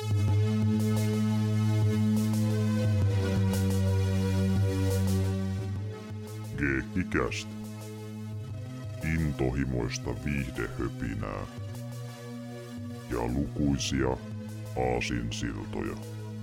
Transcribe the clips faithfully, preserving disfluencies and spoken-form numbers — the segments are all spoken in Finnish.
Geekkikäst. Intohimoista viihdehöpinää. Ja lukuisia aasinsiltoja.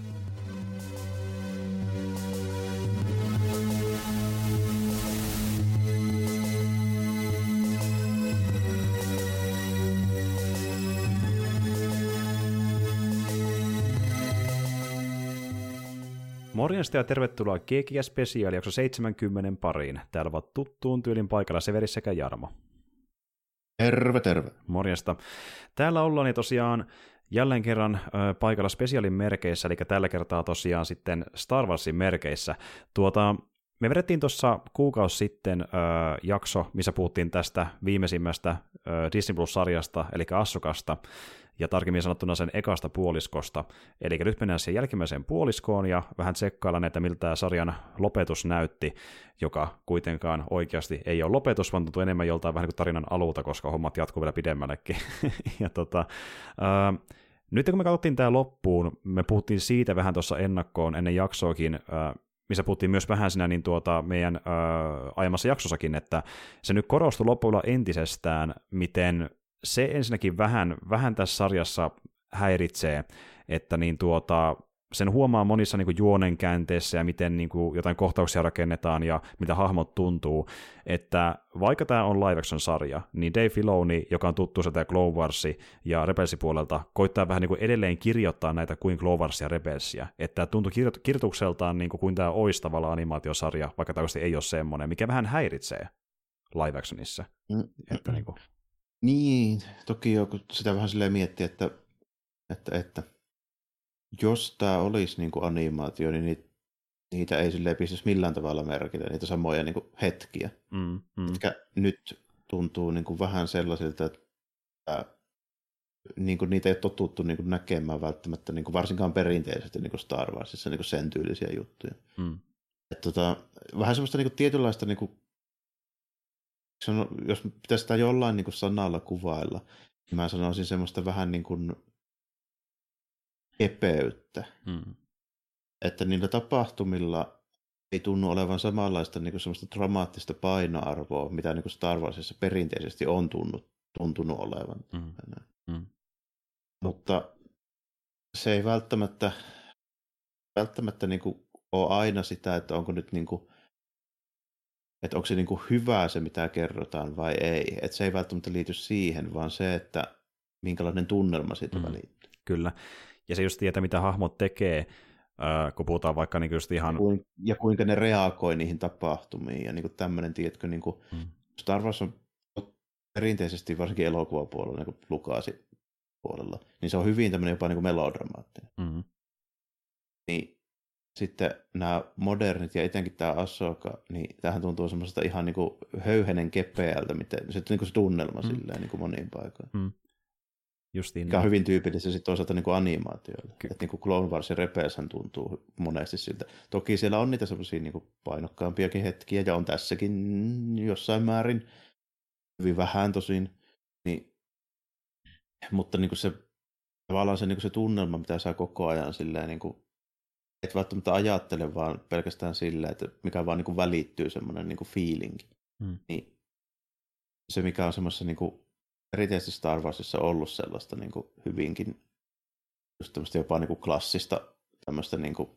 Morjesta ja tervetuloa Geekkikäs Special jakso seitsemänkymmentä pariin. Täällä ovat tuttuun tyylin paikalla Severi sekä Jarmo. Terve, terve. Morjesta. Täällä ollaan ja tosiaan jälleen kerran ö, paikalla Specialin merkeissä, eli tällä kertaa tosiaan sitten Star Warsin merkeissä. Tuota, me vedettiin tuossa kuukausi sitten ö, jakso, missä puhuttiin tästä viimeisimmästä ö, Disney Plus-sarjasta, eli Ahsokasta, ja tarkemmin sanottuna sen ekasta puoliskosta. Eli nyt mennään siihen jälkimmäiseen puoliskoon ja vähän tsekkaillaan, että miltä tämä sarjan lopetus näytti, joka kuitenkaan oikeasti ei ole lopetus, vaan tuntuu enemmän joltain vähän niin kuin tarinan alulta, koska hommat jatkuu vielä pidemmällekin. ja tota, ää, nyt kun me katsottiin tämä loppuun, me puhuttiin siitä vähän tuossa ennakkoon ennen jaksoakin, ää, missä puhuttiin myös vähän siinä niin tuota, meidän ää, aiemmassa jaksossakin, että se nyt korostui loppuilla entisestään, miten se ensinnäkin vähän, vähän tässä sarjassa häiritsee, että niin tuota, sen huomaa monissa niin kuin juonenkäänteissä ja miten niin kuin jotain kohtauksia rakennetaan ja mitä hahmot tuntuu, että vaikka tämä on live action sarja, niin Dave Filoni, joka on tuttu sieltä Clone Warsi ja Rebelsin puolelta, koittaa vähän niin kuin edelleen kirjoittaa näitä kuin Clone Warsia ja Rebelsia, että tämä tuntuu kirjo- kirjoitukseltaan niin kuin, kuin tämä olisi tavallaan animaatiosarja, vaikka tämä ei ole semmoinen, mikä vähän häiritsee live actionissa. Mm. Että, niin kuin Niin, toki jo, kun sitä vähän silleen miettiä, että, että, että jos tämä olisi niin kuin animaatio, niin niitä, niitä ei silleen pistäisi millään tavalla merkitä, niitä samoja niin kuin hetkiä, mm, mm. mitkä nyt tuntuu niin kuin vähän sellaisilta, että niin kuin niitä ei ole totuttu niin kuin näkemään välttämättä, niin kuin varsinkaan perinteisesti niin kuin Star Warsissa niin kuin sen tyylisiä juttuja. Mm. Et, tota, vähän semmoista niin kuin tietynlaista niin kuin jos pitäisi sitä jollain niin kuin sanalla kuvailla, niin mä sanoisin semmoista vähän niin kuin epeyttä. Mm. Että niillä tapahtumilla ei tunnu olevan samanlaista niin kuin semmoista dramaattista painoarvoa, mitä niin kuin Star Warsissa perinteisesti on tunnut, tuntunut olevan. Mm. Mm. Mutta se ei välttämättä, välttämättä niin kuin ole aina sitä, että onko nyt niin kuin että onko se niin kuin hyvää se, mitä kerrotaan vai ei. Että se ei välttämättä liity siihen, vaan se, että minkälainen tunnelma siitä mm. välittyy. Kyllä. Ja se just tietää, mitä hahmot tekee, äh, kun puhutaan vaikka niin just ihan... Ja kuinka ne reagoi niihin tapahtumiin. Ja niin kuin tämmöinen, tiedätkö, niin kuin mm. Star Wars on perinteisesti, varsinkin elokuvapuolella, niin kuin Lucaasin puolella, niin se on hyvin tämmöinen jopa niin kuin melodramaattinen. Mm. Niin sitten nämä modernit ja etenkin tämä Ahsoka, niin tämähän tuntuu semmoisesta ihan niin kuin höyhenen kepeältä, miten se, niin kuin se tunnelma mm. silleen niin kuin moniin paikoin. Mm. Justiin. Mikä on hyvin tyypillistä sitten toisaalta niin kuin animaatioille. Ky- että niin kuin Clone Wars ja Rebelshän tuntuu monesti siltä. Toki siellä on niitä semmoisia niin kuin painokkaampiakin hetkiä, ja on tässäkin jossain määrin, hyvin vähän tosin, niin, mutta niin kuin se, tavallaan se, niin kuin se tunnelma, mitä saa koko ajan silleen niin kuin et välttämättä ajattele vaan pelkästään sillä, että mikä vaan niin kuin välittyy semmoinen niin kuin feelingi. Hmm. Niin se, mikä on semmoisessa niin kuin perinteisesti Star Warsissa ollut sellaista niin kuin hyvinkin just tämmöistä jopa niin kuin klassista tämmöistä niin kuin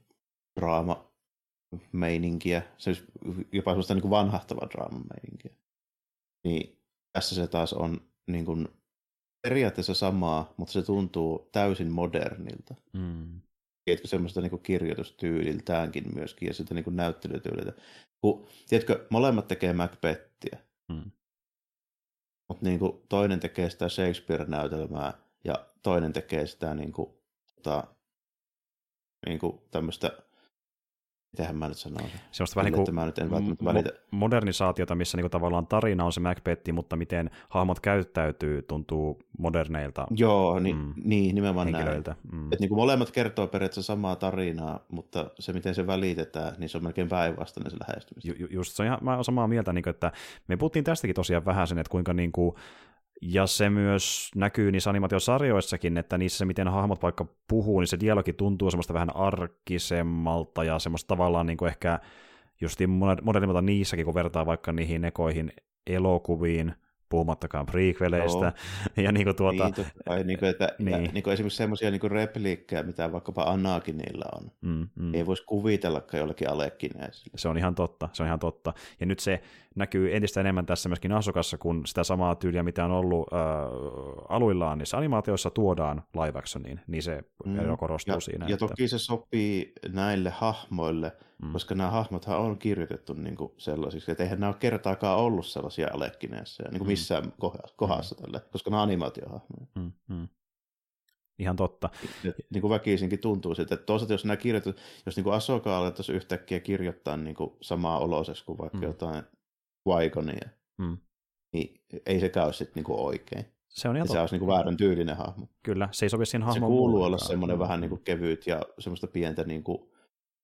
draama-meininkiä, siis jopa semmoista niin kuin vanhahtavaa draama-meininkiä. Niin tässä se taas on niin kuin periaatteessa samaa, mutta se tuntuu täysin modernilta. Hmm. Tiedätkö, semmoista niin kirjoitustyyliltäänkin myöskin ja sitä niin näyttelytyyliltä. Kun, tiedätkö, molemmat tekee Macbethia, hmm. mutta niin toinen tekee sitä Shakespeare-näytelmää ja toinen tekee sitä niin kuin, tota, niin kuin tämmöistä, mitähän mä nyt sanoisin. Semmoista vähän niin kuin mo- modernisaatiota, missä niin kuin tavallaan tarina on se Macbeth, mutta miten hahmot käyttäytyy, tuntuu moderneilta Joo, niin, mm, niin nimenomaan henkilöiltä. näin. Mm. Että niin kuin molemmat kertoo periaatteessa samaa tarinaa, mutta se, miten se välitetään, niin se on melkein päinvastainen se lähestymistä. Ju- just se on ihan, mä olen samaa mieltä, niin kuin, että me puhuttiin tästäkin tosiaan vähän sen, että kuinka niin kuin Ja se myös näkyy niissä animaatiosarjoissakin, että niissä miten hahmot vaikka puhuu, niin se dialogi tuntuu semmoista vähän arkisemmalta ja semmoista tavallaan niin kuin ehkä justiin modernimmalta niissäkin, kun vertaa vaikka niihin ekoihin elokuviin, puhumattakaan prequeleistä. No. Ja niin kuin tuota, niin, tai niin kuin, että, niin. Ja, niin kuin esimerkiksi semmoisia niin repliikkejä, mitä vaikkapa Anakinilla on. Mm, mm. Ei voisi kuvitellakaan jollekin Alekineisille. Se on ihan totta, se on ihan totta. Ja nyt se näkyy entistä enemmän tässä myöskin Ahsokassa, kun sitä samaa tyyliä, mitä on ollut äh, aluillaan niissä animaatioissa tuodaan live actioniin, niin se mm. ero korostuu ja, siinä. Ja että... toki se sopii näille hahmoille, mm. koska nämä hahmothan on kirjoitettu niin kuin sellaisiksi, että eihän nämä ole kertaakaan ollut sellaisia Alekineissa, niin kuin missään mm. kohdassa mm. tälle, koska nämä on animaatiohahmoja. Mm. Mm. Ihan totta. Ja, niin kuin väkisinkin tuntuu siltä, että toisaalta jos nämä kirjoitat, jos niin kuin Ahsoka alettaisiin yhtäkkiä kirjoittaa niin kuin samaa oloisessa kuin vaikka mm. jotain Qui-Gonia, mm. niin ei sekään ole sitten niin kuin oikein. Se on ihan se olisi niin kuin väärän tyylinen hahmo. Kyllä, se ei sovi siihen hahmoon. Se kuuluu muutenkaan. olla semmoinen mm. vähän niin kuin kevyt ja semmoista pientä niin kuin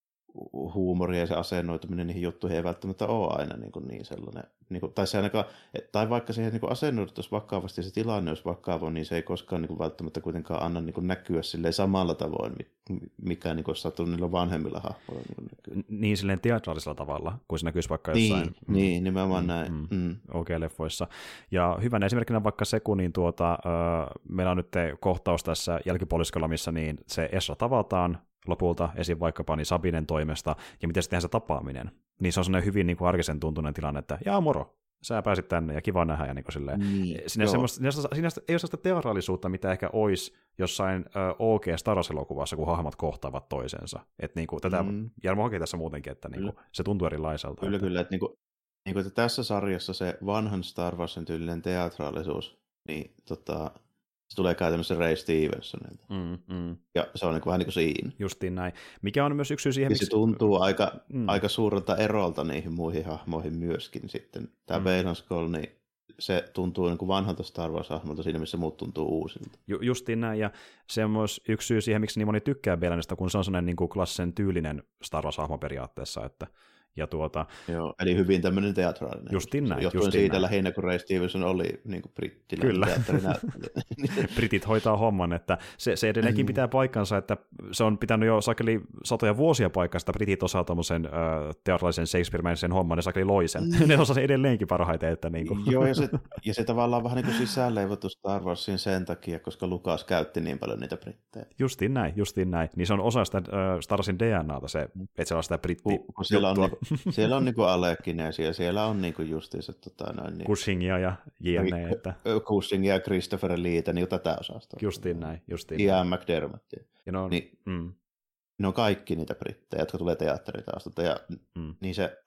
huumoria ja se asennoituminen niihin juttuihin ei välttämättä ole aina niin, kuin niin sellainen. Niin kuin, tai, se ainakaan, tai vaikka siihen niin asennoiduttaisiin vakavasti ja se tilanne olisi vakava, niin se ei koskaan niin kuin välttämättä kuitenkaan anna niin kuin näkyä silleen samalla tavoin, mikä niin kuin olisi sattunut niillä vanhemmilla hahmoilla. Niin, niin silleen teatraalisella tavalla, kun se näkyisi vaikka niin, jossain... Mm, niin, nimenomaan mm, näin. Mm, mm. OK-leffoissa. Ja hyvänä esimerkkinä vaikka se, kun niin tuota, äh, meillä on nyt kohtaus tässä jälkipuoliskolla, missä niin se Ezra tavataan, lopulta esim. Vaikkapa niin Sabinen toimesta, ja miten sitten se tapaaminen. Niin se on sellainen hyvin niin kuin arkisen tuntuinen tilanne, että jaa moro, sä pääsit tänne ja kiva nähdä. Ja niin kuin silleen. Niin, siinä, siinä, siinä ei ole sellaista teatraalisuutta, mitä ehkä olisi jossain äh, O G Star Wars-elokuvassa, kun hahmot kohtaavat toisensa. Että niin kuin, tätä mm. Jarmo hakee tässä muutenkin, että niin kuin, se tuntuu erilaiselta. Kyllä, että... kyllä. Että, niin kuin, niin kuin, että tässä sarjassa se vanhan Star Warsin tyylinen teatraalisuus, niin tota... se tulee käytännössä Ray Stevensonilta. Mm, mm. Ja se on niin kuin, vähän niin kuin siinä. Justiin näin. Mikä on myös yksi syy siihen, ja miksi... se tuntuu aika, mm. aika suurelta erolta niihin muihin hahmoihin myöskin sitten. Tämä mm. Baylan Skoll, niin se tuntuu niin kuin vanhalta Star Wars-hahmolta siinä, missä muut tuntuu uusilta. Ju- justiin näin, ja se on myös yksi syy siihen, miksi niin moni tykkää Baylanista, kun se on sellainen niin kuin klassisen tyylinen Star Wars-hahmo periaatteessa, että ja tuota... Joo, eli hyvin tämmöinen teatraalinen. Justiin näin. Johtuen justiin siitä näin. lähinnä, kun Ray Stevenson oli niin kuin brittiläinen teatterinäyttelijä. Britit hoitaa homman, että se, se edelleenkin pitää paikkansa, että se on pitänyt jo sakeli satoja vuosia paikkaa, että britit osaa tommosen äh, teatraalisen Shakespeare-mäisen homman, ne sakeli loisen. Mm. ne osaa sen edelleenkin parhaiten. Että niin kuin. Joo, ja se, ja se tavallaan vähän niin kuin sisäänleivottu Star Warsin sen takia, koska Lucas käytti niin paljon niitä brittejä. Justiin näin, justiin näin. Niin se on osa sitä äh, Star Warsin D N A:ta, se, että siellä on sitä britti kun siellä on, niinku, siellä on niinku Alekinesia, siellä on niinku justiinsa tota noin... Niin, Cushingia ja jne. Että... Cushingia ja Christopher Leeta, niin tätä osasta. Justiin näin, justiin Ian McDermott. Ja ne on, niin, mm. ne on kaikki niitä brittejä, jotka tulee teatteritaustalta. Ja mm. niin se,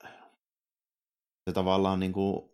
se tavallaan niinku...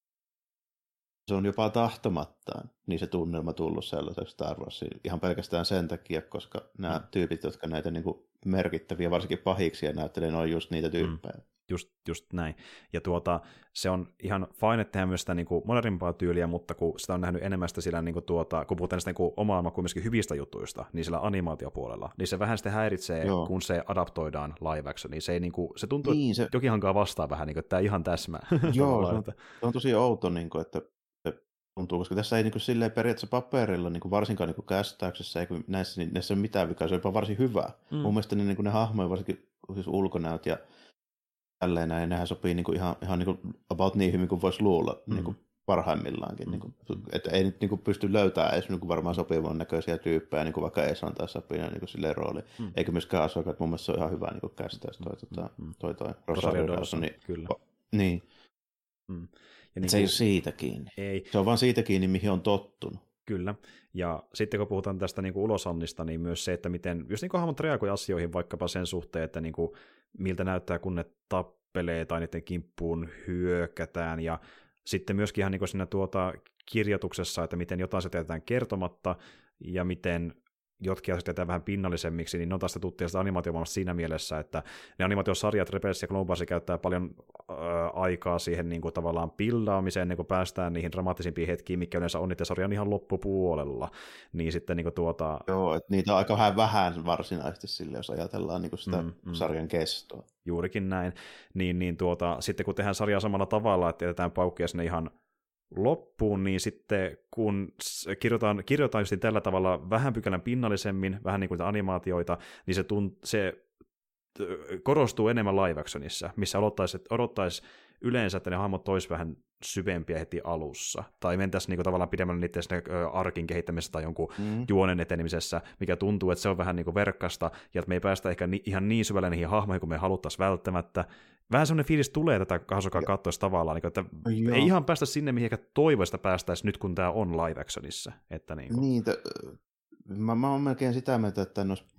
Se on jopa tahtomattaan, niin se tunnelma tullut sellaiseksi Star Warsiin. Ihan pelkästään sen takia, koska nämä mm. tyypit, jotka näitä niinku merkittäviä, varsinkin pahiksia näyttelee, ne on just niitä tyyppejä. Mm. Just, just näin. Ja tuota, se on ihan fine tehdä myös sitä niin kuin modernimpaa tyyliä, mutta kun sitä on nähnyt enemmän sitä sillä, niin kuin tuota, kun puhutaan sitä niin kuin omaa kuin myöskin hyvistä jutuista, niin sillä animaatiopuolella, niin se vähän sitten häiritsee, Joo. kun se adaptoidaan live action, niin se, ei, niin kuin, se tuntuu, niin, se... jokin hankaa vastaan vähän, niin kuin, että tämä ihan täsmää. Joo, se on, se on tosi outo, niin kuin, että tuntuu, koska tässä ei niin kuin, silleen periaatteessa paperilla, niin kuin, varsinkaan niin kuin kästäyksessä, eikä näissä, niin, näissä ei ole mitään vikaa, se on jopa varsin hyvä. Mm. Mun mielestä niin, niin kuin ne hahmoja, varsinkin siis ulkonäöt ja tälleen näin, nehän sopii niin kuin, ihan, ihan niin kuin, about niin hyvin kuin voisi luulla mm. niin kuin, parhaimmillaankin. Mm. Niin kuin, että ei nyt niin kuin, pysty löytämään edes niin kuin, varmaan sopivan näköisiä tyyppejä, niin kuin vaikka Ezran taas sopii niin kuin, silleen rooli. Mm. Eikä myöskään Ahsoka, että mun mielestä se on ihan hyvä niin kuin, kästäys toi, mm. toi, toi, toi Rosario Dawson. Niin, kyllä. Niin. Mm. Ja niin se ei ole siitä kiinni. Ei. Se on vaan siitä kiinni, mihin on tottunut. Kyllä. Ja sitten kun puhutaan tästä niin kuin ulosannista, niin myös se, että miten, jos niin kuin hahmot reagoi asioihin vaikkapa sen suhteen, että niin kuin, miltä näyttää, kun ne tappelee tai niiden kimppuun hyökätään. Ja sitten myöskin ihan niin kuin siinä tuota kirjoituksessa, että miten jotain se teetään kertomatta ja miten jotkin asiat jätetään vähän pinnallisemmiksi, niin ne on taas tuttuja sitä animaatiomaailmasta siinä mielessä, että ne animaatiosarjat, Rebels ja Clone Wars käyttää paljon äh, aikaa siihen niin kuin, tavallaan pillaamiseen, niin kuin päästään niihin dramaattisimpiin hetkiin, mikä yleensä on niiden sarjan ihan loppupuolella. Niin sitten niin kuin, tuota... Joo, että niitä on aika vähän, vähän varsinaisesti sille, jos ajatellaan niin kuin sitä mm, mm. sarjan kestoa. Juurikin näin. Niin, niin tuota, sitten kun tehdään sarjaa samalla tavalla, että jätetään paukkia sinne ihan loppuun, niin sitten kun kirjoitaan, kirjoitaan just tällä tavalla vähän pykälän pinnallisemmin, vähän niin kuin animaatioita, niin se, tunt, se korostuu enemmän live actionissa, missä odottaisi, odottaisi yleensä, että ne hahmot olisi vähän syvempiä heti alussa, tai mentäisiin niinku tavallaan pidemmälle niiden sinne arkin kehittämisessä tai jonkun mm. juonen etenemisessä, mikä tuntuu, että se on vähän niinku verkkasta, ja että me ei päästä ehkä ni- ihan niin syvälle niihin hahmoihin, kuin me haluttaisiin välttämättä. Vähän semmoinen fiilis tulee tätä Hasokaa kattoista tavallaan, niin että Joo. ei ihan päästä sinne, mihin ehkä toivoista päästäisiin nyt, kun tämä on live actionissa. Että niinku. Niin, t- mä, mä oon melkein sitä mieltä, että en olisi,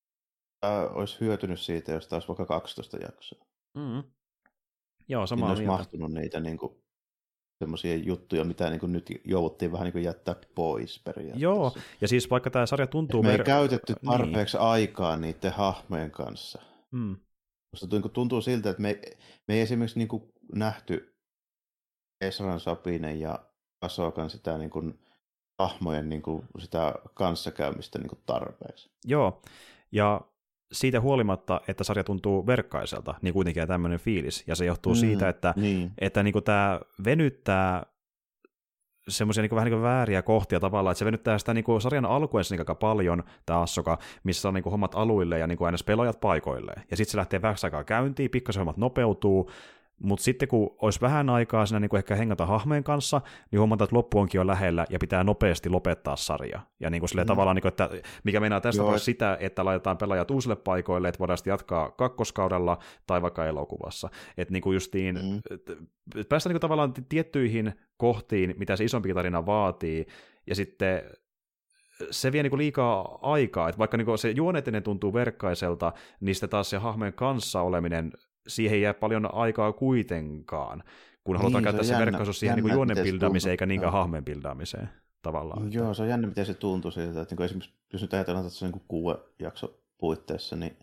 äh, olisi hyötynyt siitä, jos taas vaikka kaksitoista jaksoa. Mm. Joo, samaa niin mieltä. olisi mahtunut niitä niin kuin, semmoisia juttuja, mitä niin kuin nyt jouduttiin vähän niin kuin jättää pois periaatteessa. Joo, ja siis vaikka tämä sarja tuntuu... Et me ei ver... käytetty tarpeeksi niin. aikaa niiden hahmojen kanssa. Mm. Musta tuntuu siltä, että me, me ei esimerkiksi niin kuin nähty Ezran, Sabinen ja Ahsokan sitä niin kuin hahmojen niin kuin sitä kanssakäymistä niin kuin tarpeeksi. Joo, ja siitä huolimatta, että sarja tuntuu verkkaiselta, niin kuitenkin tämmöinen fiilis, ja se johtuu mm, siitä, että, niin. että niin kuin tämä venyttää semmoisia niin vähän niin kuin vääriä kohtia tavallaan, että se venyttää sitä niin kuin sarjan alkuessa niin aika paljon, tämä Ahsoka, missä on niin kuin hommat aluille ja niin kuin aina pelaajat paikoilleen, ja sitten se lähtee vähäksi aikaa käyntiin, pikkasen hommat nopeutuu, mutta sitten kun olisi vähän aikaa siinä niin kuin ehkä hengata hahmojen kanssa, niin huomataan, että loppu onkin jo lähellä ja pitää nopeasti lopettaa sarja. Ja niin kuin silleen mm. tavallaan, niin kuin, että mikä meinaa tästä tapauksessa sitä, että laitetaan pelaajat uusille paikoille, että voidaan sitten jatkaa kakkoskaudella tai vaikka elokuvassa. Että niin kuin justiin, mm. päästään niin kuin tavallaan tiettyihin kohtiin, mitä se isompi tarina vaatii, ja sitten se vie niinku liikaa aikaa, että vaikka niinku se juonetinen tuntuu verkkaiselta, niin sitten taas se hahmojen kanssa oleminen, siihen ei jää paljon aikaa kuitenkaan, kun halutaan niin, käyttää se, se verkkaisuus siihen niinku juonen bildaamiseen eikä niinkään hahmojen bildaamiseen tavallaan. Joo, se on jännä, miten se tuntuu siltä, että niinku esimerkiksi jos nyt ajatellaan, että se on niinku kuuden jakso puitteissa, niin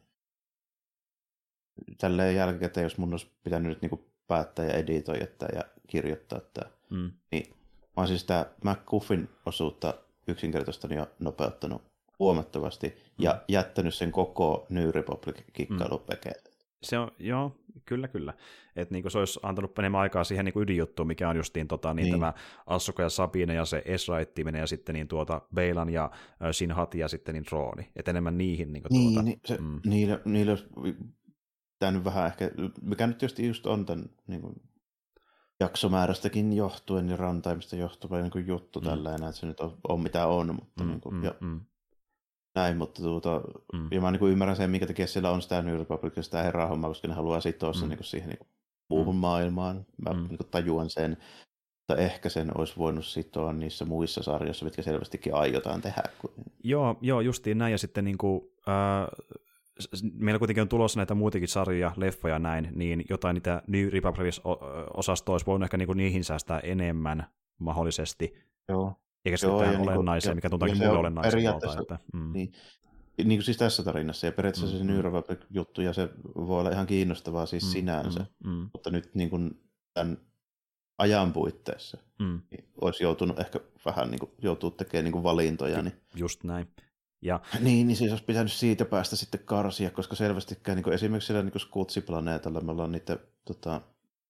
tälleen jälkikäteen, jos mun olisi pitänyt nyt niinku päättää ja editoida ja kirjoittaa tämä, mm. niin mä oon siis tämä McGuffin osuutta yksinkertaisesti jo nopeuttanut huomattavasti mm. ja jättänyt sen koko New Republic-kikkailun mm. Se on, joo, kyllä, kyllä. Että niinku se olisi antanut enemmän aikaa siihen niinku ydinjuttuun, mikä on justiin tota, niin niin. tämä Ahsoka ja Sabine ja se Ezra-ettiminen ja sitten niin tuota Beilan ja äh, Shin-Hati ja sitten niin Drooni. Että enemmän niihin niinku niin, tuota. Niin, se, mm. niillä, niillä olisi pitänyt vähän ehkä, mikä nyt just, just on tämän niin kuin jaksomäärästäkin johtuen ja runtimeista johtuen niin kuin juttu mm. tällainen, että se nyt on, on mitä on, mutta mm, niin kuin, mm, ja, mm. näin, mutta tuota, mm. ja mä niin kuin ymmärrän sen, minkä takia siellä on sitä New Republic ja sitä herraa hommaa, koska ne haluaa sitoa sen mm. niin kuin siihen niin kuin muuhun mm. maailmaan. Mä mm. niin kuin tajuan sen, mutta ehkä sen olisi voinut sitoa niissä muissa sarjoissa, mitkä selvästikin aiotaan tehdä. Kun... Joo, joo, justiin näin, ja sitten niin kuin, äh, meillä kuitenkin on tulossa näitä muitakin sarjoja, leffoja näin, niin jotain niitä New Republic-osastoa olisi voinut ehkä niinku niihin säästää enemmän mahdollisesti. Joo. Eikä se mitään niin olennaisia, mikä tuntuukin mulle olennaiselta. Että, mm. niin, niin kuin siis tässä tarinassa, ja periaatteessa mm, se New Republic-juttu, ja se voi olla ihan kiinnostavaa siis mm, sinänsä, mm, mm. mutta nyt niin kuin tämän ajan puitteissa mm. niin olisi joutunut ehkä vähän niin kuin, joutuu tekemään niin kuin valintoja. Niin... Just näin. Ja... Niin, niin siis olisi pitänyt siitä päästä sitten karsia, koska selvästikään niin kuin esimerkiksi siellä niin Skutsi-planeetalla me ollaan niiden tota,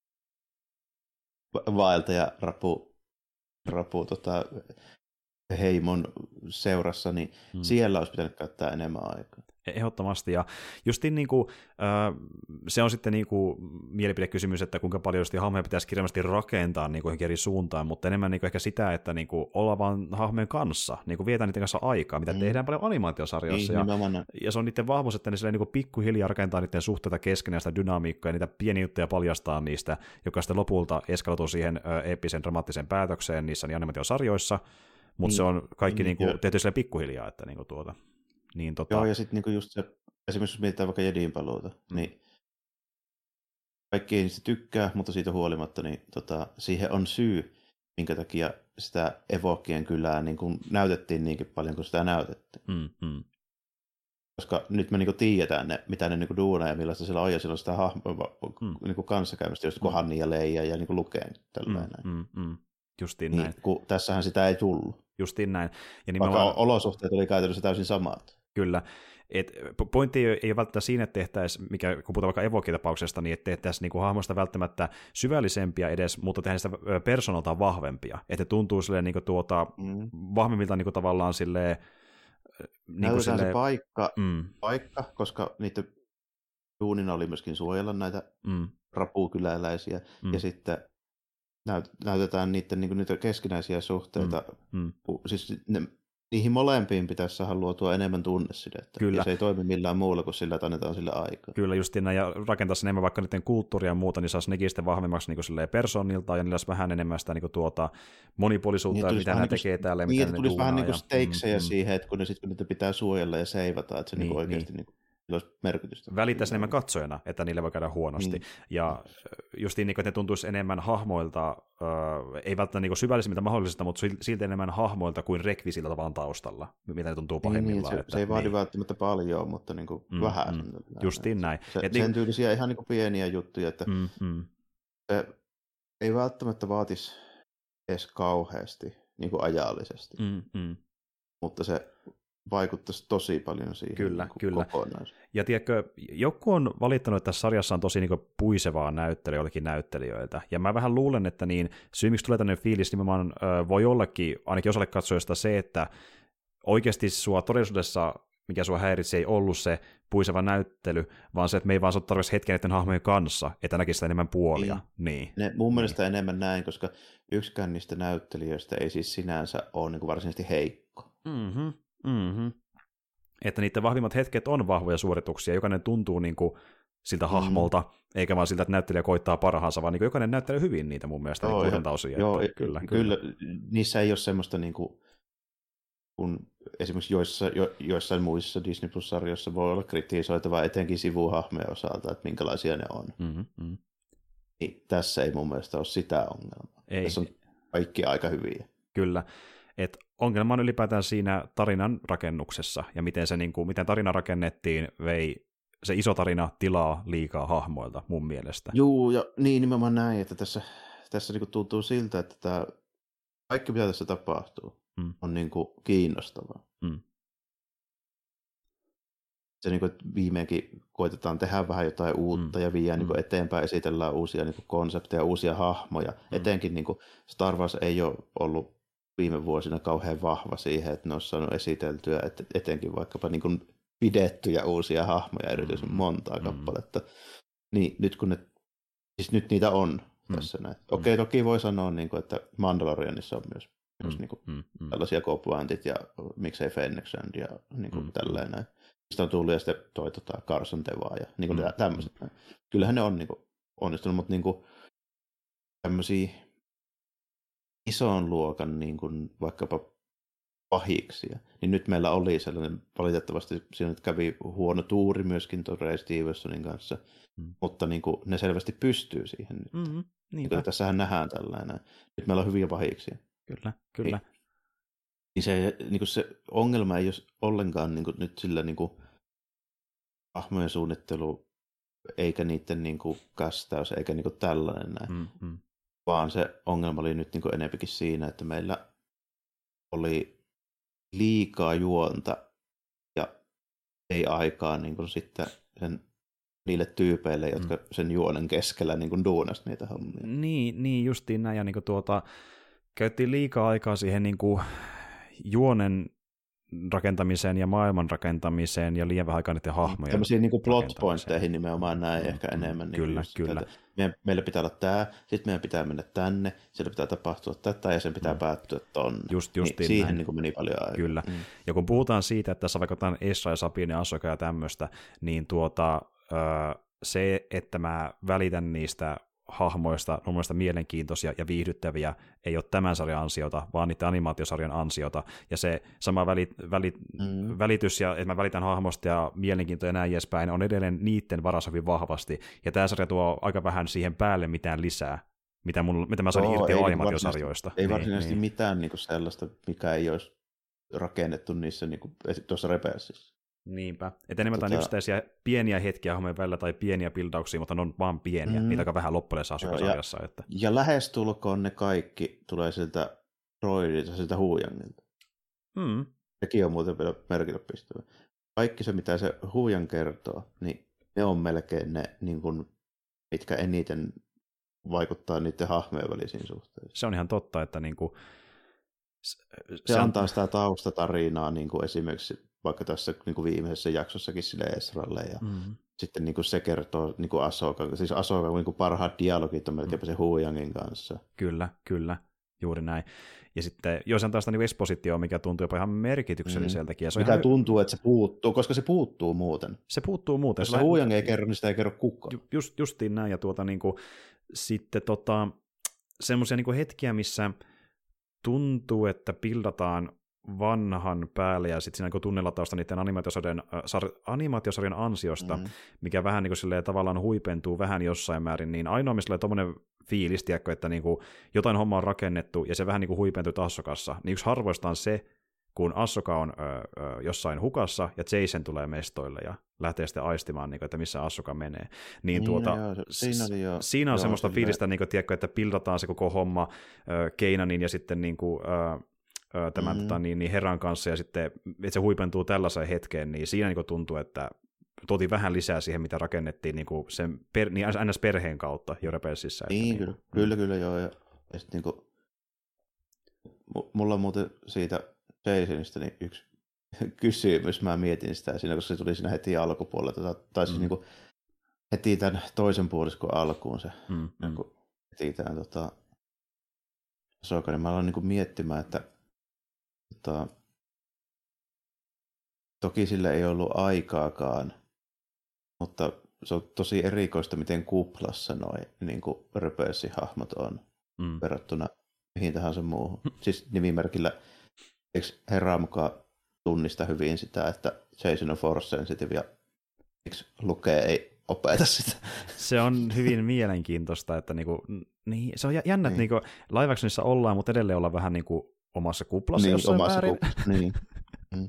vaelta ja rapu, rapu tota, heimon seurassa, niin hmm. siellä olisi pitänyt käyttää enemmän aikaa. Ehdottomasti, ja justiin niin kuin, äh, se on sitten niin kuin mielipidekysymys, että kuinka paljon hahmoja pitäisi kirjallisesti rakentaa niin kuin eri suuntaan, mutta enemmän niin kuin ehkä sitä, että niin kuin olla vaan hahmojen kanssa, niin kuin vietään niiden kanssa aikaa, mitä mm. tehdään paljon animaatiosarjoissa, niin, ja, ja se on niiden vahvuus, että ne silleen niin kuin pikkuhiljaa rakentaa niiden suhteita kesken ja sitä dynamiikkaa, ja niitä pieniä juttuja paljastaa niistä, joka sitten lopulta eskaloituu siihen äh, eeppisen, dramaattiseen päätökseen niissä niin animaatiosarjoissa, mutta niin, se on kaikki niin, niin tehty silleen pikkuhiljaa, että niin kuin tuota... Niin, tota... Joo, ja sitten niinku just se, esimerkiksi jos mietitään vaikka Jedin paluuta, mm. niin kaikki ei niistä tykkää, mutta siitä huolimatta, niin tota, siihen on syy, minkä takia sitä Evokien kylää niin kun näytettiin niinkin paljon kuin sitä näytettiin. Mm, mm. Koska nyt me niinku tiedetään ne, mitä ne niinku duunaa ja millaista siellä on, ja siellä on sitä hahmoa mm. niinku kanssakäymistä, just kun mm. Hanni ja Leija ja niinku Lukeen. Tällainen. Mm, mm, mm. Justiin niin, näin. Kun tässähän sitä ei tullut. Justiin näin. Ja nimenomaan... Vaikka olosuhteet oli käytännössä täysin samat. Kyllä. Et pointti ei ole välttämättä siinä, että tehtäisiin, mikä, kun puhutaan vaikka Evoke-tapauksesta, niin että tehtäisiin niinku hahmoista välttämättä syvällisempiä edes, mutta tehdään sitä persoonaltaan vahvempia. Että tuntuu silleen niinku tuota, mm. vahvemmilta niinku tavallaan silleen... Niinku silleen, se paikka, mm. paikka, koska niiden duunina oli myöskin suojella näitä mm. rapukyläläisiä, mm. ja sitten näyt, näytetään niiden, niinku, niitä keskinäisiä suhteita. Mm. Siis ne, niihin molempiin pitäisi saada luotua enemmän tunnesidettä. Kyllä. Ja se ei toimi millään muulla kuin sillä, että annetaan sille aikaa. Kyllä, justiin näin, ja rakentaisi enemmän vaikka niiden kulttuuria ja muuta, niin saisi nekin sitten vahvemmaksi niin persoonilta, ja niillä olisi vähän enemmän sitä niin kuin, tuota, monipuolisuutta, niin, mitä ne niin tekee täällä. Niin, että tulisi vähän niin kuin steiksejä mm, siihen, että kun, ne sit, kun niitä pitää suojella ja seivata, että se niin, niin oikeasti... Niin. Olisi merkitystä. Välittäisi enemmän katsojana, että niille voi käydä huonosti. Mm. Ja justiin niin, että ne tuntuisi enemmän hahmoilta, äh, ei välttämättä niin syvällisimmiltä mahdollisista, mutta silti enemmän hahmoilta kuin rekvisiltä vaan taustalla, mitä ne tuntuu pahimmillaan. Niin, se, että, se ei vaadi niin. välttämättä paljon, mutta niin kuin mm, vähän. Mm, justiin näin. Se, Et sen niin, tyylisiä ihan niin kuin pieniä juttuja, että mm, mm. se ei välttämättä vaatisi edes kauheasti niin kuin ajallisesti, mm, mm. mutta se vaikuttaisi tosi paljon siihen kyllä, niin kyllä. kokonaisuuteen. Ja tiedätkö, joku on valittanut, että tässä sarjassa on tosi niin kuin puisevaa näyttelyä joillekin näyttelijöiltä. Ja mä vähän luulen, että niin syy, miksi tulee tämmöinen fiilis, nimenomaan äh, voi ollakin, ainakin osalle katsojista se, että oikeasti sua todellisuudessa, mikä sua häiritsee, ei ollut se puiseva näyttely, vaan se, että me ei vaan saa tarvitsisi hetken näiden hahmojen kanssa, että näkisi sitä enemmän puolia. Niin. Niin. Ne, mun niin. mielestä enemmän näin, koska yksikään niistä näyttelijöistä ei siis sinänsä ole niin kuin varsinaisesti heikko. Mhm. Mm-hmm. Että niiden vahvimmat hetket on vahvoja suorituksia, jokainen tuntuu niin kuin siltä mm. hahmolta, eikä vaan siltä, että näyttelijä koittaa parhaansa, vaan niin jokainen näyttelee hyvin niitä mun mielestä. Joo, niin osia, joo että, kyllä, kyllä. kyllä. Niissä ei ole semmoista, niin kuin, kun esimerkiksi joissa, jo, joissain muissa Disney Plus-sarjoissa voi olla kritisoitavaa etenkin sivuhahmojen osalta, että minkälaisia ne on. Mm-hmm. Niin, tässä ei mun mielestä ole sitä ongelmaa. Ei. Tässä on kaikki aika hyviä. Kyllä. Et ongelma on ylipäätään siinä tarinan rakennuksessa, ja miten, se, niin kuin, miten tarina rakennettiin, vei se iso tarina tilaa liikaa hahmoilta, mun mielestä. Juu, ja niin nimenomaan näin, että tässä, tässä niin kuin tuntuu siltä, että tämä, kaikki mitä tässä tapahtuu, mm. on niin kuin kiinnostavaa. Mm. Se niin kuin, että viimeinkin koitetaan tehdä vähän jotain uutta, mm. ja viiään mm. niin kuin eteenpäin, esitellään uusia niin kuin konsepteja, uusia hahmoja. Mm. Etenkin niin kuin Star Wars ei ole ollut viime vuosina kauhean vahva siihen, että ne olisi saanut esiteltyä, et, etenkin vaikkapa niin kuin pidettyjä uusia hahmoja, erityisen montaa mm. kappaletta. Niin nyt kun ne, siis nyt niitä on mm. tässä näin. Okei, okay, toki voi sanoa, niin kuin, että Mandalorianissa on myös, mm. myös niin kuin mm. tällaisia Cobb-Vantit ja miksei Fennec Shand ja niin kuin mm. tälleen näin. Sitten on tullut ja sitten toi tota, Carson Tevaa ja niin kuin mm. tämmöiset näin. Kyllähän ne on niin kuin onnistunut, mutta niin kuin tämmöisiä ison luokan niin kuin vaikkapa pahiksia, niin nyt meillä oli sellainen, valitettavasti siinä kävi huono tuuri myöskin tuon Ray Stevensonin kanssa, mm. mutta niin kuin, ne selvästi pystyy siihen nyt. Mm-hmm. Niin tässähän nähdään tällainen. Nyt meillä on hyviä pahiksia. Kyllä, kyllä. Niin, niin se, niin kuin se ongelma ei ole ollenkaan niin kuin, nyt sillä niin kuin, hahmojen suunnittelu, eikä niiden niin kuin, kästäys, eikä niin kuin, tällainen näin. Mm-hmm. Vaan se ongelma oli nyt niin kuin enempikin siinä, että meillä oli liikaa juonta ja ei aikaa niin kuin sitten sen, niille tyypeille, jotka mm. sen juonen keskellä niin kuin duunasi niitä hommia. Niin, niin justiin näin. Ja niin kuin tuota, käyttiin liikaa aikaa siihen niin kuin juonen rakentamiseen ja maailman rakentamiseen ja liian vähän aikaa niiden hahmojen tämmöisiin niin kuin plot pointteihin nimenomaan näin mm, ehkä enemmän. Kyllä, niin kyllä. Meidän, meillä pitää olla tämä, sitten meidän pitää mennä tänne, siellä pitää tapahtua tätä ja sen pitää mm. päättyä tonne. Just, justiin niin, siihen niin kuin meni paljon aikaa. Kyllä. Mm. Ja kun puhutaan siitä, että tässä on vaikka jotain Ezra ja Sabine ja Ahsoka ja tämmöistä, niin tuota, se, että mä välitän niistä hahmoista, on mielestäni mielenkiintoisia ja viihdyttäviä, ei ole tämän sarjan ansiota, vaan niiden animaatiosarjan ansiota. Ja se sama välit, välit, mm. välitys, ja että mä välitän hahmosta ja mielenkiintoja ja näin edespäin, on edelleen niiden varassa hyvin vahvasti. Ja tämä sarja tuo aika vähän siihen päälle mitään lisää, mitä, mun, mitä mä sain Joo, irti animaatiosarjoista. Ei varsinaisesti niin, mitään niin. Niin sellaista, mikä ei olisi rakennettu niissä niin kuin, tuossa Rebelsissa. Niinpä. Että enemmän tota... on yksittäisiä pieniä hetkiä hahmojen välillä tai pieniä buildauksia, mutta ne on vaan pieniä. Mm. Niitä aika vähän loppujen sarjassa. Ja, että... ja lähestulkoon ne kaikki tulee siltä droidilta, siltä huujangilta. Mm. Sekin on muuten vielä merkitä pistävä. kaikki se, mitä se Huujan kertoo, niin ne on melkein ne, niin kuin, mitkä eniten vaikuttaa niiden hahmojen välisiin suhteisiin. Se on ihan totta, että niin kuin, se, se antaa on... sitä taustatarinaa niin kuin esimerkiksi vaikka tässä niin kuin viimeisessä jaksossakin sille Ezralle ja mm-hmm. sitten niin kuin se kertoo niin kuin Ahsoka, siis Ahsoka niin kuin parhaat dialogit on melkeinpä se Huyangin kanssa. Kyllä, kyllä, juuri näin. Ja sitten jos on taas niin expositioa, mikä tuntuu jopa ihan merkitykselliseltäkin. Mm. Mikä ihan... tuntuu, että se puuttuu, koska se puuttuu muuten. Se puuttuu muuten. Jos se Huyang ei kerro, niin sitä ei kerro kukaan. Ju, just, justiin näin, ja tuota, niin kuin, sitten tota, semmoisia niin kuin hetkiä, missä tuntuu, että pildataan vanhan päälle, ja sitten siinä niin tunnella tausta niiden animaatiosarjan, äh, sar- animaatiosarjan ansiosta, mm. mikä vähän niin kuin silleen, tavallaan huipentuu vähän jossain määrin, niin ainoa, missä tulee tommoinen fiilis, tiedätkö, että niin kuin jotain hommaa on rakennettu, ja se vähän niin kuin huipentuu Ahsokassa, niin yksi harvoista on se, kun Ahsoka on ö, ö, jossain hukassa, ja Jason tulee mestoille, ja lähtee sitten aistimaan, niin kuin, että missä Ahsoka menee. Niin, tuota, joo, siinä, oli jo, siinä on joo, semmoista kyllä. fiilistä, niin kuin, tiedätkö, että pildataan se koko homma ö, Keinanin ja sitten niin kuin, ö, tämän mm-hmm. tota, niin, niin herran kanssa, ja sitten että se huipentuu tällaiseen hetkeen, niin siinä niin tuntuu, että tuotiin vähän lisää siihen, mitä rakennettiin niin kuin sen per, niin ns. Perheen kautta jo Rebelsissä. Niin, kyllä, niin, kyllä, kyllä, joo. Ja, ja sitten niin kuin, mulla on muuten siitä Jasonista niin yksi kysymys, mä mietin sitä siinä, koska se tuli siinä heti alkupuolella, tai siis mm. niin kuin, heti tämän toisen puoliskon alkuun se, mm, niin kuin, heti tämän tota, Ahsoka, niin mä aloin niin kuin miettimään, että Tota, toki sillä ei ollut aikaakaan, mutta se on tosi erikoista, miten kuplassa noi niin kuin Rebelsin-hahmot on mm. verrattuna mihin tahansa muuhun. Siis nimimerkillä, eikö herra mukaan tunnista hyvin sitä, että Jason on force sensitive ja eikö Luke ei opeta sitä? Se on hyvin mielenkiintoista, että niinku, niin, se on jännä, että niin. niinku, live actionissa ollaan, mutta edelleen ollaan vähän niinku omassa kuplassa niin, jossain omassa määrin. Kuplassa, niin. Mm.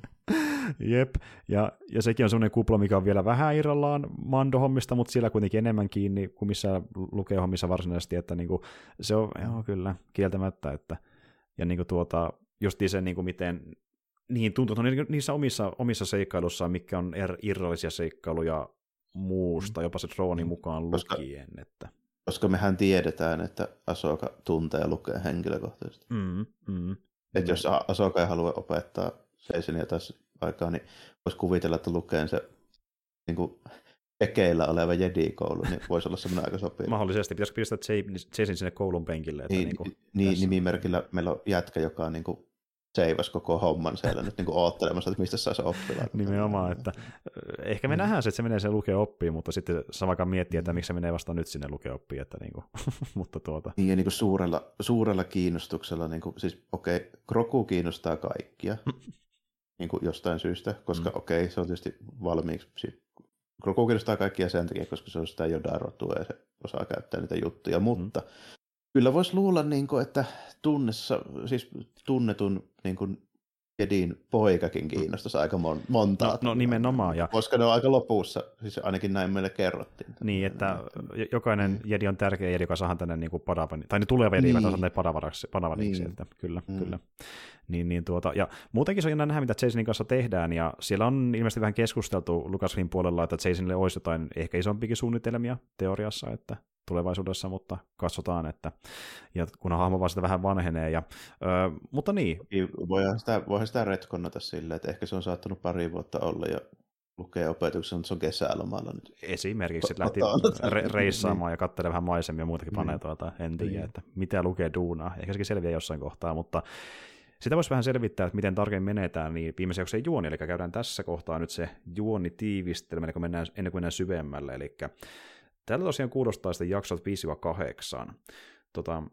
Jep, ja, ja sekin on semmoinen kupla, mikä on vielä vähän irrallaan Mando-hommista, mutta siellä kuitenkin enemmän kiinni kuin missä lukee hommissa varsinaisesti, että niinku, se on, joo kyllä, kieltämättä, että, ja niinku tuota, justiin se, niinku miten niihin tuntuu, että on niissä omissa, omissa seikkailussaan, mitkä on er, irrallisia seikkailuja muusta, jopa se drooni mukaan koska, lukien, että... Koska mehän tiedetään, että Ahsoka tuntee ja lukee henkilökohtaisesti. Mm, mm. Että jos Ahsoka ei halua opettaa Jasonia tässä aikaa, niin voisi kuvitella, että lukeen se niin kuin tekeillä oleva Jedi-koulu, niin voisi olla semmoinen aika sopiva. Mahdollisesti. Pitäisikö pistää Jason sinne koulun penkille? Että niin, niin, kuin niin nimimerkillä meillä on jätkä, joka on niin kuin seivas koko homman siellä nyt niin kuin oottelemassa, että mistä saisi oppilaa. Nimenomaan, että ehkä me mm. nähdään se, että se menee sen lukea oppiin, mutta sitten samakaan miettiä, että miksi se menee vasta nyt sinne lukea oppiin, että niin kuin, mutta tuota. Niin ja niin kuin suurella, suurella kiinnostuksella, niin kuin, siis okei, okay, Grogu kiinnostaa kaikkia niin kuin jostain syystä, koska mm. okei, okay, se on tietysti valmiiksi. Grogu kiinnostaa kaikkia sen takia, koska se on sitä Yoda-rotua ja se osaa käyttää niitä juttuja, mutta mm. kyllä voisi luulla, niin kuin, että tunnessa, siis tunnetun niin kuin Jedin poikakin kiinnostaisi aika mon- montaa. No, no nimenomaan. Ja... Koska ne on aika lopussa, siis ainakin näin meille kerrottiin. Niin, että jokainen Jedi on tärkeä Jedi, joka saadaan tänne niin kuin Padawan, tai ne tuleva Jedi, joka saadaan Padawaniksi, Padawaniksi, että kyllä, mm. kyllä. Niin, niin tuota, ja muutenkin se on jännä nähdä, mitä Jasonin kanssa tehdään, ja siellä on ilmeisesti vähän keskusteltu Lucasfilmin puolella, että Jasonille olisi jotain ehkä isompikin suunnitelmia teoriassa, että tulevaisuudessa, mutta katsotaan, että ja kunhan hahmo vaan sitä vähän vanhenee. Ja, ö, mutta niin. Voihan sitä, voihan sitä retkonnata silleen, että ehkä se on saattanut pari vuotta olla ja lukee opetuksen, mutta se on kesälomalla nyt. Esimerkiksi, että lähti re- reissaamaan niin. ja katselee vähän maisemia ja muutakin planeetoa, tai en tiedä, niin. että mitä lukee duunaa. Ehkä sekin selviää jossain kohtaa, mutta sitä voisi vähän selvittää, että miten tarkemmin menetään, niin viimeisen jakson juoni, eli käydään tässä kohtaa nyt se juoni tiivistelmä, ennen kuin mennään, ennen kuin mennään syvemmälle, eli täällä tosiaan kuulostaa sitten jaksot viisi kahdeksan. Tota,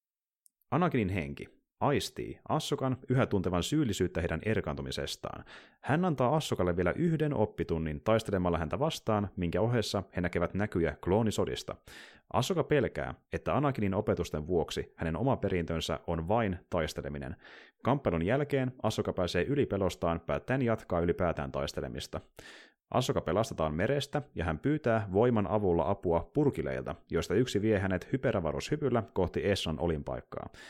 Anakinin henki aistii Ahsokan yhä tuntevan syyllisyyttä heidän erkaantumisestaan. Hän antaa Ahsokalle vielä yhden oppitunnin taistelemalla häntä vastaan, minkä ohessa he näkevät näkyjä kloonisodista. Ahsoka pelkää, että Anakinin opetusten vuoksi hänen oma perintönsä on vain taisteleminen. Kamppailun jälkeen Ahsoka pääsee yli pelostaan päättäen jatkaa ylipäätään taistelemista. Ahsoka pelastetaan merestä, ja hän pyytää voiman avulla apua purkileilta, joista yksi vie hänet hyperavaruushypyllä kohti Ezran olinpaikkaa.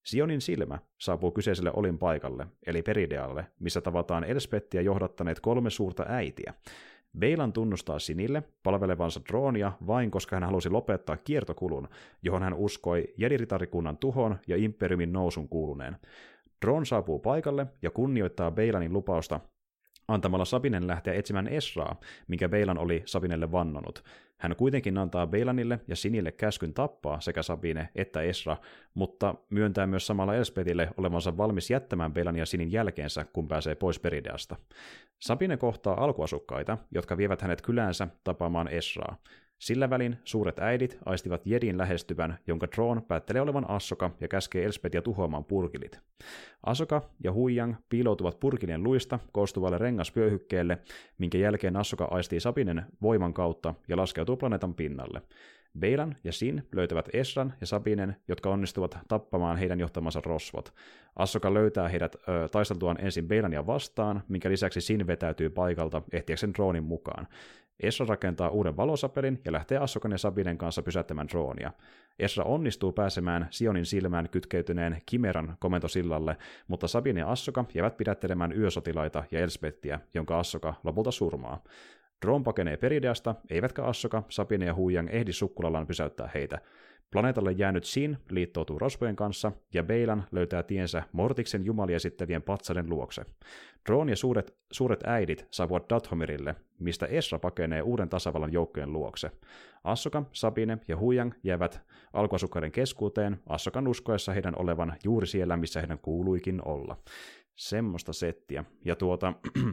Sionin silmä saapuu kyseiselle olin paikalle, eli Peridealle, missä tavataan Elspettiä johdattaneet kolme suurta äitiä. Beilan tunnustaa Sinille palvelevansa Droonia vain koska hän halusi lopettaa kiertokulun, johon hän uskoi Jedi-ritarikunnan tuhon ja Imperiumin nousun kuuluneen. Droon saapuu paikalle ja kunnioittaa Beilanin lupausta antamalla Sabinen lähteä etsimään Ezraa, minkä Beilan oli Sabinelle vannonut. Hän kuitenkin antaa Beilanille ja Sinille käskyn tappaa sekä Sabine että Ezra, mutta myöntää myös samalla Elspethille olevansa valmis jättämään Beilan ja Sinin jälkeensä, kun pääsee pois Perideasta. Sabine kohtaa alkuasukkaita, jotka vievät hänet kyläänsä tapaamaan Ezraa. Sillä välin suuret äidit aistivat Jedin lähestyvän, jonka Thrawn päättelee olevan Ahsoka ja käskee Elspethia tuhoamaan purkilit. Ahsoka ja Huyang piiloutuvat purkilien luista koostuvalle rengaspyöhykkeelle, minkä jälkeen Ahsoka aistii Sabinen voiman kautta ja laskeutuu planeetan pinnalle. Beilan ja Sin löytävät Ezran ja Sabinen, jotka onnistuvat tappamaan heidän johtamansa rosvot. Ahsoka löytää heidät ö, taisteltuaan ensin Beilania vastaan, minkä lisäksi Sin vetäytyy paikalta ehtiäkseen Thrawnin mukaan. Ezra rakentaa uuden valosapelin ja lähtee Ahsokan ja Sabinen kanssa pysäyttämään Thrawnia. Ezra onnistuu pääsemään Sionin silmään kytkeytyneen Kimeran komentosillalle, mutta Sabine ja Ahsoka jäävät pidättelemään yösotilaita ja Elspethiä, jonka Ahsoka lopulta surmaa. Thrawn pakenee Perideasta, eivätkä Ahsoka, Sabine ja Huyang ehdi sukkulallaan pysäyttää heitä. Planeetalle jäänyt Sin liittoutuu rosvojen kanssa, ja Beilan löytää tiensä Mortiksen jumalia esittävien patsaiden luokse. Thrawn ja suuret, suuret äidit saapuvat Dathomirille, mistä Ezra pakenee uuden tasavallan joukkojen luokse. Ahsoka, Sabine ja Huyang jäävät alkuasukkaiden keskuuteen, Ahsokan uskoessa heidän olevan juuri siellä, missä heidän kuuluikin olla. Semmoista settiä. Ja tuota...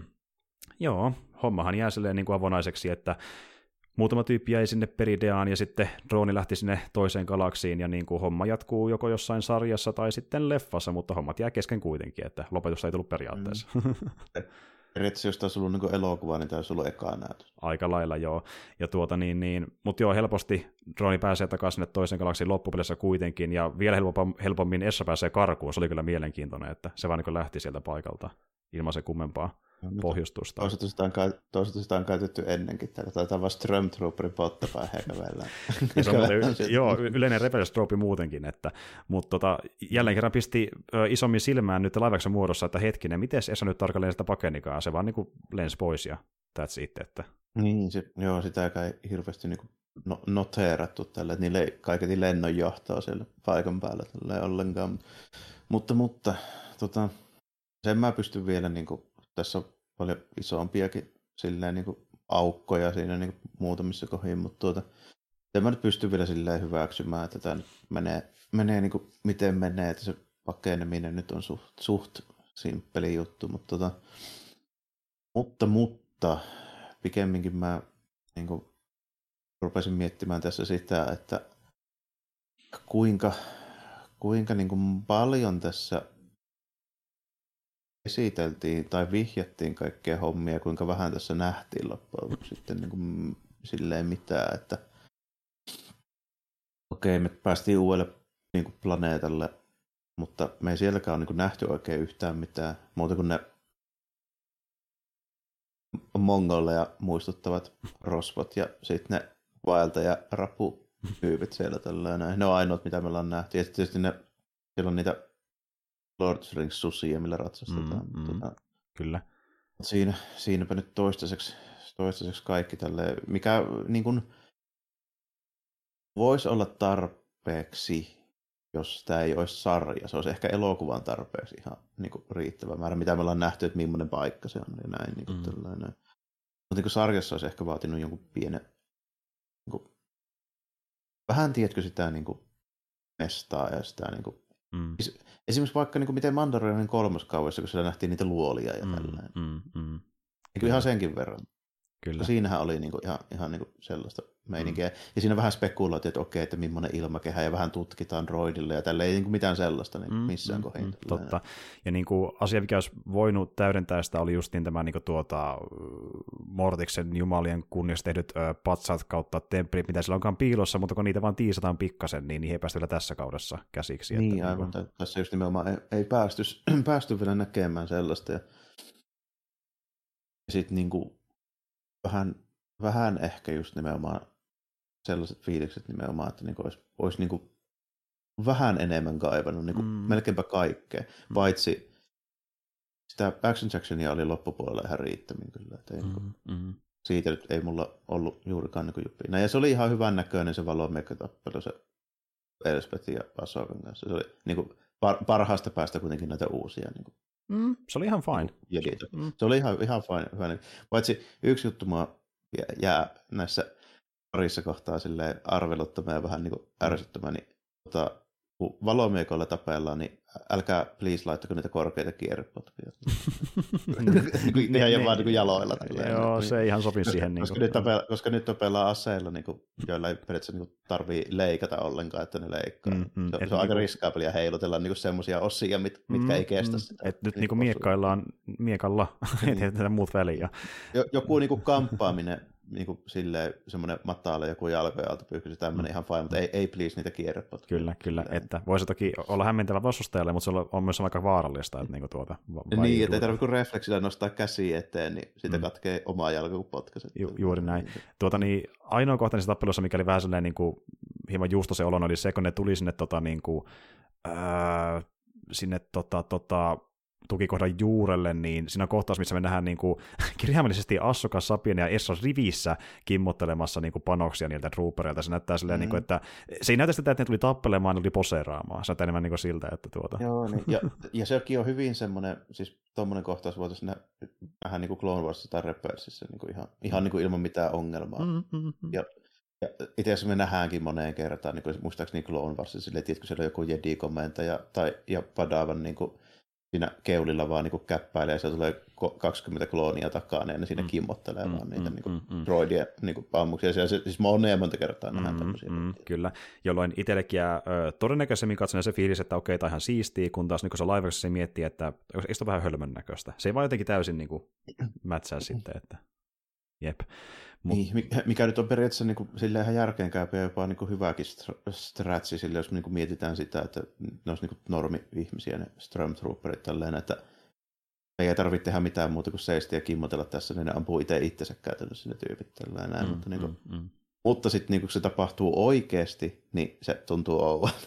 Joo, hommahan jää silleen niin kuin avonaiseksi, että muutama tyyppi jäi sinne Perideaan ja sitten Drooni lähti sinne toiseen galaksiin ja niin kuin homma jatkuu joko jossain sarjassa tai sitten leffassa, mutta hommat jää kesken kuitenkin, että lopetusta ei tullut periaatteessa. Mm. Periaatteessa jos taisi ollut niin elokuva, niin taisi ollut eka näytös. Aika lailla joo, ja tuota niin, niin, mutta joo, helposti Drooni pääsee takaisin sinne toisen galaksin loppupelissä kuitenkin, ja vielä helpommin, helpommin Ezra pääsee karkuun, se oli kyllä mielenkiintoinen, että se vaan niin lähti sieltä paikalta ilman se kummempaa pohjustusta. Toisaalta sitä, on, toisaalta sitä on käytetty ennenkin. Täällä taitaa vaan Stormtrooperin pottapäähän kävellä. Joo, yleinen rebellious-troopi muutenkin. Että, mutta tota, jälleen kerran pisti ö, isommin silmään nyt laivaksen muodossa, että hetkinen, miten Esa nyt tarkalleen sitä pakenikaan? Se vaan niin kuin lensi pois ja that's it. Että. Niin, se, joo, sitä ei hirveästi niin kuin no, noteerattu tällä, että niille ei kaiketi lennonjohtoa siellä paikan päällä tällä ollenkaan. Mutta, mutta tota, sen mä pystyn vielä niin kuin tässä on paljon isompiakin silleen, niin kuin aukkoja siinä niin kuin muutamissa kohdin, mutta tuota, en mä nyt pysty vielä silleen hyväksymään, että tämä nyt menee, menee niin kuin miten menee, että se pakeneminen nyt on suht, suht simppeli juttu, mutta, tuota, mutta, mutta pikemminkin mä niin kuin rupesin miettimään tässä sitä, että kuinka, kuinka niin kuin paljon tässä esiteltiin tai vihjattiin kaikkea hommia, kuinka vähän tässä nähtiin loppujen sitten niin kuin silleen mitään, että okei, me päästiin uudelle niin kuin planeetalle, mutta me ei sielläkään ole niin kuin nähty oikein yhtään mitään, muuta kuin ne mongoleja muistuttavat rosvot ja sitten ne vaelta- ja raputyypit siellä tällainen. Ne on ainoat, mitä me ollaan nähty. Ja tietysti ne, siellä on niitä Lord of the Rings -susia, millä ratsastetaan. Mm, mm, tota, kyllä. Siinä, siinäpä nyt toistaiseksi, toistaiseksi kaikki tälleen, mikä niin kuin, voisi olla tarpeeksi, jos tämä ei olisi sarja. Se olisi ehkä elokuvan tarpeeksi ihan niin kuin riittävä määrä, mitä me ollaan nähty, että millainen paikka se on ja näin. Niin kuin mm. tällainen. Mutta niin sarjassa olisi ehkä vaatinut jonkun pienen, niin kuin, vähän tiedätkö sitä niin kuin mestaa ja sitä niin kuin, mm. esimerkiksi vaikka niin kuin miten Mandalorianin kolmoskaudessa, kun siellä nähtiin niitä luolia ja mm, tällainen. Mm, mm. Niin ihan senkin verran. Kyllä. Siinähän oli niinku ihan, ihan niinku sellaista meininkiä. Mm. Ja siinä vähän spekuloitiin, että okei, että millainen ilmakehä, ja vähän tutkitaan droidille, ja tällä ei niinku mitään sellaista niin missään mm, kohdin. Mm, totta. Ja niinku asia, mikä olisi voinut täydentää sitä, oli just niin tämä niinku tuota, Mortiksen jumalien kunniassa tehdyt ö, patsaat kautta temppelit, mitä sillä onkaan piilossa, mutta kun niitä vaan tiisataan pikkasen, niin niihin ei päästä vielä tässä kaudessa käsiksi. Niin, että, aivan. Niinku... Tässä just nimenomaan ei, ei päästy, päästy vielä näkemään sellaista. Ja sitten niinku Vähän, vähän ehkä just nimenomaan sellaiset fiilikset nimenomaan, että niinku olisi, olisi niinku vähän enemmän kaivannut, niin kuin mm. melkeinpä kaikkea, mm. paitsi sitä Action Jacksonia oli loppupuolella ihan riittämin kyllä. Että ei, mm. Mm. Siitä nyt ei mulla ollut juurikaan niin juppina. Ja se oli ihan hyvän näköinen se valomeikkatappelu, se Elspethin ja Ahsokan kanssa. Se oli niin kuin par- parhaasta päästä kuitenkin näitä uusia. Niin kuin, mm. Se oli ihan fine. Niin mm. Se oli ihan, ihan fine, fine. Paitsi yksi juttu mua jää näissä parissa kohtaa arveluttamaan ja vähän niin kuin ärsyttämään, niin tota, kun valomeikoilla tapellaan, niin älkää please laittako niitä korkeita kierrepotkuja. Ne ihan vaan niin jaloilla. Joo, se ei ihan sopi siihen. Koska, niin kuin, nyt koska nyt tapellaan aseilla, niin kuin, joilla ei periaatteessa niin tarvii leikata ollenkaan, että ne leikkaa. Mm, mm, se, se on aika niin riskaapelia heilutella niin semmoisia osia, mit, mitkä mm, ei kestä sitä. Et nyt niin kuin miekkaillaan miekalla, ettei tätä muut väliä. Joku niin kuin kamppaaminen, niin kuin silleen semmoinen mataala joku jalkojen alta pyyhkysi tämmöinen mm. ihan fine, mutta ei, ei please niitä kierrepotkuja. Kyllä, kyllä, että voisi toki olla hämmentävä vastustajalle, mutta se on myös aika vaarallista, että niinku tuota... Niin, että ei tarvitse kuin refleksillä nostaa käsi eteen, niin siitä mm. katkee omaa jalka, kun potkaset. Ju, juuri näin. Tuota, niin, ainoa kohtainen tappelussa, mikä oli vähän sellainen niin kuin, hieman juustoisen olon, oli se, kun ne tuli sinne, tota, niin kuin, ää, sinne tota, tota, tukikohdan juurelle, niin siinä on kohtaus, missä me nähdään niin kuin, kirjaimellisesti Ahsoka, Sabine ja Ezra rivissä kimmottelemassa niin kuin, panoksia niiltä troopereilta. Se näyttää silleen, mm. niin kuin, että se ei näytä sitä, että ne tuli tappelemaan, ne tuli poseeraamaan. Se näyttää enemmän niin kuin siltä, että tuota... Joo, niin. ja, ja sekin on hyvin semmoinen, siis tuommoinen kohtaus voitaisiin nähdä vähän niin kuin Clone Warsissa tai Rebelsissa niin kuin ihan, ihan niin kuin ilman mitään ongelmaa. Mm-hmm. Ja, ja itse asiassa me nähdäänkin moneen kertaan, niin kuin muistaakseni Clone Warsissa, silleen, tiedätkö, siellä on joku Jedi-komentaja tai ja Padawan niin kuin siinä keulilla vaan niin käppäilee ja se tulee kaksikymmentä kloonia takaa, niin ne siinä mm. kimmottelee mm, vaan niitä mm, niin mm, droidien niin ammuksia. Siellä se, siis moneen monta kertaa nähdään mm, tämmöisiä. Mm, kyllä, jolloin itsellekin jää ö, todennäköisemmin katsoen se fiilis, että okei, tämä on ihan siistiä, kun taas niin kun se live-aksessa miettii, että eikö se ole vähän hölmön näköistä. Se ei vaan jotenkin täysin niin kuin, mätsää sitten, että jep. Mut... Niin, mikä, mikä nyt on periaatteessa niin kuin, silleen ihan järkeenkäypä ja jopa niin kuin hyväkin stratsi, sille, jos niin kuin mietitään sitä, että ne olisi niin kuin normi-ihmisiä, ne Stormtrooperit tälleen, että me ei tarvitse tehdä mitään muuta kuin seistä ja kimmotella tässä, niin ne ampuu itse itsensä käytännössä ne tyypit tälleen näin, mm, mutta, niin kuin, mm, mm. mutta sitten niin kun se tapahtuu oikeasti, niin se tuntuu ouvalta.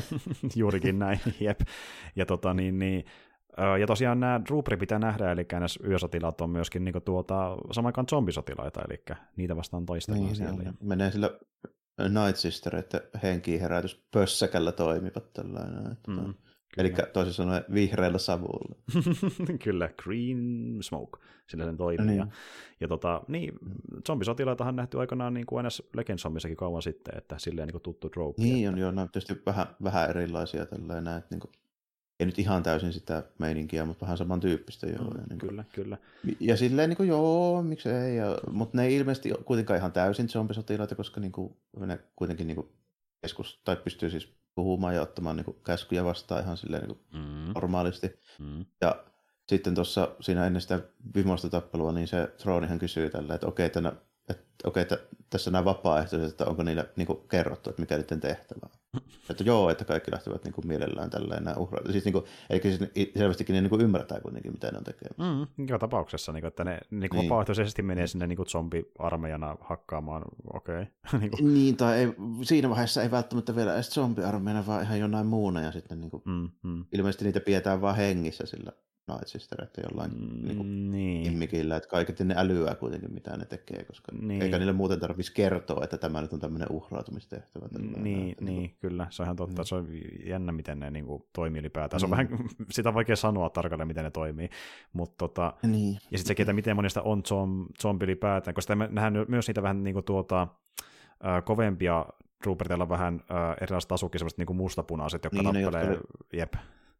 Juurikin näin, jep. Ja tota niin, niin ja tosiaan nämä trooperit pitää nähdä, eli nämä yösotilaat on myöskin niin tuota, samaan aikaan zombisotilaita, eli niitä vastaan taistellaan niin, siellä. Niin. Menee sillä Night Sister, että henkiin herätys pössäkällä toimivat tällainen. Mm, eli toisin sanoen vihreällä savulla. Kyllä, green smoke, sillä sen toimii. Niin. Ja, ja tota, niin, zombisotilaitahan nähty aikanaan niin kuin N S-Legends-zommissakin kauan sitten, että silleen niin kuin tuttu trope. Niin että... on, joo, nämä on tietysti vähän, vähän erilaisia tällainen, että niin kuin ei nyt ihan täysin sitä meininkiä, mutta vähän samantyyppistä joo. Mm, ja niin kuin, kyllä, kyllä. Ja silleen niin kuin, joo, miksei, ja, mutta ne ei ilmeisesti kuitenkaan ihan täysin zombisotilaita, koska niin kuin, ne kuitenkin niin kuin keskus, tai pystyy siis puhumaan ja ottamaan niin kuin käskyjä vastaan ihan silleen niin kuin mm. normaalisti. Mm. Ja sitten tuossa siinä ennen sitä viimeistä tappelua, niin se Thrawn kysyy tällä, että okei, tänä, että, okei että tässä nämä vapaaehtoiset, että onko niille niin kuin kerrottu, että mikä niiden tehtävä on. Että joo, että kaikki lähtevät niin kuin mielellään tälleen nämä uhrat. Siis, niin kuin, eli siis selvästikin ne niin kuin ymmärtää kuitenkin, mitä ne on tekemässä. Mm, joka tapauksessa, niin kuin, että ne niin kuin niin. vapaaehtoisesti menee sinne niin kuin zombi-armeijana hakkaamaan, okei. Okay. niin, kuin. niin, tai ei, siinä vaiheessa ei välttämättä vielä edes zombi-armeijana, vaan ihan jonain muuna, ja sitten niin kuin, mm, mm. ilmeisesti niitä pidetään vaan hengissä sillä Night Sister, että jollain mm, niin kuin, niin. immikillä, että kaiket ne älyää kuitenkin, mitä ne tekee, koska niin. eikä niille muuten tarvitsisi kertoa, että tämä nyt on tämmöinen uhrautumistehtävä. Niin, niin, niin, kyllä, se on ihan totta, niin. Se on jännä, miten ne niin kuin, toimii ylipäätään. Se on niin. vähän, sitä on vaikea sanoa tarkalleen, miten ne toimii, mutta tota, niin. ja sitten sekin, että miten monista on zombi ylipäätään, koska me nähdään myös niitä vähän niin kuin tuota, äh, kovempia trooperteilla on vähän äh, erilaiset tasukki, semmoiset niin kuin mustapunaiset, jotka niin, tappelee, ne, jotka... jep.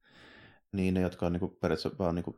Niin, ne, jotka on niinku, periaatteessa vaan niinku,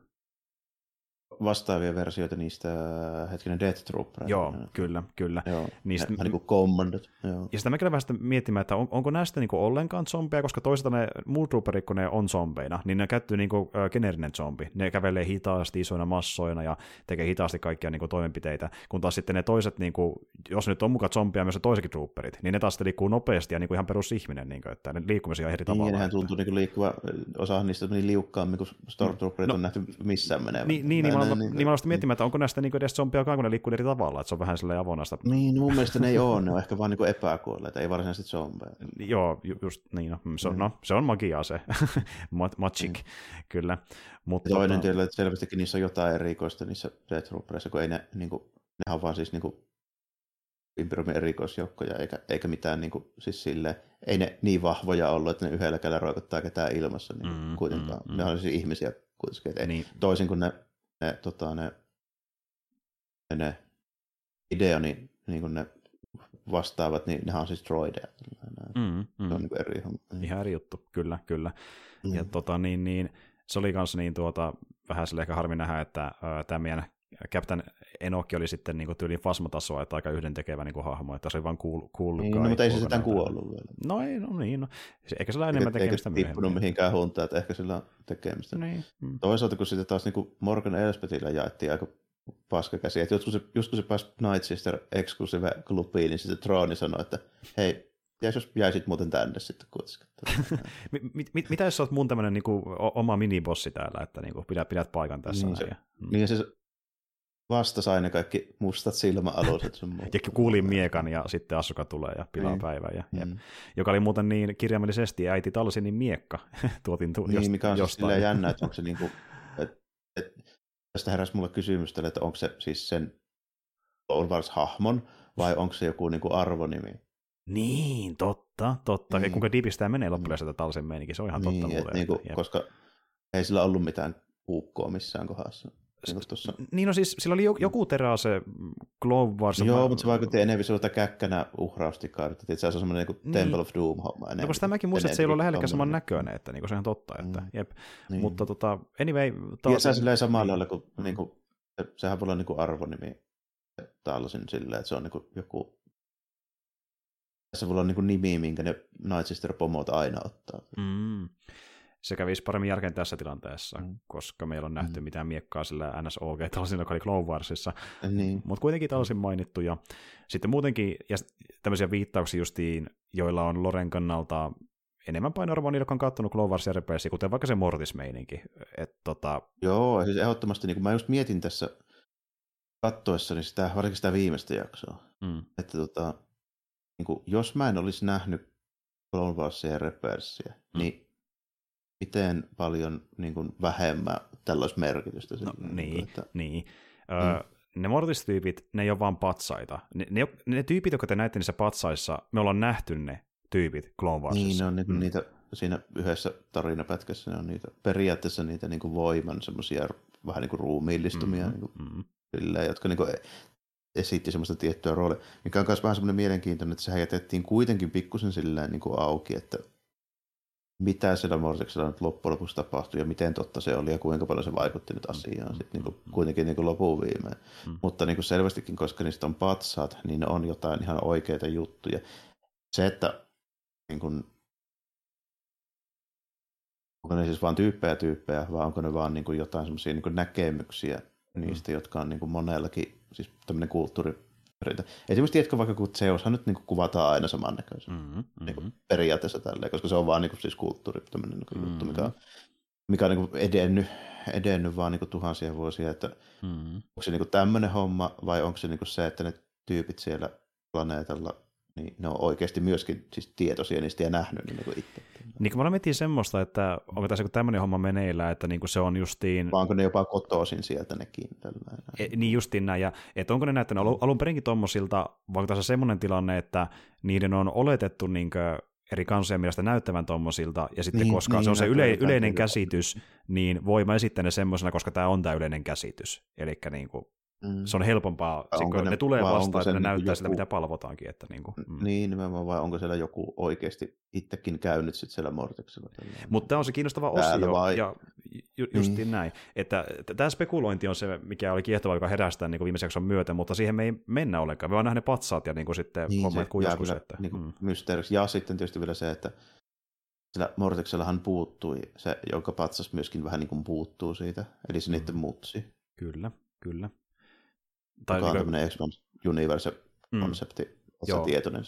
vastaavia versioita niistä hetkinen Death Trooper. Joo, kyllä, kyllä. Joo, niistä, vähän niin kuin Commandot. Joo. Ja sitä mä kyllä vähän sitä miettimään, että on, onko näistä niinku ollenkaan zombeja, koska toisaalta ne muut trooperit, kun ne on zombeina, niin ne käyttyy niinku äh, geneerinen zombi. Ne kävelee hitaasti isoina massoina ja tekee hitaasti kaikkia niinku toimenpiteitä, kun taas sitten ne toiset, niinku, jos nyt on mukaan zombeja myös ne toisetkin trooperit, niin ne taas liikkuu nopeasti ja niinku ihan perusihminen, niinku, että ne liikkumisia eri tavalla. Niin, nehän tuntuu niinku liikkuva, osa niistä niin liukkaammin kuin Stormtrooperit mm, no, on nähty missään menevän. Niin, niin, niin mä, niin, niin mä aloin miettimään, että onko näistä niin edes zombiakaan, kun ne liikkuu eri tavalla, että se on vähän silleen avonaista. Niin, mun mielestä ne ei ole, ne on ehkä vaan niin epäkuolleita, ei varsinaisesti zombeja. Joo, ju- just niin, no se on, mm. no, se on magiaa se, magic, mm. kyllä. Mutta toinen tota... tiedä, että selvästikin niissä on jotain erikoista niissä Death Trooperissa, kun ei ne, niin kuin, nehän on vaan siis niin kuin Imperiumin erikoisjoukkoja, eikä, eikä mitään niin kuin, siis silleen, ei ne niin vahvoja ollut, että ne yhdellä kädellä roikottaa ketään ilmassa niin mm, kuitenkaan. Mm, ne on siis ihmisiä kuitenkin, niin. Toisin kuin ne, ne, tota, ne, ne, ne idea, niin, niin kuin ne vastaavat, niin nehän on siis droideja. Mm, mm. Se on niin kuin eri homma. Ihan eri juttu, kyllä, kyllä. Mm. Ja tota, niin, niin, se oli kanssa niin, tuota, vähän sille ehkä harmi nähdä, että tämä meidän Captain Enoch oli sitten niin tyyliin Fasma-tasoa, että aika yhdentekevä niin hahmo, että se oli vaan cool, cool niin, guy. No, mutta ei se sitä kuollut vielä. No ei, no niin, no. Eikä sillä enemmän tekemistä myöhemmin. Eikä tippunut mihinkään huntaan, että ehkä sillä on tekemistä. Niin. Mm. Toisaalta, kun sitten taas niin Morgan Elspethillä jaettiin aika paskakäsiä, että just kun se, just kun se pääsi Night Sister Exclusive Clubiin, niin sitten Trooni sanoi, että hei, jäis jos jäisit muuten tänne sitten kuitenkin. mit, mit, mitä jos sä oot mun tämmönen niin kuin, oma minibossi täällä, että niin kuin, pidät, pidät paikan tässä niin näin. Se, ja, mm. Niin se vastasi aina kaikki mustat silmäaluset sun muuta. Ja kuulin miekan ja sitten Asuka tulee ja pilaa niin. päivän. Ja, mm. Joka oli muuten niin kirjaimellisesti äiti Talsinin miekka. Tuotin tu- niin, jost- mikä on jostain. Siis jännä, että onko se niinku, et, et, tästä heräsi mulle kysymys, että onko se siis sen Clone Wars-hahmon vai onko se joku niinku arvonimi? Niin, totta, totta. Niin. Kuinka diipistä menee loppujen sitä Talsin meininki, se on ihan niin, totta muuten. Niinku, koska ei sillä ollut mitään puukkoa missään kohdassa. Niin, niin no siis sillä oli joku terä se Clone Wars. Joo, mutta se vaikutti enemmän siltä käkkänä uhraustikartta. Se on semmoinen niin niin. Temple of Doom-homma. No koska tämäkin muistat, että se ei ollut lähelläkään saman näköinen, että niin se on ihan totta. Että, mm. jep. Niin. Mutta tota, anyway. Taas... Ja se on silleen samalla lailla kuin, niin kuin, sehän voi olla niin kuin arvonimi tällaisin silleen, että se on niin kuin joku, se voi olla niin kuin nimi, minkä ne Night Sister-pomot aina ottaa. Mm. Se kävisi paremmin järkeen tässä tilanteessa, mm. koska meillä on nähty mm. mitään miekkaa sillä N S O G, tällaisin, joka oli Clone Warsissa, niin. mutta kuitenkin tällaisin mainittu. Ja sitten muutenkin ja tämmöisiä viittauksia justiin, joilla on Loren kannalta enemmän painoarvoa niille, jotka on katsonut Clone Wars R P G, kuten vaikka se Mortis-meininki. Et, tota... Joo, siis ehdottomasti, niin kuin mä just mietin tässä kattoessani sitä, varsinkin sitä viimeistä jaksoa, mm. että tota, niin kuin, jos mä en olisi nähnyt Clone Wars R P G:ää, mm. niin miten paljon niin kuin, vähemmän tällaista merkitystä. No, niin, niin, että... niin. Öö, mm. Ne Mortis-tyypit, ne ei ole vaan patsaita. Ne, ne, ne tyypit, jotka te näette niissä patsaissa, me ollaan nähty ne tyypit Clone Warsissa. Niin, ne on niin, mm. niitä, siinä yhdessä tarinapätkässä ne on niitä, periaatteessa niitä niin kuin voiman semmoisia vähän niin kuin ruumiillistumia, mm. niin kuin, mm. silleen, jotka niin kuin esitti semmoista tiettyä roolia, mikä on myös vähän semmoinen mielenkiintoinen, että sehän jätettiin kuitenkin pikkusen silleen niin kuin auki, että mitä siellä Mortiksella nyt loppujen lopuksi tapahtui ja miten totta se oli ja kuinka paljon se vaikutti nyt asiaan sitten niin kuin, kuitenkin niin kuin lopun viimeen. Mm. Mutta niin kuin selvästikin, koska niistä on patsaat, niin ne on jotain ihan oikeita juttuja. Se, että niin kuin, onko ne siis vaan tyyppejä tyyppejä, vai onko ne vaan niin kuin jotain semmoisia niin kuin näkemyksiä niistä, mm. jotka on niin kuin monellakin, siis tämmöinen kulttuuri. Esimerkiksi tiedätkö vaikka, kun Zeushan nyt niin kuin kuvataan aina samannäköisen mm-hmm. niin kuin periaatteessa tälleen, koska se on vaan niin kuin, siis kulttuuri, tämmöinen niin kuin mm-hmm. juttu, mikä on, mikä on niin kuin edennyt, edennyt vaan niin kuin tuhansia vuosia, että mm-hmm. onko se niin kuin tämmöinen homma vai onko se niin kuin se, että ne tyypit siellä planeetalla, niin ne on oikeasti myöskin siis tietoisia niistä ja nähnyt niin kuin itse. Niin kun mä miettii semmoista, että onko tässä tämmöinen homma meneillään, että niinku se on justiin... Vai onko ne jopa kotoisin sieltä nekin? E, niin justiin näin, ja että onko ne näyttänyt alun, alun perinkin tommosilta, vai onko tässä semmoinen tilanne, että niiden on oletettu niinkö eri kansojen mielestä näyttävän tommosilta, ja sitten niin, koska niin, se on se yle, yleinen käsitys, niin voima esittää ne semmoisena, koska tämä on tämä yleinen käsitys. Elikkä niinku... Mm. Se on helpompaa, kun ne, ne tulee vastaan, että ne näyttää joku... sitä, mitä palvotaankin. Että niin, kuin, mm. niin, nimenomaan, vai onko siellä joku oikeasti itsekin käynyt sit siellä Mortiksella? Mutta tämä on se kiinnostava osio, vai... ja ju, justiin niin. näin. Että tämä spekulointi on se, mikä oli kiehtova, joka herästää niin viimeisen jakson myöten, mutta siihen me ei mennä ollenkaan. Me vaan nähdään ne patsaat ja niin kuin sitten niin, hommat kuin joskus. Että, niin kuin mm. mysteeriksi. Ja sitten tietysti vielä se, että sillä Mortiksellahan puuttui se, joka patsas myöskin vähän niin kuin puuttuu siitä, eli se mm. niiden mutsi. Kyllä, kyllä. Tai joka on tämmöinen X-Men Universe-konsepti, mm. oletko tietoinen siitä?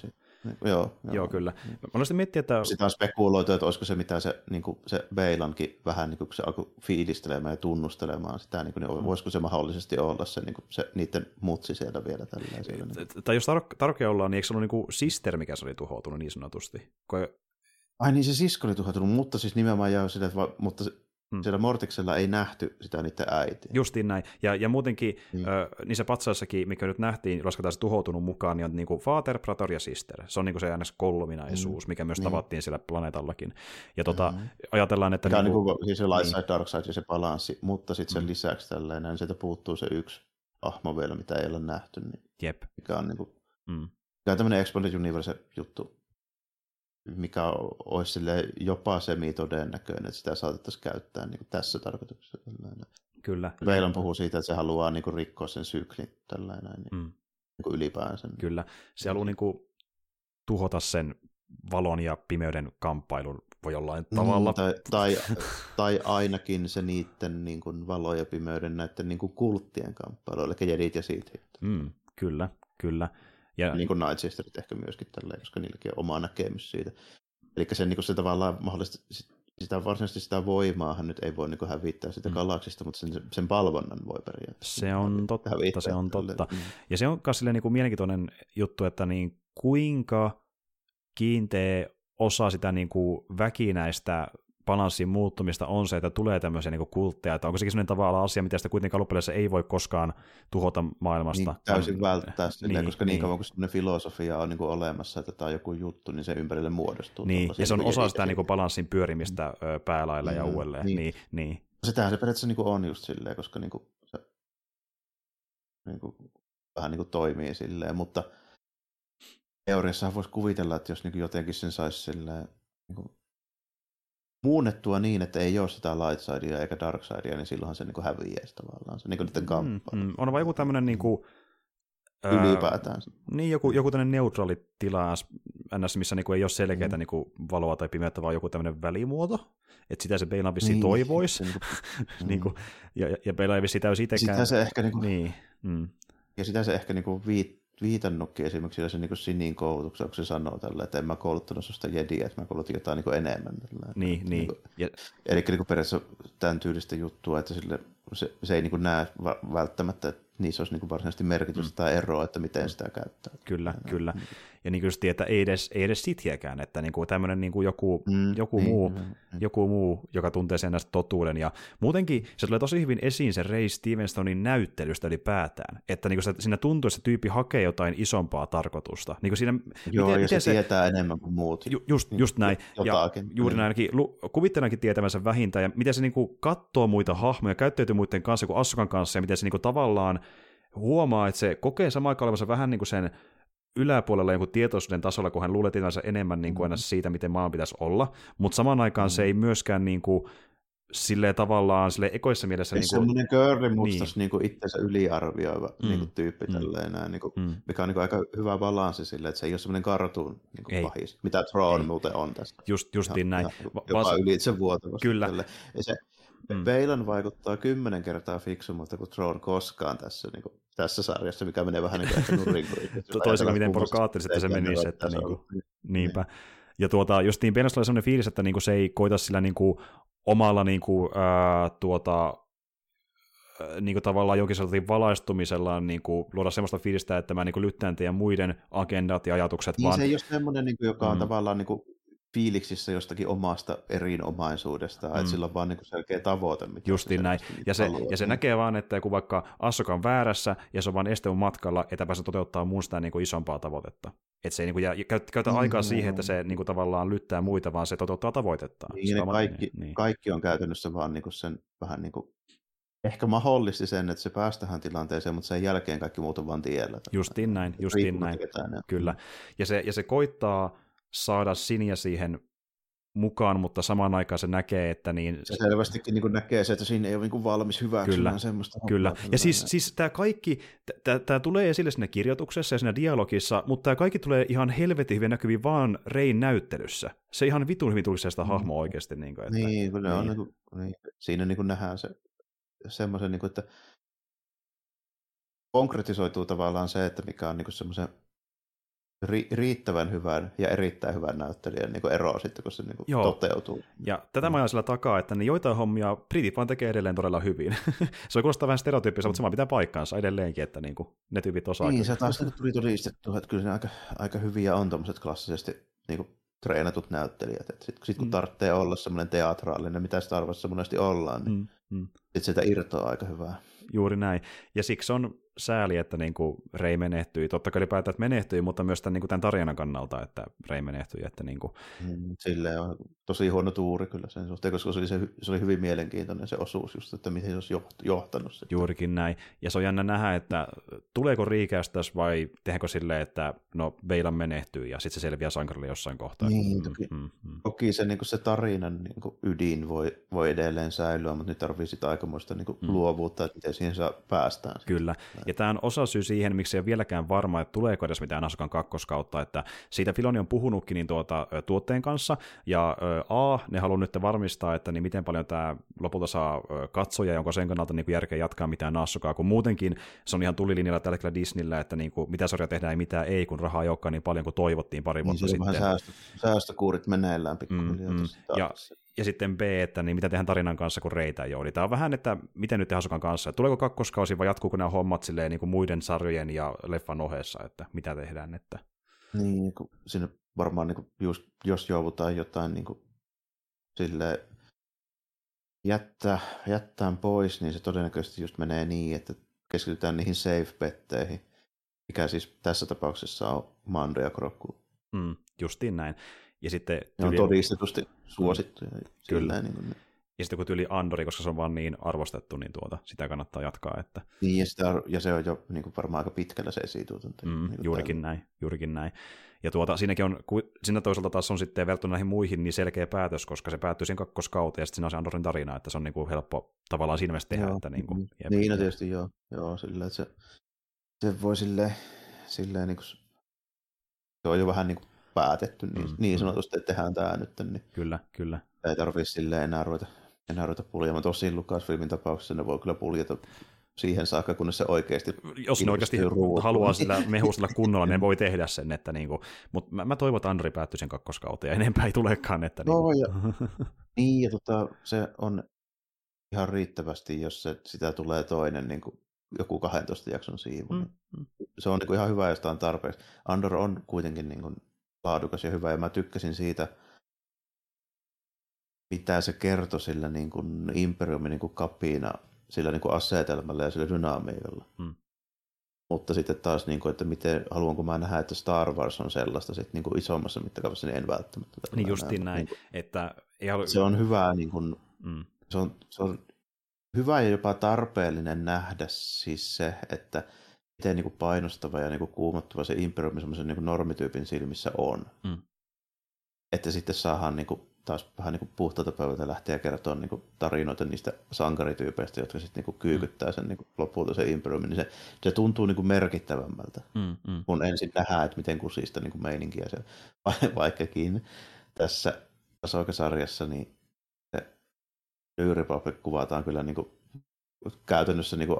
Joo, joo. Joo, kyllä. Mä olisin miettiä, että... Sitä on spekuloitu, että olisiko se mitä se, niin kuin se Beylankin vähän, niin kuin, kun se alkoi fiilistelemään ja tunnustelemaan sitä, niin kuin, niin voisiko se mahdollisesti olla se, niin kuin, se niiden mutsi siellä vielä tällä siellä. Niin. Tai jos tar- tarkemmin ollaan, niin eikö se ollut niin kuin sister, mikä se oli tuhoutunut niin sanotusti? Ko... Ai niin, se sisko oli tuhoutunut, mutta siis nimenomaan jäi sille, että va- mutta se, Hmm. siellä Mortiksella ei nähty sitä niiden äitiä. Justiin näin. Ja, ja muutenkin hmm. ö, niissä patsaissakin, mikä nyt nähtiin, lasketaan se tuhoutunut mukaan, niin on niin kuin Father, Praetor ja Sister. Se on niin kuin se ns. Kolminaisuus, hmm. mikä myös hmm. tavattiin siellä planeetallakin. Ja tota, hmm. ajatellaan, että... Tämä on niin kuin, siis se Light Side, Dark Side ja se balanssi, mutta sitten sen hmm. lisäksi tällainen, niin sieltä puuttuu se yksi hahmo vielä, mitä ei ole nähty. Niin Jep. Mikä on, niin kuin, hmm. mikä on tämmöinen Expanded Universe-juttu, mikä olisi jopa semi-todennäköinen, että sitä saatettaisiin käyttää niin kuin tässä tarkoituksessa. Tällainen. Kyllä. Veilan puhuu siitä, että se haluaa niin kuin rikkoa sen syklin tällainen, niin, mm. niin kuin ylipäänsä. Kyllä. Se haluaa niin kuin tuhota sen valon ja pimeyden kamppailun voi jollain tavalla. Mm, tai, tai, tai ainakin se niiden niin kuin valon ja pimeyden näiden niin kuin kulttien kamppailu, eli jedit ja Sithit. Mm, kyllä, kyllä. Ja niin kuin Night Sisterit ehkä myöskin tälleen, koska niilläkin on oma näkemys siitä. Eli se, niin kuin se tavallaan mahdollisesti, sitä varsinaisesti sitä voimaahan nyt ei voi niin kuin hävittää sitä mm. galaksista, mutta sen, sen palvonnan voi periaatteessa. Se on totta, hävittää, se on totta. Mm. Ja se on myös silleen niin kuin mielenkiintoinen juttu, että niin kuinka kiinteä osa sitä niin kuin väkinäistä balanssin muuttumista on se, että tulee tämmöisiä niin kuin kultteja, että onko sekin sellainen tavalla asia, mitä sitä kuitenkaan loppujen ei voi koskaan tuhota maailmasta. Niin, täysin välttää silleen, niin, koska niin, niin kauan kuin sellainen filosofia on niin kuin olemassa, että tämä on joku juttu, niin se ympärille muodostuu. Niin, ja se on osa sitä niin kuin balanssin pyörimistä mm. päälailla mm, ja uudelleen. Niin. Niin, niin. Sitähän se periaatteessa niin kuin on just silleen, koska niin kuin se niin kuin, vähän niin kuin toimii silleen, mutta teoriassahan voisi kuvitella, että jos niin kuin jotenkin sen saisi silleen, niin kuin muunnettua niin, että ei ole sitä light sidea eikä dark sidea, niin silloinhan se niin kuin häviäisi tavallaan. Se niin kuin niiden kamppailu. Mm, mm. On vaan joku tämmöinen niin kuin, ylipäätään. Ää, niin, joku, joku tämmöinen neutraali tila, ns, missä niin kuin ei ole selkeää mm. niin kuin valoa tai pimeyttä, vaan joku tämmöinen välimuoto. Että sitä se Beylan vissiin niin, toivoisi. Niin kuin, niin kuin, ja, ja Beylan ei vissiin täysin itsekään. Sitä se ehkä niin kuin, niin, mm. ja sitä se ehkä niin kuin viit, viitannutkin esimerkiksi se niin Sinin koulutuksessa, kun se sanoo tällä, että en mä kouluttanut susta jediä, että mä koulutin jotain niin kuin enemmän. Tällä, niin, että, niin. niin kuin, ja... Eli niin kuin periaatteessa tämän tyylistä juttua, että sille, se, se ei niin kuin näe välttämättä, että niissä olisi niin kuin varsinaisesti merkitystä mm. tai eroa, että miten sitä käyttää. Kyllä, ja, kyllä. Ja niin kuin just, että ei edes, ei edes sithiäkään, että niin kuin tämmöinen niin kuin joku, mm, joku, niin, muu, niin, joku muu, joka tuntee sen näistä totuuden. Ja muutenkin se tulee tosi hyvin esiin se Ray Stevensonin näyttelystä ylipäätään. Että niin kuin se, siinä tuntuu, että se tyyppi hakee jotain isompaa tarkoitusta. Niin kuin siinä, Joo, miten, ja miten se, se tietää enemmän kuin muut. Ju, just, just näin. Jotakin. Ja juuri näinkin, kuvittelenakin tietämänsä vähintään, ja miten se niin kuin katsoo muita hahmoja, käyttäytyy muiden kanssa kuin Asukan kanssa, ja miten se niin kuin tavallaan huomaa, että se kokee samaan aikaan olevansa vähän niin kuin sen yläpuolella jonkun tietoisuuden tasolla, kun hän luulee tietänsä enemmän niin kuin siitä, miten maailman pitäisi olla, mutta samaan aikaan mm. se ei myöskään niin kuin, silleen tavallaan silleen ekoissa mielessä... Niin semmoinen körrimustas niin. niin itsensä yliarvioiva mm. niin kuin tyyppi, mm. tälleen, niin kuin, mm. mikä on niin kuin aika hyvä balanssi silleen, että se ei ole semmoinen kartuun niin pahis, mitä Thrawn muuten on tässä. Just, justiin ja, näin. Ja, jopa Vas... yli itse vuotavasti. Kyllä. Ja se mm. Beylan vaikuttaa kymmenen kertaa fiksummalta kuin Thrawn koskaan tässä, niin kuin, tässä sarjassa, mikä menee vähän niin kuin ehkä nurinkurin. Toisaalta miten porukaatteliset, että se menisi, että niin kuin, niinpä. Ja tuota, justiin Beylasta oli sellainen fiilis, että niinku se ei koita sillä niinku omalla niinku, ää, tuota, niinku tavallaan jonkin sellaisen valaistumisellaan niinku luoda semmoista fiilistä, että mä niinku lyttään teidän muiden agendat ja ajatukset. Niin vaan... se ei ole semmoinen, niinku, joka on mm. tavallaan niinku fiiliksissä jostakin omasta erinomaisuudesta, mm. että sillä on vaan niinku selkeä tavoite. Justiin näin. Ja se, ja se näkee vaan, että kun vaikka Ahsoka on väärässä ja se on vaan este matkalla, että pääsee toteuttaa mun sitä niinku isompaa tavoitetta. Että se ei niinku jää, käytä mm, aikaa mm, siihen, että se niinku tavallaan lyttää muita, vaan se toteuttaa tavoitettaan. Niin, ne kaikki, niin. kaikki on käytännössä vaan niinku sen vähän niin kuin ehkä mahdollisti sen, että se pääsi tähän tilanteeseen, mutta sen jälkeen kaikki muut on vaan tiellä. Justiin näin, justiin näin. Ketään, ja... Kyllä. Ja se, ja se koittaa saada Sinia siihen mukaan, mutta samaan aikaan se näkee, että niin... Se selvästikin niin näkee se, että siinä ei ole niin valmis hyväksymään semmoista. Kyllä, hommaa, ja siis, siis tämä kaikki, tämä tulee esille siinä kirjoituksessa ja siinä dialogissa, mutta tämä kaikki tulee ihan helvetin hyvin näkyviin vaan Rayn näyttelyssä. Se ihan vitun hyvin tulisi sitä hahmoa oikeasti. Niin, kuin, että, niin, kun ne niin. On, niin kuin, niin, siinä niin kuin nähdään se semmoisen, niin kuin, että konkretisoituu tavallaan se, että mikä on niin kuin semmoisen ri- riittävän hyvän ja erittäin hyvän näyttelijän niin ero sitten, kun se niin Joo. toteutuu. Ja tätä mä ajan sillä takaa, että ne joitain hommia britit vaan tekee edelleen todella hyvin. Se kuulostaa vähän stereotyyppistä, mutta se vaan pitää paikkaansa edelleenkin, että niin kuin ne tyypit osaa. Niin, se taas tuli todistettua, että kyllä ne aika, aika hyviä on tuommoiset klassisesti niin kuin treenatut näyttelijät. Sitten sit kun mm. tarvitsee olla semmoinen teatraalinen, mitä Star Warsissa monesti ollaan, niin mm. Mm. sitten sitä irtoaa aika hyvää. Juuri näin. Ja siksi on sääli, että niin kuin Rey menehtyi. Totta kai ylipäätään, että menehtyi, mutta myös tämän, niin kuin tämän tarinan kannalta, että Rey menehtyi. Että niin kuin... mm, silleen on tosi huono tuuri kyllä sen suhteen, koska se oli, se, se oli hyvin mielenkiintoinen se osuus just, että miten se olisi johtanut. Sitten. Juurikin näin. Ja se on jännä nähdä, että tuleeko riikäystäs vai tehdäänkö silleen, että no Beilan menehtyy ja sitten se selviää sankarille jossain kohtaa. Niin, toki, mm, mm. toki se, niin kuin se tarinan niin kuin ydin voi, voi edelleen säilyä, mutta nyt tarvii sitä aikamoista niin kuin mm. luovuutta, että miten siihen saa päästään. Kyllä. Ja tämä on osa syy siihen, miksi ei ole vieläkään varma, että tuleeko edes mitään Ahsokan kakkoskautta, että siitä Filoni on puhunutkin niin tuota, tuotteen kanssa, ja A, ne haluaa nyt varmistaa, että niin miten paljon tämä lopulta saa katsoja, jonka sen kannalta niin kuin järkeä jatkaa mitään Ahsokaa, kun muutenkin se on ihan tulilinjalla tällä hetkellä Disneyllä, että niin kuin, mitä sarja tehdään ja mitä ei, kun rahaa ei olekaan niin paljon kuin toivottiin pari vuotta niin, sitten. Vähän säästö, säästökuurit meneillään pikkuhiljaa. Mm, mm. Ja, ja sitten B, että niin mitä tehdään tarinan kanssa, kun Reitä ei ole. Tämä on vähän, että miten nyt tehdään Ahsokan kanssa. Että tuleeko kakkoskausi vai jatkuuko nämä hommat silleen, niin kuin muiden sarjojen ja leffan ohessa, että mitä tehdään. Että... Niin, siinä varmaan niin kuin just, jos joudutaan jotain niin kuin, silleen, jättää, jättää pois, niin se todennäköisesti just menee niin, että keskitytään niihin safe-betteihin, mikä siis tässä tapauksessa on Mando ja Grogu. Mm, justiin näin. Ja sitten ne on todistetusti suosittuja. Mm. Kyllä. Niin kuin... Ja sitten kun tyyli Andori, koska se on vaan niin arvostettu, niin tuota, sitä kannattaa jatkaa. Että... Niin, ja, sitä, ja se on jo niin kuin varmaan aika pitkällä se esituotanto. Mm, niin juurikin täällä. näin, juurikin näin. Ja tuota, siinäkin on, siinä toisaalta taas on sitten verrattuna näihin muihin niin selkeä päätös, koska se päättyy siihen kakkoskauteen, ja sitten siinä on se Andorin tarina, että se on niin kuin helppo tavallaan siinä mielessä tehdä. Joo, että niin, kuin, jep, niin no tietysti joo, joo sillä, että se, se voi silleen, silleen niin kuin, se on jo vähän niin kuin päätetty, niin, mm, niin sanotusti, että tehdään tämä nyt. Niin kyllä, kyllä. Ei tarvitse silleen enää ruveta, enää ruveta puljamaan. Tosin Lucasfilmin tapauksessa ne voi kyllä puljata siihen saakka, kunnes se oikeasti... Jos ne oikeasti ruutuun. Haluaa sillä mehustella kunnolla, ne voi tehdä sen. Että niinku, mutta mä, mä toivon, että Andori päättyy sen kakkoskauteen, ja enempää ei tulekaan. Että no, niinku. ja, niin, ja tota, se on ihan riittävästi, jos se, sitä tulee toinen niin kuin joku kahdentoista jakson siivu. Mm, mm. Se on niin kuin ihan hyvä, jos on tarpeeksi. Andor on kuitenkin niin kuin laadukas ja hyvä, ja mä tykkäsin siitä, mitä se kertoi sillä niin kuin imperiumin niin kuin kapina, sillä niin kuin asetelmalla ja sillä dynamiikalla. Mm. Mutta sitten taas, niin kuin, että miten, haluanko mä nähdä, että Star Wars on sellaista sit, niin kuin isommassa mittakaavassa, niin en välttämättä. Niin justiin näin. Niin kuin, että ei halu... Se on hyvä, niin kuin, mm. se, on, se on hyvä ja jopa tarpeellinen nähdä siis se, että miten niin kuin painostava ja niin kuin kuumottava se imperiumi semmoisen niin kuin normityypin silmissä on. Mm. Että sitten saadaan niin kuin, taas vähän niin kuin puhtaalta pöydältä lähteä kertoa niin kuin tarinoita niistä sankarityypeistä, jotka sitten niin kuin kyykyttää sen niin kuin lopulta se imperiumi, niin se, se tuntuu niin kuin merkittävämmältä, mm, mm. kun ensin nähdään, että miten kusista niin kuin meininkiä se, vaikkakin tässä Ahsoka-sarjassa niin se New Republic kuvataan kyllä niin kuin käytännössä, niin kuin,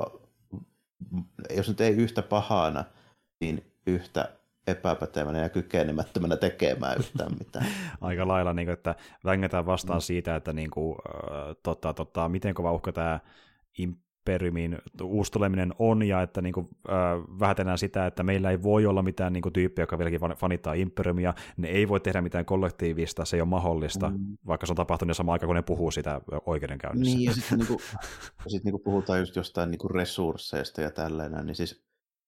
jos nyt ei yhtä pahana, niin yhtä epäpätevänä ja kykenemättömänä tekemään yhtään mitään. Aika lailla, niin kuin, että vängätään vastaan mm. siitä, että niin kuin, äh, tota, tota, miten kova uhka tämä imperiumin uustuleminen on, ja että niin kuin, äh, vähätellään sitä, että meillä ei voi olla mitään niin kuin, tyyppiä, joka vieläkin fanittaa imperiumia, ne ei voi tehdä mitään kollektiivista, se ei ole mahdollista, mm. vaikka se on tapahtunut ja samaan aikaan, kun ne puhuu sitä oikeudenkäynnissä. Niin, ja sitten niin kuin, sit, niin kuin puhutaan just jostain niin kuin resursseista ja tällainen, niin siis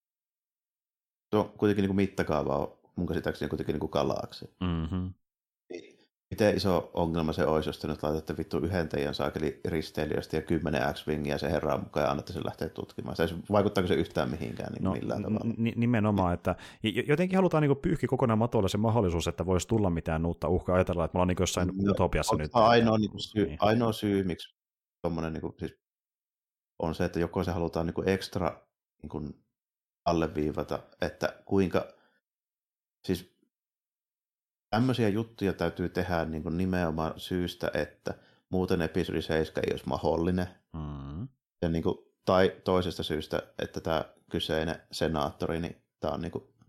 se on kuitenkin niin kuin mittakaava on mun käsittääkseni kuitenkin niin kuin galaksia. Mm-hmm. Niin, miten iso ongelma se olisi, jos te nyt laitatte vittu yhden teidän saakeli risteilijöistä ja kymmenen X-Wingiä se herran mukaan ja annatte sen lähteä tutkimaan. Se vaikuttaako se yhtään mihinkään niin no, millään tavalla? N- nimenomaan, että jotenkin halutaan niin pyyhkiä kokonaan matolle se mahdollisuus, että voisi tulla mitään uutta uhkaa. Ajatellaan, että me ollaan niin jossain no, utopiassa nyt. Ainoa, niin syy, niin. ainoa syy, miksi niin kuin, siis on se, että joko se halutaan niin kuin ekstra niin kuin alleviivata, että kuinka, siis tämmöisiä juttuja täytyy tehdä niin kuin nimenomaan syystä, että muuten episodi seitsemän ei olisi mahdollinen. Mm. Ja niin kuin, tai toisesta syystä, että tämä kyseinen senaattori, niin tämä on niin kuin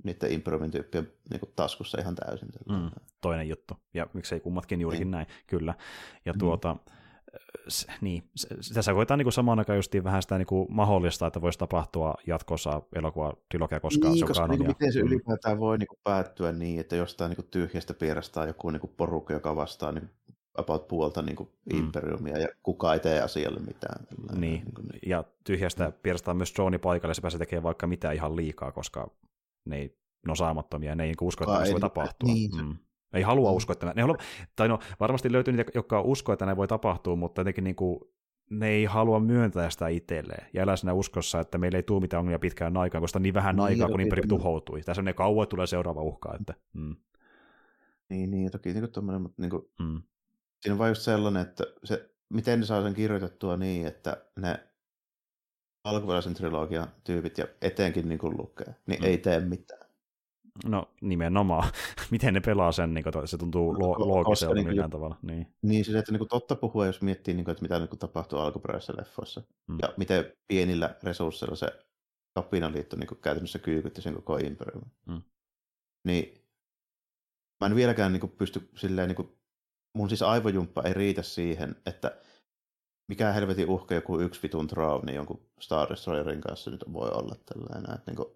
niiden Imperiumin tyyppien niin kuin taskussa ihan täysin. Mm, toinen juttu. Ja miksei kummatkin juurikin näin, kyllä. Ja mm. tuota, s- niin, s- tässä koetaan niin samaan aikaan justiin vähän sitä niin kuin mahdollista, että voisi tapahtua jatkossa elokuva-trilogia, koska niin, se on koska kanonia. Niin, miten se ylipäätään voi niin kuin päättyä niin, että jostain niin kuin tyhjästä pierastaa joku niin kuin porukka, joka vastaa niin about puolta niin kuin mm. Imperiumia, ja kukaan ei tee asialle mitään. Niin, niin, kuin, niin. Ja tyhjästä mm. pierastaa myös Drooni paikalle, ja se pääsee tekemään vaikka mitään ihan liikaa, koska ne ei ne on saamattomia, ne ei usko, että näin voi tapahtua. Niin. Mm. Ei halua uskoa, että ne halua, tai no varmasti löytyy niitä, jotka uskoo, että näin voi tapahtua, mutta jotenkin niin kuin, ne ei halua myöntää sitä itselleen, ja elää siinä uskossa, että meillä ei tule mitään ongelmia pitkään aikaan, koska on niin vähän niin, aikaa, kun Imperium tuhoutui. Tässä on ne kauan, tulee seuraava uhka. Että, mm. Niin, niin, toki niin kuin tommoinen, mutta niin kuin, mm. siinä on vain just sellainen, että se, miten ne saa sen kirjoitettua niin, että ne alkuperäisen trilogian tyypit ja etenkin niin kuin lukee, niin mm. ei tee mitään. No nimenomaan. Miten ne pelaa sen, niin kuin, se tuntuu lo- loogiselta niin millään tavalla. Niin, niin siis että niin kuin totta puhua, jos miettii, niin kuin, että mitä niin kuin tapahtuu alkuperäisissä leffoissa, mm. ja miten pienillä resursseilla se Kapinaliitto niin kuin käytännössä kyykytti sen koko Imperiumin. Mm. Niin mä en vieläkään niin kuin pysty silleen, niin kuin, mun siis aivojumppa ei riitä siihen, että mikä helvetin uhka joku yksi vitun Throne jonkun Star Destroyerin kanssa nyt voi olla tällainen. Että niin kuin,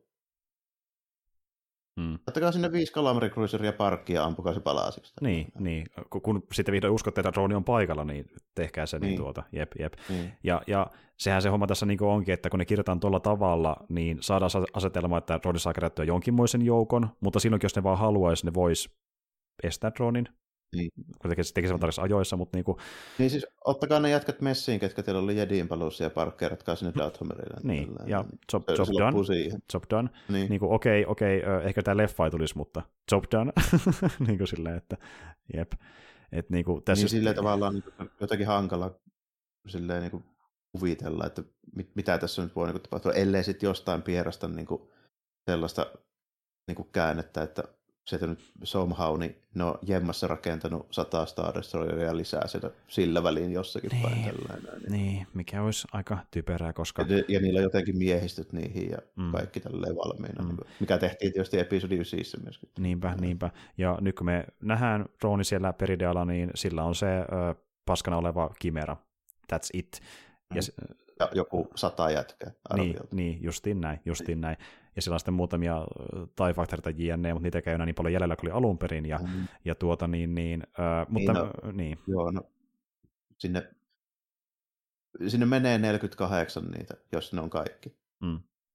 Hmm. Ottakaa sinne viisi Calamari Cruiseria parkkiin ja ampukaa se palasiksi. Niin, niin, kun sitten vihdoin uskotte, että drone on paikalla, niin tehkää se niin, niin tuota, jep, jep. Niin. Ja, ja sehän se homma tässä niin onkin, että kun ne kirjoitetaan tuolla tavalla, niin saadaan asetelma, että drone saa kerättyä jonkinmoisen joukon, mutta silloinkin, jos ne vaan haluaisi, ne vois estää dronin. Niin. Kun tekisivät tarvitsisi ajoissa, mutta niin kuin... Niin siis ottakaa ne jätkät messiin, ketkä teillä oli Jedin palussa ja parkkeeratkaa sinne Dathommerille. Niin, ja job, job done. Job done. Niin. Niin kuin okei, okay, okei, okay, ehkä tämä leffa ei tulisi, mutta job done. niin kuin silleen, että jep. Et niin kuin tässä... Niin silleen tavallaan niin jotenkin hankala silleen niin kuin kuvitella, että mit, mitä tässä nyt voi niin kuin tapahtua, ellei sitten jostain pierasta niin kuin sellaista niin kuin käännettä, että sieltä nyt somehow, niin ne on jemmassa rakentanut sata Star Destroyeria lisää sitä sillä väliin jossakin niin, päin tällainen. Niin. niin, mikä olisi aika typerää, koska... Ja, ja niillä on jotenkin miehistöt niihin ja mm. kaikki tälleen valmiina, mm. mikä tehtiin tietysti episodi yhdeksässä myöskin. Niinpä, ja. niinpä. Ja nyt kun me nähdään Drooni siellä Peridealla, niin sillä on se ö, paskana oleva Kimera. That's it. Mm. Ja, ja joku sata jätkää arviolta. Niin, niin, justiin näin, justiin näin. Ja sillä on sitten muutamia TIE Fighterita jne, mutta niitä ei enää niin paljon jäljellä kuin oli alun perin. Ja, mm. ja tuota niin, niin, äh, mutta niin, no, niin. Joo, no, sinne, sinne menee neljäkymmentäkahdeksan niitä, jos ne on kaikki. Mm.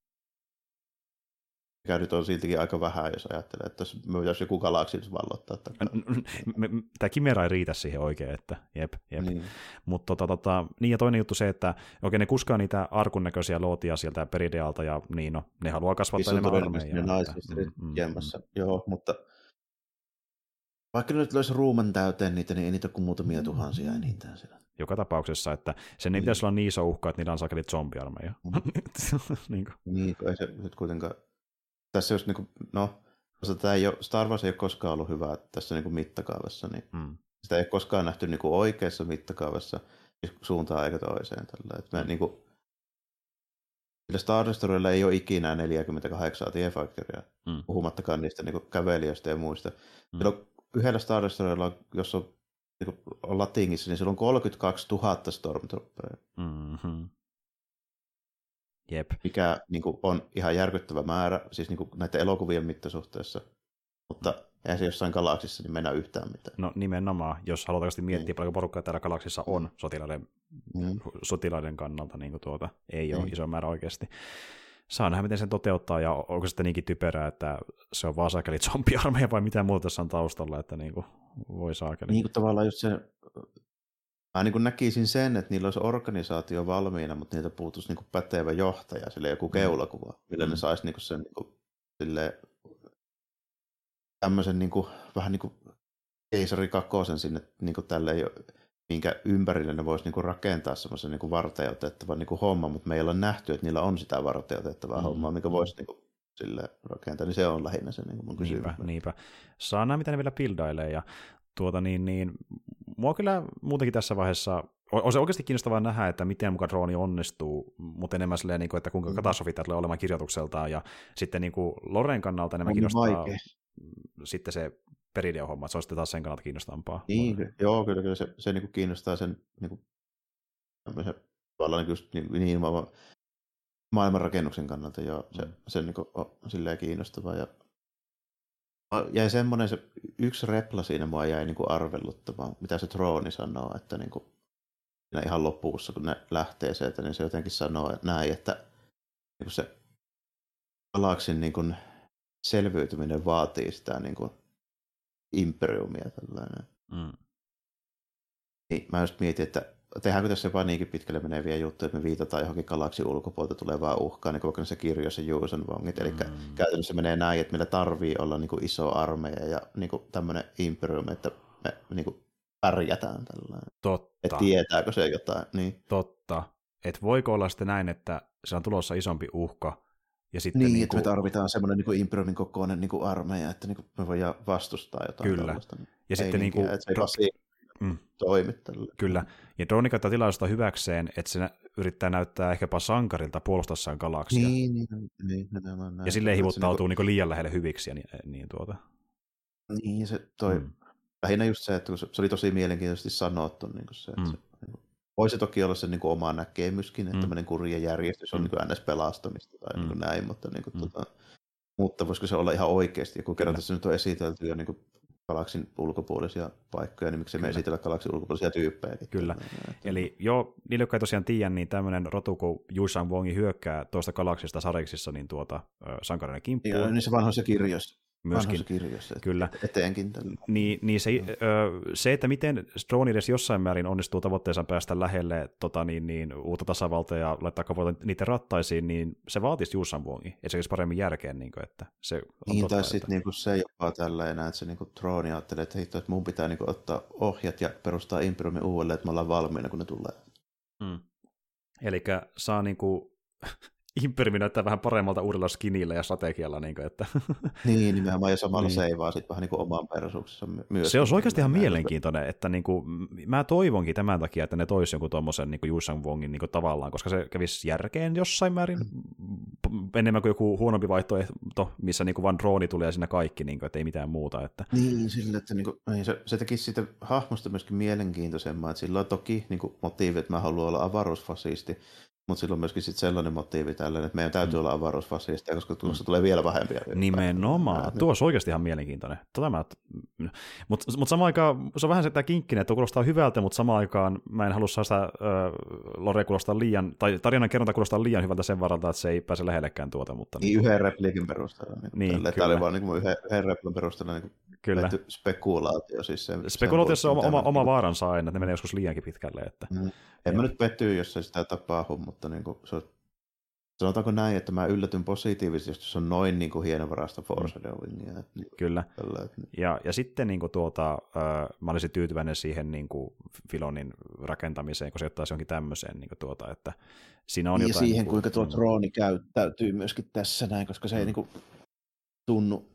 Mikä nyt on siltikin aika vähän, jos ajattelee, että jos, jos joku galaksi vallottaa. Tämä Kimera ei riitä siihen oikein, että jep, jep. Niin. Mutta tota, tota, niin ja toinen juttu se, että oikein ne kuskaa niitä arkun näköisiä lootia sieltä Peridealta, ja niin no, ne haluaa kasvattaa enemmän armeijaa. Ne naisministerit mm, jemmässä, mm. joo, mutta vaikka ne nyt löisi ruuman täyteen niitä, niin ei niitä ole kuin muutamia tuhansia enintään siellä. Joka tapauksessa, että sen ei mm. pitäisi olla niin iso uhka, että niillä on sakelit zombiarmeija. Mm. niin, niin ei se nyt kuitenkaan... Tässä jos niinku, no, tämä ei ole, Star Wars ei ole koskaan ollut hyvä tässä niinku mittakaavassa, niin mm. sitä ei ole koskaan nähty niinku oikeassa mittakaavassa suuntaan eikä toiseen. Tällä. Et me, mm. niinku, Star Destroyerilla ei ole ikinä neljäkymmentäkahdeksan TIE Fighteria, mm. puhumattakaan niistä niinku kävelijöistä ja muista. Mm. On, yhdellä Star Destroyerilla, jos on, niinku, on Latingissa, niin siellä on kolmekymmentäkaksituhatta Stormtrooperia. Mm-hmm. Jep. Mikä niin kuin, on ihan järkyttävä määrä, siis niin kuin, näiden elokuvien mittasuhteessa, mutta eihän se jossain galaksissa niin mennä yhtään mitään. No nimenomaan, jos halutaan miettiä mm. paljon porukkaa täällä galaksissa on sotilaiden, mm. sotilaiden kannalta, niin kuin tuota, ei mm. ole iso määrä oikeasti. Saa nähdä, miten sen toteuttaa, ja onko sitten niinkin typerää, että se on vaan saakeli zombiarmeija vai mitä muuta tässä on taustalla, että niin kuin, voi saakeli. Niin kuin tavallaan just se... Mä niin kuin näkisin sen, että niillä olisi organisaatio valmiina, mutta niiltä puuttuisi niin kuin pätevä johtaja, sille joku keulakuva, millä mm. ne saisi niin kuin sen niin kuin, silleen, tämmöisen niin kuin, vähän niin kuin keisari kakkosen sinne niin kuin tälleen, minkä ympärille ne voisi niin kuin rakentaa semmoisen niin kuin varteutettavan niin kuin homma, mutta me ei ole nähty, että niillä on sitä varteutettavaa mm. hommaa, mikä voisi niin kuin, silleen, rakentaa, niin se on lähinnä se niin kuin mun kysymys. Niinpä, niinpä. Saa nähdä, mitä ne vielä buildailee, ja tuota niin, niin mua kyllä muutenkin tässä vaiheessa on se oikeasti kiinnostavaa nähdä, että miten mukaan drooni onnistuu, mutta enemmän silleen, niin kuin, että kuinka katastrofia tulee olemaan kirjoitukseltaan, ja sitten niin kuin Loren kannalta enemmän on kiinnostaa vaikea. sitten se perideohomma, että se on sitten taas sen kannalta kiinnostavampaa. Niin, kyllä. Joo, kyllä, kyllä se, se niin kuin kiinnostaa sen niin kuin, tavallaan niin, just, niin, niin maailman, maailmanrakennuksen kannalta, joo, se, mm. se niin kuin, on silleen kiinnostavaa. Ja jäi semmoinen, se yksi repla siinä mua jäi niin kuin arvelluttamaan, mitä se drooni sanoo, että niin kuin, ihan loppuussa, kun ne lähtee sieltä, niin se jotenkin sanoo että näin, että niin kuin se galaksin niin kuin, selviytyminen vaatii sitä niin kuin, imperiumia. Tällainen. Mm. Niin, mä just mietin, että tehdäänkö tässä jopa niinkin pitkälle meneviä juttuja, että me viitataan johonkin galaksin ulkopuolelta tulevaa uhkaa, niin kuin vaikka se kirjoissa Yuuzhan Vongit. Eli mm. käytännössä menee näin, että meillä tarvii olla niin kuin iso armeija ja niin kuin tämmöinen imperium, että me niin kuin pärjätään tällainen. Totta. Että tietääkö se jotain. Niin. Totta. Että voiko olla sitten näin, että se on tulossa isompi uhka. Ja sitten niin, niin että kuin... me tarvitaan semmoinen niin kuin imperiumin kokoinen niin kuin armeija, että niin kuin me voidaan vastustaa jotain. Kyllä. Tällaista. Ja sitten niin kuin... että se ei Dro- mm. toimi tällä. Kyllä. Ja drone käyttää tilaisuutta hyväkseen, että se yrittää näyttää ehkäpä sankarilta puolustassaan galaksia. Niin, niin, niin, ja silleen hivuttautuu niin kuin liian lähelle hyviksi. Ja niin, niin, tuota. niin se toi... Mm. Lähinnä just se, että se, se oli tosi mielenkiintoisesti sanottu. Niin kuin se, että mm. se, niin kuin, voisi toki olla se niin kuin oma näkemyskin, että mm. tämmöinen kurja järjestys on mm. niin kuin ns. Pelastamista tai mm. niin kuin näin, mutta, niin kuin, mm. tota, mutta voisiko se olla ihan oikeasti, kun kerran tässä nyt on esitelty jo niin kuin galaksin ulkopuolisia paikkoja, niin miksi me esitellä galaksin ulkopuolisia tyyppejä. Kyllä. Että... Eli joo, niille, jotka ei tosiaan tiedä, niin tämmöinen rotu, kun Yuuzhan Vongi hyökkää tuosta galaksista Sariksissa, niin tuota sankarinen kimppuun. Joo, niin se vanhoissa kirjoissa. Myöskin, kirjoissa, kyllä. Eteenkin. Niin, niin se, se, että miten drone edes jossain määrin onnistuu tavoitteessa päästä lähelle tota, niin, niin, uutta tasavaltaa ja laittaa kaupata niiden rattaisiin, niin se vaatisi Yuuzhan Vongin, että se olisi paremmin järkeen. Niin, kuin, että se on niin, totta, tai että... sitten niin se jopa tällä enää, että se niin drone ajattelee, että, hitto, että mun pitää niin kuin, ottaa ohjat ja perustaa imperiumin uudelleen, että me ollaan valmiina, kun ne tulee. Mm. Eli saa niin kuin... Imperiumi näyttää vähän paremmalta uudella skinillä ja strategialla. Niin, kuin, että... niin, nimenomaan, ja samalla niin. seivaa sitten vähän niin kuin omaan persoonansa myös. Se olisi oikeasti ihan mielenkiintoinen, että niin kuin, mä toivonkin tämän takia, että ne toisi jonkun tuommoisen niin Yuuzhan Vongin niin tavallaan, koska se kävisi järkeen jossain määrin mm. enemmän kuin joku huonompi vaihtoehto, missä niin kuin vaan drooni tulee ja siinä kaikki, niin kuin, että ei mitään muuta. Että... Niin, sillä, että niin kuin, se, se tekisi siitä hahmosta myöskin mielenkiintoisemmaa, että sillä on toki niin kuin motiivi, että mä haluan olla avaruusfasisti, mutta silloin myöskin sit sellainen motiivi tällainen, että meidän täytyy mm. olla avaruusfasisteja, koska tuossa mm. tulee vielä vähempiä. Nimenomaan. Tuo olisi oikeasti ihan mielenkiintoinen. Tota mä... Mutta mut samaan aikaan se on vähän sitä kinkkinen, että kuulostaa hyvältä, mutta samaan aikaan mä en halua saa sitä äh, Lore kuulostaa liian, tai tarinan kerronta kuulostaa liian hyvältä sen varalta, että se ei pääse lähellekään tuota. Mutta niin, niin yhden repliikin perusteella. Niin, niin, tälle, tämä oli vaan niin yhden, yhden repliikin perusteella niin kyllä. spekulaatio. Siis sen, Spekulaatiossa on oma, oma vaaransa aina, että ne menee joskus liiankin pitkälle. Että... Mm. En mä nyt pettyy, jos ei sitä tapahdu, mutta niin kuin, se on, sanotaanko näin, että mä yllätyn positiivisesti, jos se on noin niin kuin hienovarasta foreshadowingia. Niin, kyllä. Tällä, että... ja, ja sitten niin kuin, tuota, äh, mä olisin tyytyväinen siihen niin kuin Filonin rakentamiseen, kun se ottaisi jonkin tämmöiseen. Niin kuin, tuota, että siinä on ja jotain, siihen, niin kuin, kuinka tuo drooni käyttäytyy myöskin tässä näin, koska se mm. ei niin kuin, tunnu,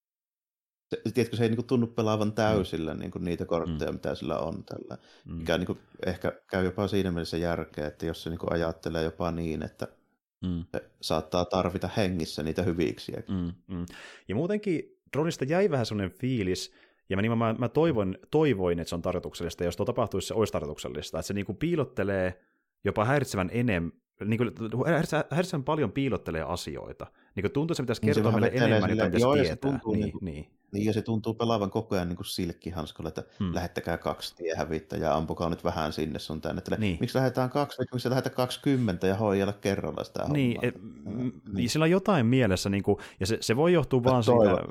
se, tiedätkö, se ei niin kuin, tunnu pelaavan täysillä mm. niin kuin niitä kortteja, mm. mitä sillä on. Tällä. Mm. Mikä niin kuin, ehkä käy jopa siinä mielessä järkeä, että jos se niin kuin, ajattelee jopa niin, että mm. se saattaa tarvita hengissä niitä hyviksiä. Mm, mm. Ja muutenkin dronista jäi vähän sellainen fiilis, ja mä, mä, mä toivoin, toivoin, että se on tarkoituksellista, ja jos tuo tapahtuisi, se olisi tarkoituksellista, että se niin kuin piilottelee jopa häiritsevän enemmän, niin kuin, häiritsevän paljon piilottelee asioita. Niin kuin tuntuu, että se pitäisi kertoa meille enemmän, mitä pitäisi tietää. Niin, niin, niin. niin, ja se tuntuu pelaavan koko ajan niin kuin silkkihanskolla, että hmm. lähettäkää kaksi tiehävittäjää, ampukaa nyt vähän sinne sun tänne. Niin. Miksi lähdetään kaksi, miksi lähdetään kaksikymmentä ja hoijalla kerralla sitä niin, hommaa? Et, mm, niin. Sillä on jotain mielessä, niin kuin, ja se, se voi johtua vaan siitä...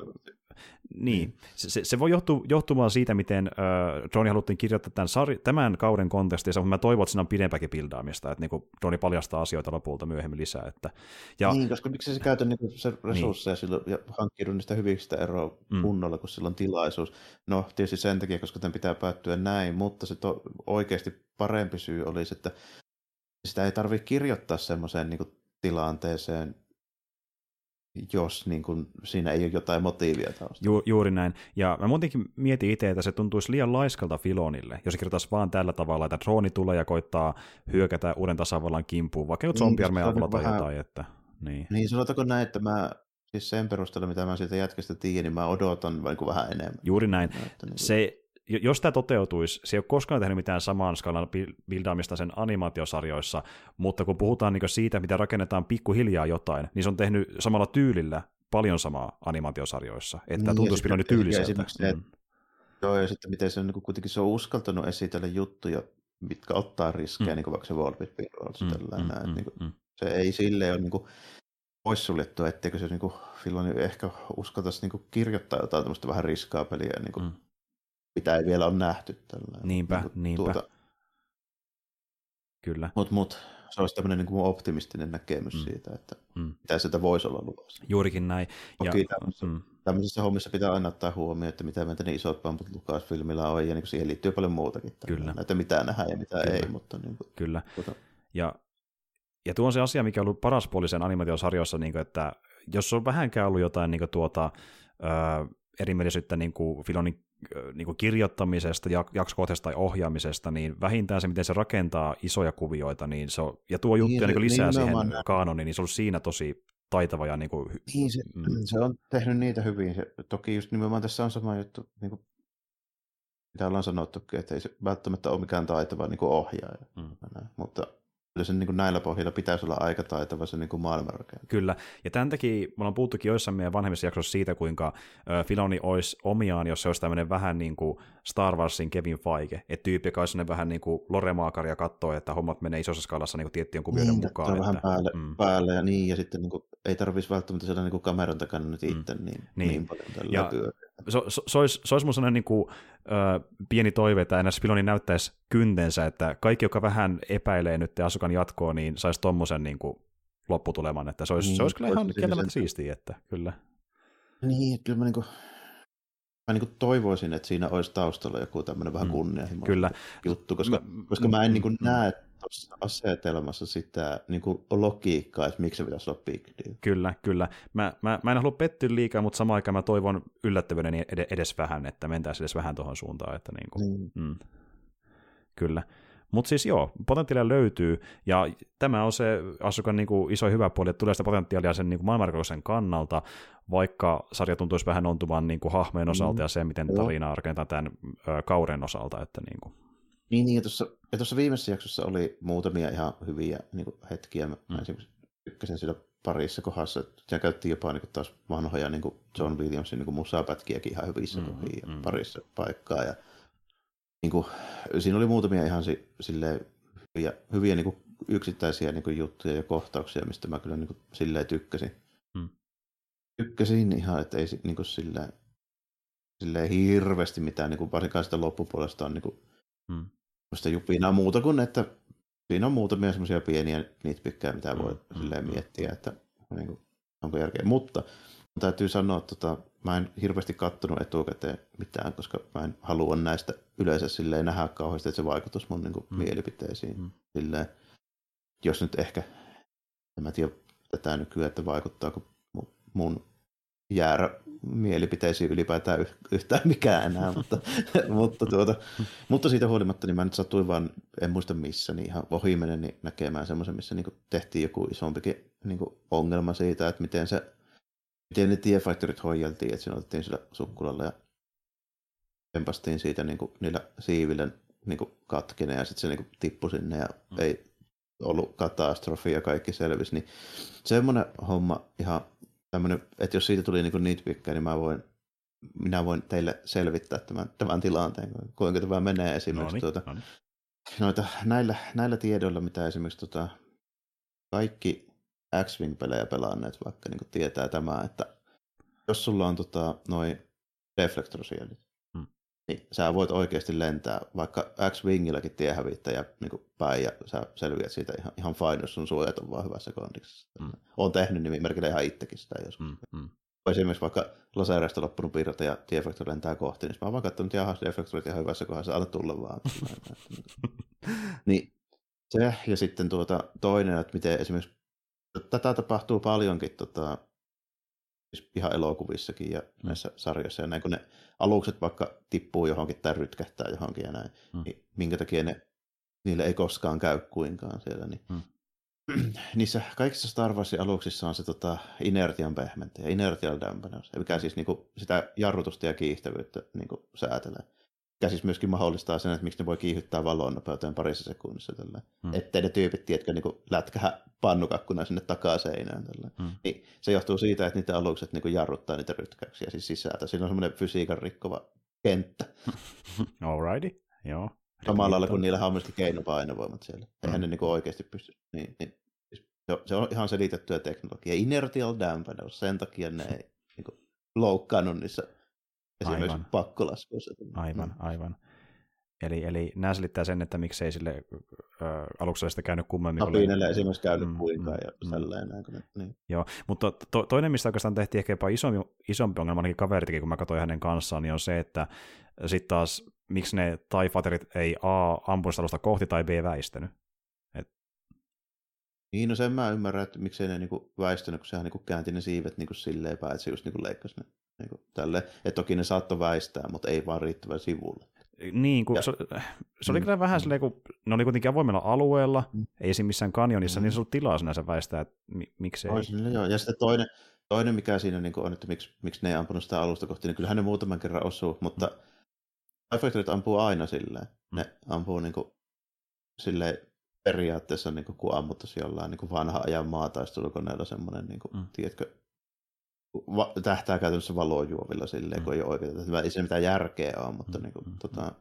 Niin, se, se voi johtua, johtumaan siitä, miten äh, drone haluttiin kirjoittaa tämän, sari, tämän kauden kontekstissa, mutta mä toivon, että siinä on pidempäkin bildaamista, että niin drone paljastaa asioita lopulta myöhemmin lisää. Että, ja, niin, koska miksi se käytä niin se resursseja niin. Silloin, ja hankkii niistä hyvistä eroa mm. kunnolla, kun sillä on tilaisuus. No, tietysti sen takia, koska tämän pitää päättyä näin, mutta se to, oikeasti parempi syy olisi, että sitä ei tarvitse kirjoittaa semmoiseen niin tilanteeseen, jos niin kuin, siinä ei ole jotain motiivia taustalla. Ju, juuri näin. Ja mä muutenkin mietin itse, että se tuntuisi liian laiskalta Filonille, jos se kirjoitaisi vaan tällä tavalla, että drooni tulee ja koittaa hyökätä uuden tasavallan kimppuun, vaikka joku zombiarmeen avulla tai vähän jotain. Että, niin. niin, sanotaanko näin, että mä siis sen perusteella, mitä mä siitä jätkästä tiedän, niin mä odotan niin kuin vähän enemmän. Juuri näin. Että, niin kuin... Se, jos tämä toteutuisi, se ei ole koskaan tehnyt mitään saman skalan bildaamista sen animaatiosarjoissa, mutta kun puhutaan niin siitä, mitä rakennetaan pikkuhiljaa jotain, niin se on tehnyt samalla tyylillä paljon samaa animaatiosarjoissa, että niin, tuntuisi Filoni tyyliseltä. Mm. Joo, ja sitten miten se on niin kuitenkin se on uskaltanut esitellä juttuja, mitkä ottaa riskejä, mm. niin kuin vaikka se Volbit Birrolls, mm, mm, mm, niin mm. se ei silleen ole niin kuin poissuljettua, etteikö se niin kuin Filoni ehkä uskaltaisi niin kuin kirjoittaa jotain tämmöistä vähän riskaa peliä, niin kuin mm. mitä ei vielä ole nähty. Tällä. Niinpä, niin niinpä. Tuota. Kyllä. Mutta mut, se olisi tämmöinen niin kuin optimistinen näkemys mm. siitä, että mm. mitä sitä voisi olla luvassa. Juurikin näin. Toki ja, tämmöisissä, mm. tämmöisissä hommissa pitää aina ottaa huomioon, että mitä meitä ne isot pamput Lucasfilmilla on, ja niin siihen liittyy paljon muutakin. Kyllä. Että mitä nähdään ja mitä Kyllä. ei. Mutta niin kuin, Kyllä. Tuota. Ja, ja tuo on se asia, mikä on ollut paras puoli sen animaatiosarjoissa, niin kuin, että jos on vähänkään ollut jotain niin kuin, tuota, ää, erimielisyyttä niin kuin Filonin niin kuin kirjoittamisesta, jaksokohtaisesta tai ohjaamisesta, niin vähintään se, miten se rakentaa isoja kuvioita, niin se on, ja tuo juttuja niin, niin lisää niin siihen kaanoniin, niin se on ollut siinä tosi taitava. Ja niin kuin, niin, se, mm. se on tehnyt niitä hyvin. Se, toki just nimenomaan tässä on sama juttu, niin kuin, mitä ollaan sanottukin, että ei se välttämättä ole mikään taitava niin kuin ohjaaja, mm. mutta kyllä sen niin kuin näillä pohjilla pitäisi olla aika taitava se niin kuin maailmanrakenne. Kyllä, ja tämän takia me ollaan puhuttukin joissain meidän vanhemmissa jaksoissa siitä, kuinka äh, Filoni olisi omiaan, jos se olisi tämmöinen vähän niin kuin Star Warsin Kevin Feige, että tyyppi, joka olisi vähän niin kuin loremaakari ja katsoo, että hommat menee isossa skaalassa niin kuin tiettyjen kuvioiden niin, mukaan. Se on että, vähän päälle, mm. päälle ja niin, ja sitten niin kuin, ei tarvitsisi välttämättä siellä niin kuin kameran takana nyt itse mm. niin, niin. niin paljon tällä ja se, se, se, olisi, se olisi mun sellainen niin kuin, äh, pieni toive, että enää Filoni näyttäisi kyntensä, että kaikki, joka vähän epäilee nyt Asukan jatkoa, niin saisi tommosen niin kuin lopputuleman, että se olisi, niin, se olisi kyllä ihan kieltämättä siistiä, että kyllä. Niin, kyllä mä, niin kuin, mä niin kuin toivoisin, että siinä olisi taustalla joku tämmöinen vähän kunnianhimoinen mm, juttu, koska, mä, koska mä en niin kuin mm, näe tuossa asetelmassa sitä niin kuin logiikkaa, että miksi se pitäisi olla big deal. Kyllä, kyllä. Mä, mä, mä en halua pettyä liikaa, mutta samaan aikaan mä toivon yllättävyyden edes vähän, että mentäisiin edes vähän tuohon suuntaan. Että niin kuin, mm. Mm, kyllä. Mutta siis joo, potentiaalia löytyy, ja tämä on se Asukan niin kuin iso hyvä puoli, että tulee sitä potentiaalia sen niin kuin maailmanrakentamisen kannalta, vaikka sarja tuntuisi vähän ontuvan niin kuin hahmojen osalta mm. ja se, miten tarinaa rakentaa tämän ö, kauden osalta. Että niin kuin. Niin, niin, ja tuossa, ja tuossa viimeisessä jaksossa oli muutamia ihan hyviä niin kuin hetkiä. Mä mm. esimerkiksi tykkäsin siinä parissa kohdassa, että siellä käytettiin jopa niin kuin taas vanhoja niin kuin John Williamsin niin kuin musapätkiäkin ihan hyvissä mm, kohdissa mm. parissa paikkaa. Ja, niin kuin, siinä oli muutamia ihan si, silleen, hyviä, hyviä niin kuin yksittäisiä niin kuin juttuja ja kohtauksia, mistä mä kyllä niin kuin, silleen tykkäsin. Mm. Tykkäsin ihan, että ei niin kuin, silleen, silleen hirveästi mitään, niin kuin, varsinkaan sitä loppupuolesta on niin kuin, mm. sitä jupinaa muuta kuin, että siinä on muutamia semmoisia pieniä nitpikkejä, mitä voi mm. silleen miettiä, että niin kuin, onko järkeä. Mutta täytyy sanoa, että tota, mä en hirveästi kattonut etukäteen mitään, koska mä en halua näistä yleensä silleen nähdä kauheasti, että se vaikutus mun niin kuin, mm. mielipiteisiin. Mm. Silleen, jos nyt ehkä, en mä tiedä tätä nykyään, että vaikuttaako mun jäärä mielipiteisiin ylipäätään yhtään mikään enää, mutta, mutta, tuota, mutta siitä huolimatta niin mä nyt satuin vaan, en muista missä, niin ihan ohimenen niin näkemään semmoisen, missä niin kuin tehtiin joku isompikin niin kuin ongelma siitä, että miten se miten ne TIE Fighterit hoideltiin, että siinä otettiin sillä sukkulalla ja tempastiin siitä niin kuin, niillä siivillä niin kuin katkinen ja sitten se niin kuin tippui sinne ja mm. ei ollut katastrofi ja kaikki selvisi, niin semmoinen homma ihan tämmöinen, että jos siitä tuli niin nitpikkä, niin mä voin, minä voin teille selvittää tämän, tämän tilanteen, kuinka tämä menee esimerkiksi. Noniin, tuota, noniin. Noita, näillä, näillä tiedoilla, mitä esimerkiksi tuota, kaikki X-Wing-pelejä pelanneet vaikka niin tietää tämä, että jos sulla on tota, noin reflektorosielit, hmm. niin sä voit oikeasti lentää vaikka X-Wingilläkin tiehävittäjä niin päin ja sä selviät siitä ihan, ihan fine, jos sun suojat on vaan hyvässä kondiksessa. Hmm. Oon tehnyt nimimerkillä ihan itsekin sitä joskus. Hmm. Hmm. Esimerkiksi vaikka lasereista loppunut piirrata ja T-Factor lentää kohti, niin mä oon vaan katsonut, että jahas, T-Factorit ihan hyvässä kohdassa, anna tulla vaan. Niin se, ja sitten tuota, toinen, että miten esimerkiksi tätä tapahtuu paljonkin tota, siis ihan elokuvissakin ja näissä sarjoissa ja näin, kun ne alukset vaikka tippuu johonkin tai rytkähtää johonkin ja näin, mm. niin minkä takia ne, niille ei koskaan käy kuinkaan siellä. Niin. Mm. Niissä kaikissa Star Warsin aluksissa on se tota, inertian pehmentäjä, inertial dampener, mikä siis niinku, sitä jarrutusta ja kiihtävyyttä niinku, säätelee. Mikä siis myöskin mahdollistaa sen, että miksi ne voi kiihyttää valon nopeuteen parissa sekunnissa. Hmm. Ettei ne tyypit, tiedätkö, niinku, lätkähä pannukakkuna sinne takaseinään. Hmm. Niin, se johtuu siitä, että niitä alukset niinku, jarruttaa niitä rytkäyksiä siis sisältä. Siinä on semmoinen fysiikan rikkova kenttä. Alrighty, joo. Samalla lailla kuin niillä on myöskin keinopainovoimat siellä. Eihän hmm. ne niinku, oikeasti pysty. Niin, niin. Se on ihan selitettyä teknologiaa. Inertial dampener, sen takia ne ei niinku, loukkaannut niissä esimerkiksi pakkolaskuissa. Aivan, aivan. Eli, eli nämä selittää sen, että miksei sille äh, alukselle sitä käynyt kummemmin. Napiinelle esimerkiksi käynyt mm, kuinkaan mm, ja sellainen. Niin. Joo, mutta to, toinen, mistä oikeastaan tehtiin ehkä jopa isompi, isompi ongelma, ainakin kaveritikin, kun mä katsoin hänen kanssaan, niin on se, että sitten taas, miksi ne TIE Fighterit ei A, ampunut alusta kohti tai B, väistänyt. Niin, no sen mä ymmärrän, että miksei ne niinku väistänyt, kun sehän niinku käänti ne siivet niinku silleen päin, että se just niinku leikkasi ne niinku tälleen. Että toki ne saattoi väistää, mutta ei vaan riittävän sivulle. Niin, kun se, se oli mm. kyllä vähän silleen, kun ne oli kuitenkin avoimella alueella, mm. ei siinä missään kanjonissa, mm. niin se oli tilaa sinänsä väistää, että mi, miksei. Oisin, joo. Ja sitten toinen, toinen mikä siinä niinku on, että miksi, miksi ne ei ampunut sitä alusta kohti, niin kyllähän ne muutaman kerran osuu, mutta mm. TIE Fighterit ampuu aina silleen. Mm. Ne ampuu niinku silleen, periaatteessa niin kun ammuttaisiin jollain niin vanha ajan maataistelukoneella semmoinen, niin kuin, mm. tiedätkö, va- tähtää käytännössä valojuovilla silleen, mm. kun ei ole oikein. Ei se mitään järkeä ole, mutta mm. niin kuin, mm. tota...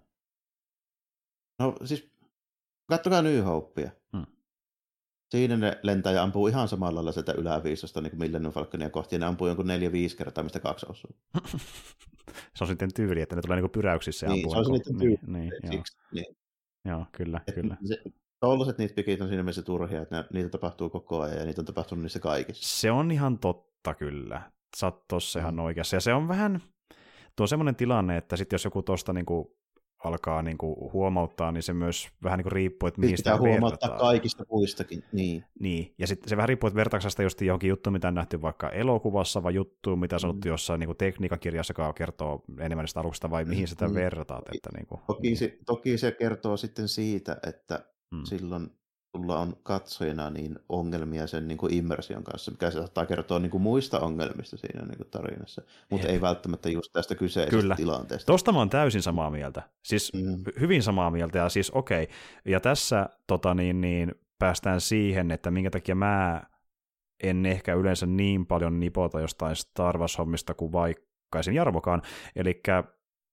No siis, katsokaa New Hopea. Mm. Siinä ne lentää ja ampuu ihan samalla lailla sitä yläviistosta niin kuin Millennium Falconia kohti, ja ne ampuu jonkun neljä viisi kertaa, mistä kaksi osuu. Se on sitten tyyli, että ne tulee niin kuin pyräyksissä ja ampuu. Niin, se on sitten tyyli. Niin, niin, joo. Niin. Joo, kyllä, Et kyllä. Se, Tollaset niitä pikit on siinä mielessä turhia, että ne, niitä tapahtuu koko ajan ja niitä on tapahtunut niissä kaikissa. Se on ihan totta kyllä. Sä oot tossa ihan oikeassa. Ja se on vähän, tuo on semmoinen tilanne, että sit jos joku tosta niinku alkaa niinku huomauttaa, niin se myös vähän niinku riippuu, että mihin sitä vertaa. Huomauttaa kaikista muistakin, niin. Niin, ja sitten se vähän riippuu, että vertaako sitä just johonkin juttuun, mitä on nähty vaikka elokuvassa, vai juttuun, mitä on sanottu mm. jossain niinku tekniikkakirjassa, joka kertoo enemmän sitä aluksesta, vai mihin sitä mm. vertaat. Että niinku, toki, niin. se, toki se kertoo sitten siitä, että mm. silloin sulla on katsojana niin ongelmia sen niin kuin immersion kanssa, mikä se saattaa kertoa niin kuin muista ongelmista siinä niin kuin tarinassa, mutta ei välttämättä just tästä kyseisestä Kyllä. tilanteesta. Tosta mä oon täysin samaa mieltä. Siis mm. hyvin samaa mieltä, ja siis okei. Okay. Ja tässä tota, niin, niin, päästään siihen, että minkä takia mä en ehkä yleensä niin paljon nipota jostain Star Wars-hommista kuin vaikka esim. Jarvokaan. Elikkä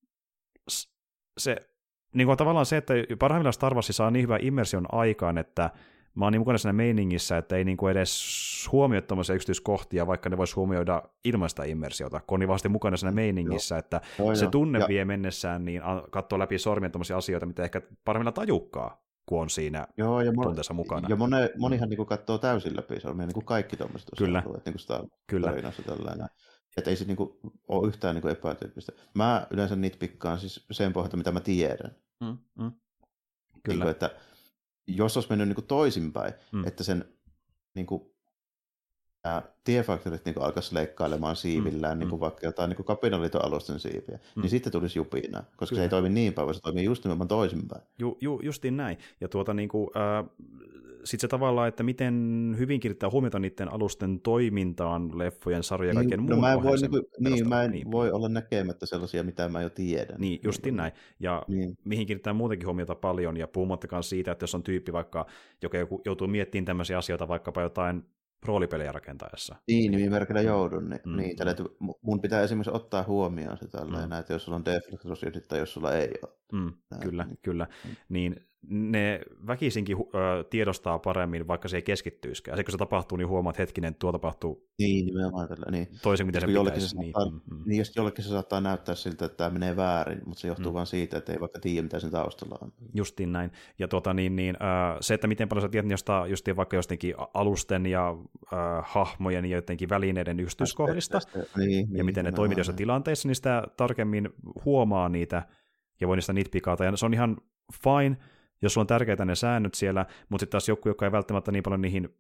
se... Niin kuin tavallaan se, että parhaimmillaan Star Wars saa niin hyvän immersion aikaan, että mä oon niin mukana siinä meiningissä, että ei niin kuin edes huomioi tommoisia yksityiskohtia, vaikka ne vois huomioida ilman sitä immersiota, kun on niin vahvasti mukana siinä meiningissä, Joo. että Joo, se tunne ja... vie mennessään, niin katsoo läpi sormien tommoisia asioita, mitä ehkä parhaimmillaan tajukkaa, kun on siinä Joo, ja tunteessa mon... mukana. Ja mone, monihan niin kuin katsoo täysin läpi sormia, niin kuin kaikki tommoiset Kyllä. alueet, niin kuin Star Wars-tarinassa tällainen. Että ei se niinku ole yhtään niinku epätyyppistä. Mä yleensä nitpikkaan siis sen pohjalta, mitä mä tiedän. Mm, mm. Kyllä. Niin, että jos olisi mennyt niinku toisinpäin, mm. että sen niinku, ää, TIE Factorit niinku alkaisi leikkailemaan siivillään, mm. niinku, vaikka jotain niinku Kapinaliiton alusten siipiä, mm. niin sitten tulisi jupina, koska Kyllä. se ei toimi niin päin, vaan se toimii just nimenomaan toisinpäin. Ju, ju, justiin näin. Ja tuota niinku... Äh... Sitten se tavallaan, että miten hyvin kiinnittää huomiota niiden alusten toimintaan, leffojen, sarjojen ja kaiken niin, muun. No mä, voi, niin, niin, mä en niin. voi olla näkemättä sellaisia, mitä mä jo tiedän. Niin, justiin niin. näin. Ja niin. mihin kiinnittää muutenkin huomiota paljon, ja puhumattakaan siitä, että jos on tyyppi vaikka, joka joutuu miettimään tämmöisiä asioita, vaikkapa jotain roolipelejä rakentaessa. Niin, nimimerkillä joudun. Niin, mm. niin tällä, mun pitää esimerkiksi ottaa huomioon se tällä, mm. näitä, jos sulla on deflectorsidit tai jos sulla ei ole. Mm, kyllä, niin. kyllä. Mm. Niin ne väkisinkin ö, tiedostaa paremmin, vaikka se ei keskittyiskään. Se, kun se tapahtuu, niin huomaat, että hetkinen, tuo tapahtuu niin, nimenomaan tällä. Niin. Toisin, miten se pitäisi. Se niin, mm, niin, jos jollekin se saattaa näyttää siltä, että tämä menee väärin, mutta se johtuu mm. vain siitä, että ei vaikka tiedä, mitä sen taustalla on. Justiin näin. Ja tuota, niin, niin, äh, se, että miten paljon sä tiedät jostain, justiin vaikka jostakin alusten ja äh, hahmojen ja jotenkin välineiden yksityiskohdista, niin, ja miten ne toimii jossain tilanteissa, niin sitä tarkemmin huomaa niitä, ja voi niistä nitpikata, ja se on ihan fine, jos sulla on tärkeitä ne säännöt siellä, mutta sitten taas joku, joka ei välttämättä niin paljon niihin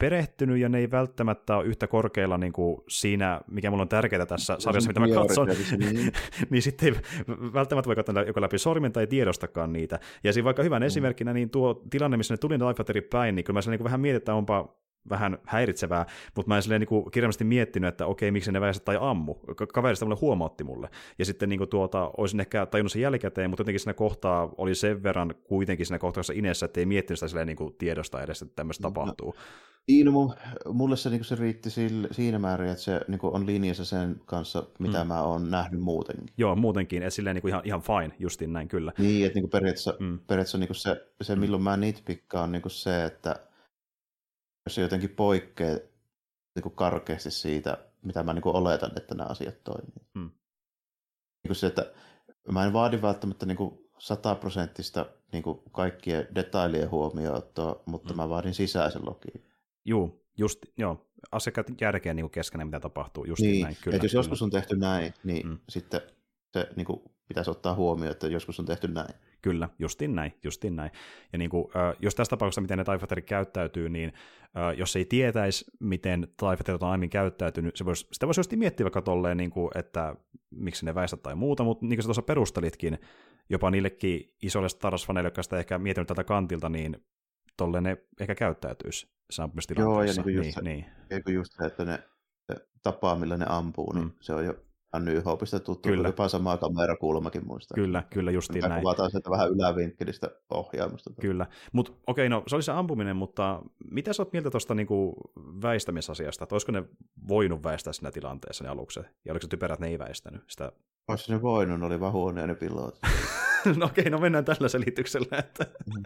perehtynyt, ja ne ei välttämättä ole yhtä korkealla niin kuin siinä, mikä mulla on tärkeää tässä sarjassa, mitä mä katson, niin. niin sitten ei välttämättä voi katsoa joko läpi sormen tai tiedostakaan niitä. Ja siinä vaikka hyvän mm. esimerkkinä, niin tuo tilanne, missä ne tuli ne TIE Fighterin päin, niin kyllä mä niin vähän mietin, että onpa vähän häiritsevää, mutta mä en silleen niin kirjallisesti miettinyt, että okei, miksi ne väistä tai ammu. Kaverista mulle huomautti mulle. Ja sitten niin kuin tuota, olisin ehkä tajunnut sen jälkikäteen, mutta jotenkin siinä kohtaa oli sen verran kuitenkin siinä kohtaessa inessä, että ei miettinyt sitä silleen niin kuin tiedosta edes, että tämmöistä no, tapahtuu. Niin, no, mulle se, niin se riitti sille, siinä määrin, että se niin on linjassa sen kanssa, mitä mm. mä oon nähnyt muutenkin. Joo, muutenkin, että silleen niin kuin ihan, ihan fine, justiin näin kyllä. Niin, että niin kuin periaatteessa, mm. periaatteessa niin kuin se, se, milloin mä nitpikkaan, on niin kuin se, että jos se jotenkin poikkeaa niin kuin karkeasti siitä, mitä mä niin kuin oletan, että nämä asiat toimii. Mm. Niin kuin se, että mä en vaadi välttämättä niin kuin sataprosenttista niin kuin kaikkien detailien huomioonottoa, mutta mm. mä vaadin sisäisen logiikan. Juu, just, joo, asiakkaat järkeä niin keskenään, mitä tapahtuu, just niin, näin. Kyllä, että jos kyllä. joskus on tehty näin, niin mm. sitten se niin kuin, pitäisi ottaa huomioon, että joskus on tehty näin. Kyllä, justin näin, justin näin. Ja niin kuin, äh, jos tässä tapauksessa, miten ne TIE Fighterit käyttäytyy, niin äh, jos ei tietäisi, miten TIE Fighterit on aiemmin käyttäytynyt, se vois, sitä voisi just miettiä vaikka tolleen, niin kuin, että miksi ne väistä tai muuta, mutta niin kuin sä tuossa perustelitkin, jopa niillekin isoille Star Wars-faneille, jotka sitä ehkä miettinyt tältä kantilta, niin tolleen ne ehkä käyttäytyisi sampumistilanteessa. Joo, ja niin kuin niin, just, niin. Se, just se, että ne se tapa, millä ne ampuu, niin mm. se on jo New Hopeista tuttu, kyllä. Jopa samaa kamerakulmakin muistaa. Kyllä, kyllä, justiin näin. Kuvataan sieltä vähän ylävinkkelistä ohjaamusta. Kyllä, mutta okei, no se oli se ampuminen, mutta mitä sä oot mieltä tuosta niinku väistämisasiasta? Että olisiko ne voinut väistää siinä tilanteessa ne alukset? Ja oliko se typerä, että ne ei väistänyt sitä? Olisi ne voinut, ne oli vaan huonoja ne pilotit. No okei, no mennään tällä selityksellä. Että... Mm.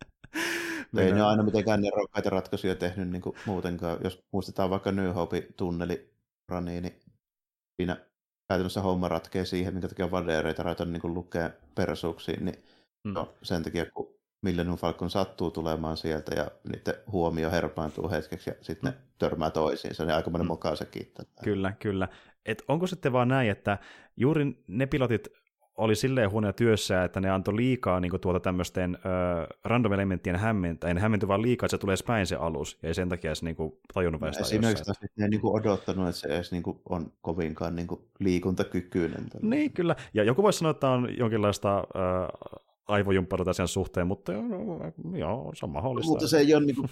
Ei ne aina mitenkään ne rokkaita ratkaisuja tehnyt niin kuin muutenkaan. Jos muistetaan vaikka New Hope-tunneliraniin, niin siinä käytännössä homma ratkee siihen, minkä takia vadereita raitan niin lukea persuuksiin, niin mm. no, sen takia, kun Millennium Falcon sattuu tulemaan sieltä ja niiden huomio herpaantuu hetkeksi ja sitten mm. ne törmää toisiinsa, niin aikamoinen mm. mokaa se kiittää. Kyllä, kyllä. Et onko sitten vaan näin, että juuri ne pilotit oli silleen huonoja työssä, että ne antoi liikaa niin tuota tämmöisten ö, random-elementtien hämmentä, ei ne hämmenty vaan liikaa, että se tulee päin se alus, ja ei sen takia edes niin kuin, tajunnut väistää jossain. Esimerkiksi ne ei niin kuin odottanut, että se edes niin kuin, on kovinkaan niin kuin, liikuntakykyinen. Niin, kyllä. Ja joku voisi sanoa, että on jonkinlaista ö, aivojumppailua sen suhteen, mutta no, joo, se on mahdollista. Mutta se ei ole, niin kuin,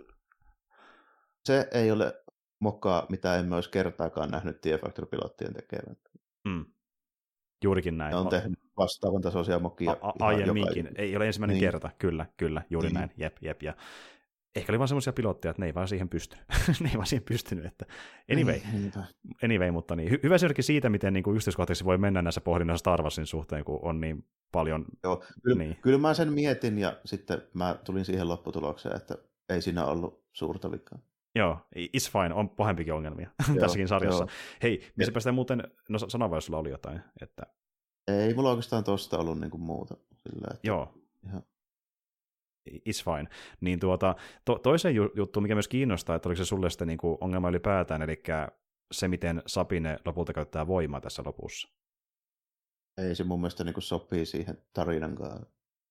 se ei ole mokaa, mitä emme olisi kertaakaan nähnyt TIE Fighter-pilottien tekevän. Mm. Juurikin näin. Ne on tehnyt vastaavan tasoisia mokia. A- a- aiemminkin. Joka... Ei ole ensimmäinen niin. kerta. Kyllä, kyllä. Juuri niin. näin. Jep, jep. Ja ehkä oli vaan semmoisia pilotteja, että ne ei vaan siihen pystynyt. ne ei vaan siihen pystynyt. Että... Anyway. Anyway, mutta niin. Hy- hyvä esimerkki siitä, miten niin kuin yksityiskohtaisesti voi mennä näissä pohdinnassa Star Warsin suhteen, kun on niin paljon. Joo, kyllä, niin. kyllä mä sen mietin ja sitten mä tulin siihen lopputulokseen, että ei siinä ollut suurta vikaa. Joo, it's fine, on pahempikin ongelmia tässäkin sarjassa. Joo. Hei, missä päästään muuten, no sano vai, jos sulla oli jotain. Että... Ei mulla oikeastaan tosta ollut niinku muuta. Sillä, että... Joo, ihan... it's fine. Niin tuota, to, toisen juttu, mikä myös kiinnostaa, että oliko se sulle sitten niinku ongelma ylipäätään, eli se, miten Sabine lopulta käyttää voimaa tässä lopussa. Ei se mun mielestä niinku sopii siihen tarinankaan.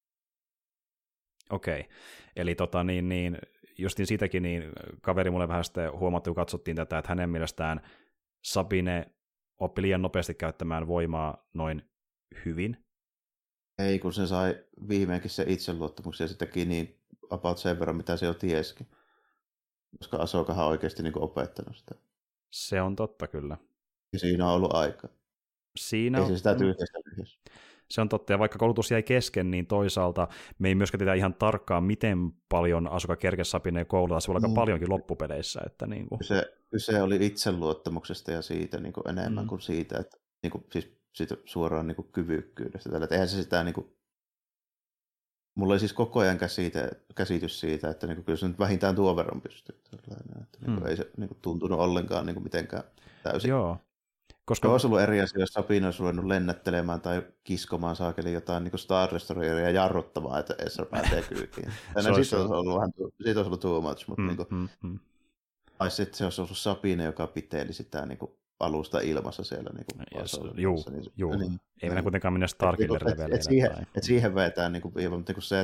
Okei, okay. Eli tota niin, niin justiin siitäkin niin kaveri mulle vähän sitten huomatti, kun katsottiin tätä, että hänen mielestään Sabine oppi liian nopeasti käyttämään voimaa noin hyvin. Ei, kun se sai viimeinkin se itseluottamuksen ja se teki niin about sen verran, mitä se jo tiesikin. Koska Ahsokahan on oikeasti niin kuin opettanut sitä. Se on totta kyllä. Ja siinä on ollut aika. Siinä ei on... se sitä tyhjästä lyhyessä. Se on totta, ja vaikka koulutus jäi kesken, niin toisaalta me ei myöskään tiedä ihan tarkkaan, miten paljon Ahsoka kerkesi Sabineen kouluttaa, se voi olla mm. paljonkin loppupeleissä. Että niin kuin... se, se oli itseluottamuksesta ja siitä niin kuin enemmän mm. kuin siitä, että niin kuin, siis siitä suoraan niin kuin kyvykkyydestä. Tällä, eihän se sitä, niin kuin... mulla oli siis koko ajan käsite, käsitys siitä, että niin kuin, kyllä se nyt vähintään tuon verran pystyy. Tällainen, että, niin kuin, mm. ei se niin kuin, tuntunut ollenkaan niin kuin, mitenkään täysin. Joo. Koska... olisi ollut eri asia, jos Sabine olisi ruvennut lennättelemään tai kiskomaan saakeli jotain niin Star Destroyeria ja jarruttamaan, että Ezra pääsee kyytiin. Siitä olisi ollut vähän siitä olisi ollut too much, mutta mm, niin kuin, mm, mm. tai sitten se olisi ollut Sabine, joka piteli sitä niin kuin alusta ilmassa siellä. Niin kuin yes, juu, niin, juu. Niin, ei mennä kuitenkaan mennä Starkille leveleille. Et, et, siihen, et siihen vetää niin kuin, mutta niin kuin se, että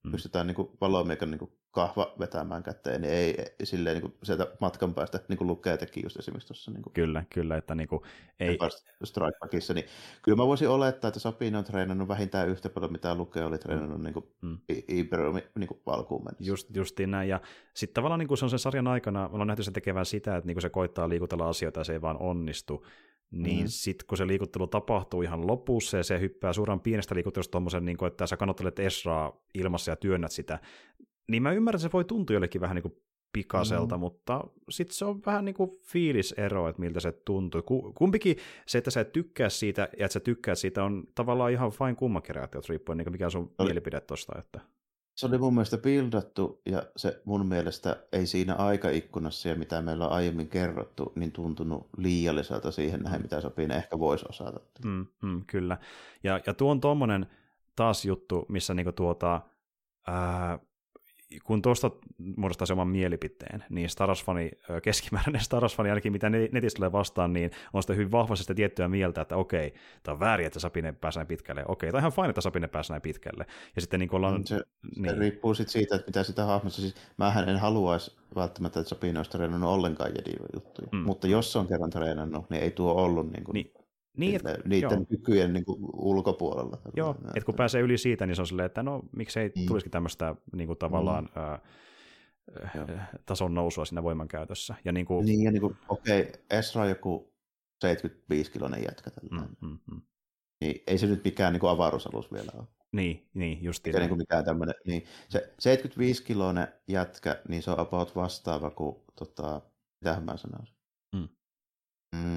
mm. pystytään niin kuin valomiekan niin kuin kahva vetämään käteen, niin ei, ei silleen niin kuin sieltä matkan päästä, niin kuin Luke teki just esimerkiksi tuossa. Niin kuin, kyllä, kyllä, että niin kuin, ei... Strike Backissa, niin kyllä mä voisin olettaa, että Sabine on treenannut vähintään yhtä paljon, mitä Luke oli treenannut mm. niin kuin mm. Iberomi niin kuin alkuun mennessä. Just, justiin näin, ja sitten tavallaan niin kuin se on sen sarjan aikana, me ollaan nähty sen tekevän sitä, että niin kuin se koittaa liikutella asioita ja se ei vaan onnistu, niin mm. sitten kun se liikuttelu tapahtuu ihan lopussa ja se hyppää suuran pienestä liikuttelusta tommosen, niin kuin, että sä kannattelet Ezraa ilmassa ja työnnät sitä, niin mä ymmärrän, että se voi tuntua jollekin vähän niin kuin pikaselta, mm. mutta sitten se on vähän niin kuin fiilisero, että miltä se tuntuu. Kumpikin se, että sä et tykkää siitä ja että sä tykkää siitä on tavallaan ihan fine kummankin reaktiot, riippuen niin mikä on sun oli. mielipide tosta. Että... Se oli mun mielestä buildattu ja se mun mielestä ei siinä aikaikkunassa ja mitä meillä on aiemmin kerrottu, niin tuntunut liialliselta siihen nähdä, mitä Sabine ehkä voisi osata. Mm, mm, kyllä. Ja, ja tuo on tommonen taas juttu, missä niinku tuota... Ää, kun tuosta muodostaa se oman mielipiteen, niin Star Wars-fani, keskimääräinen Star Wars-fani, ainakin mitä netistä tulee vastaan, niin on sitä hyvin vahvasti sitä tiettyä mieltä, että okei, tämä on väärin, että Sabine pääsee näin pitkälle, okei, tämä on ihan fine, että Sabine pääsee näin pitkälle. Ja sitten niin ollaan... Se, niin. se riippuu sitten siitä, että mitä sitä hahmosta, siis mähän en haluaisi välttämättä, että Sabine olisi treenannut ollenkaan Jedi-juttuja, mm. mutta jos se on kerran treenannut, niin ei tuo ollut niin kuin... Niin. Niin, et, niiden joo. kykyjen niin kuin, ulkopuolella. Joo, että kun pääsee yli siitä, niin se on silleen, että no miksei mm. tulisikin tämmöistä niin kuin, tavallaan mm. ää, tason nousua siinä voimankäytössä. Ja niin, kuin... niin ja niin kuin, okei, okay, Ezra on joku seitsemänkymmentäviisi-kiloinen jätkä tällainen. Mm, mm, mm. Niin ei se nyt mikään niin kuin avaruusalus vielä ole. Niin, niin justiin. Se niin kuin mikään tämmöinen, niin se seitsemänkymmentäviisi-kiloinen jätkä, niin se on about vastaava kuin, tota, mitähän mä sanoisin. Mm. Mm.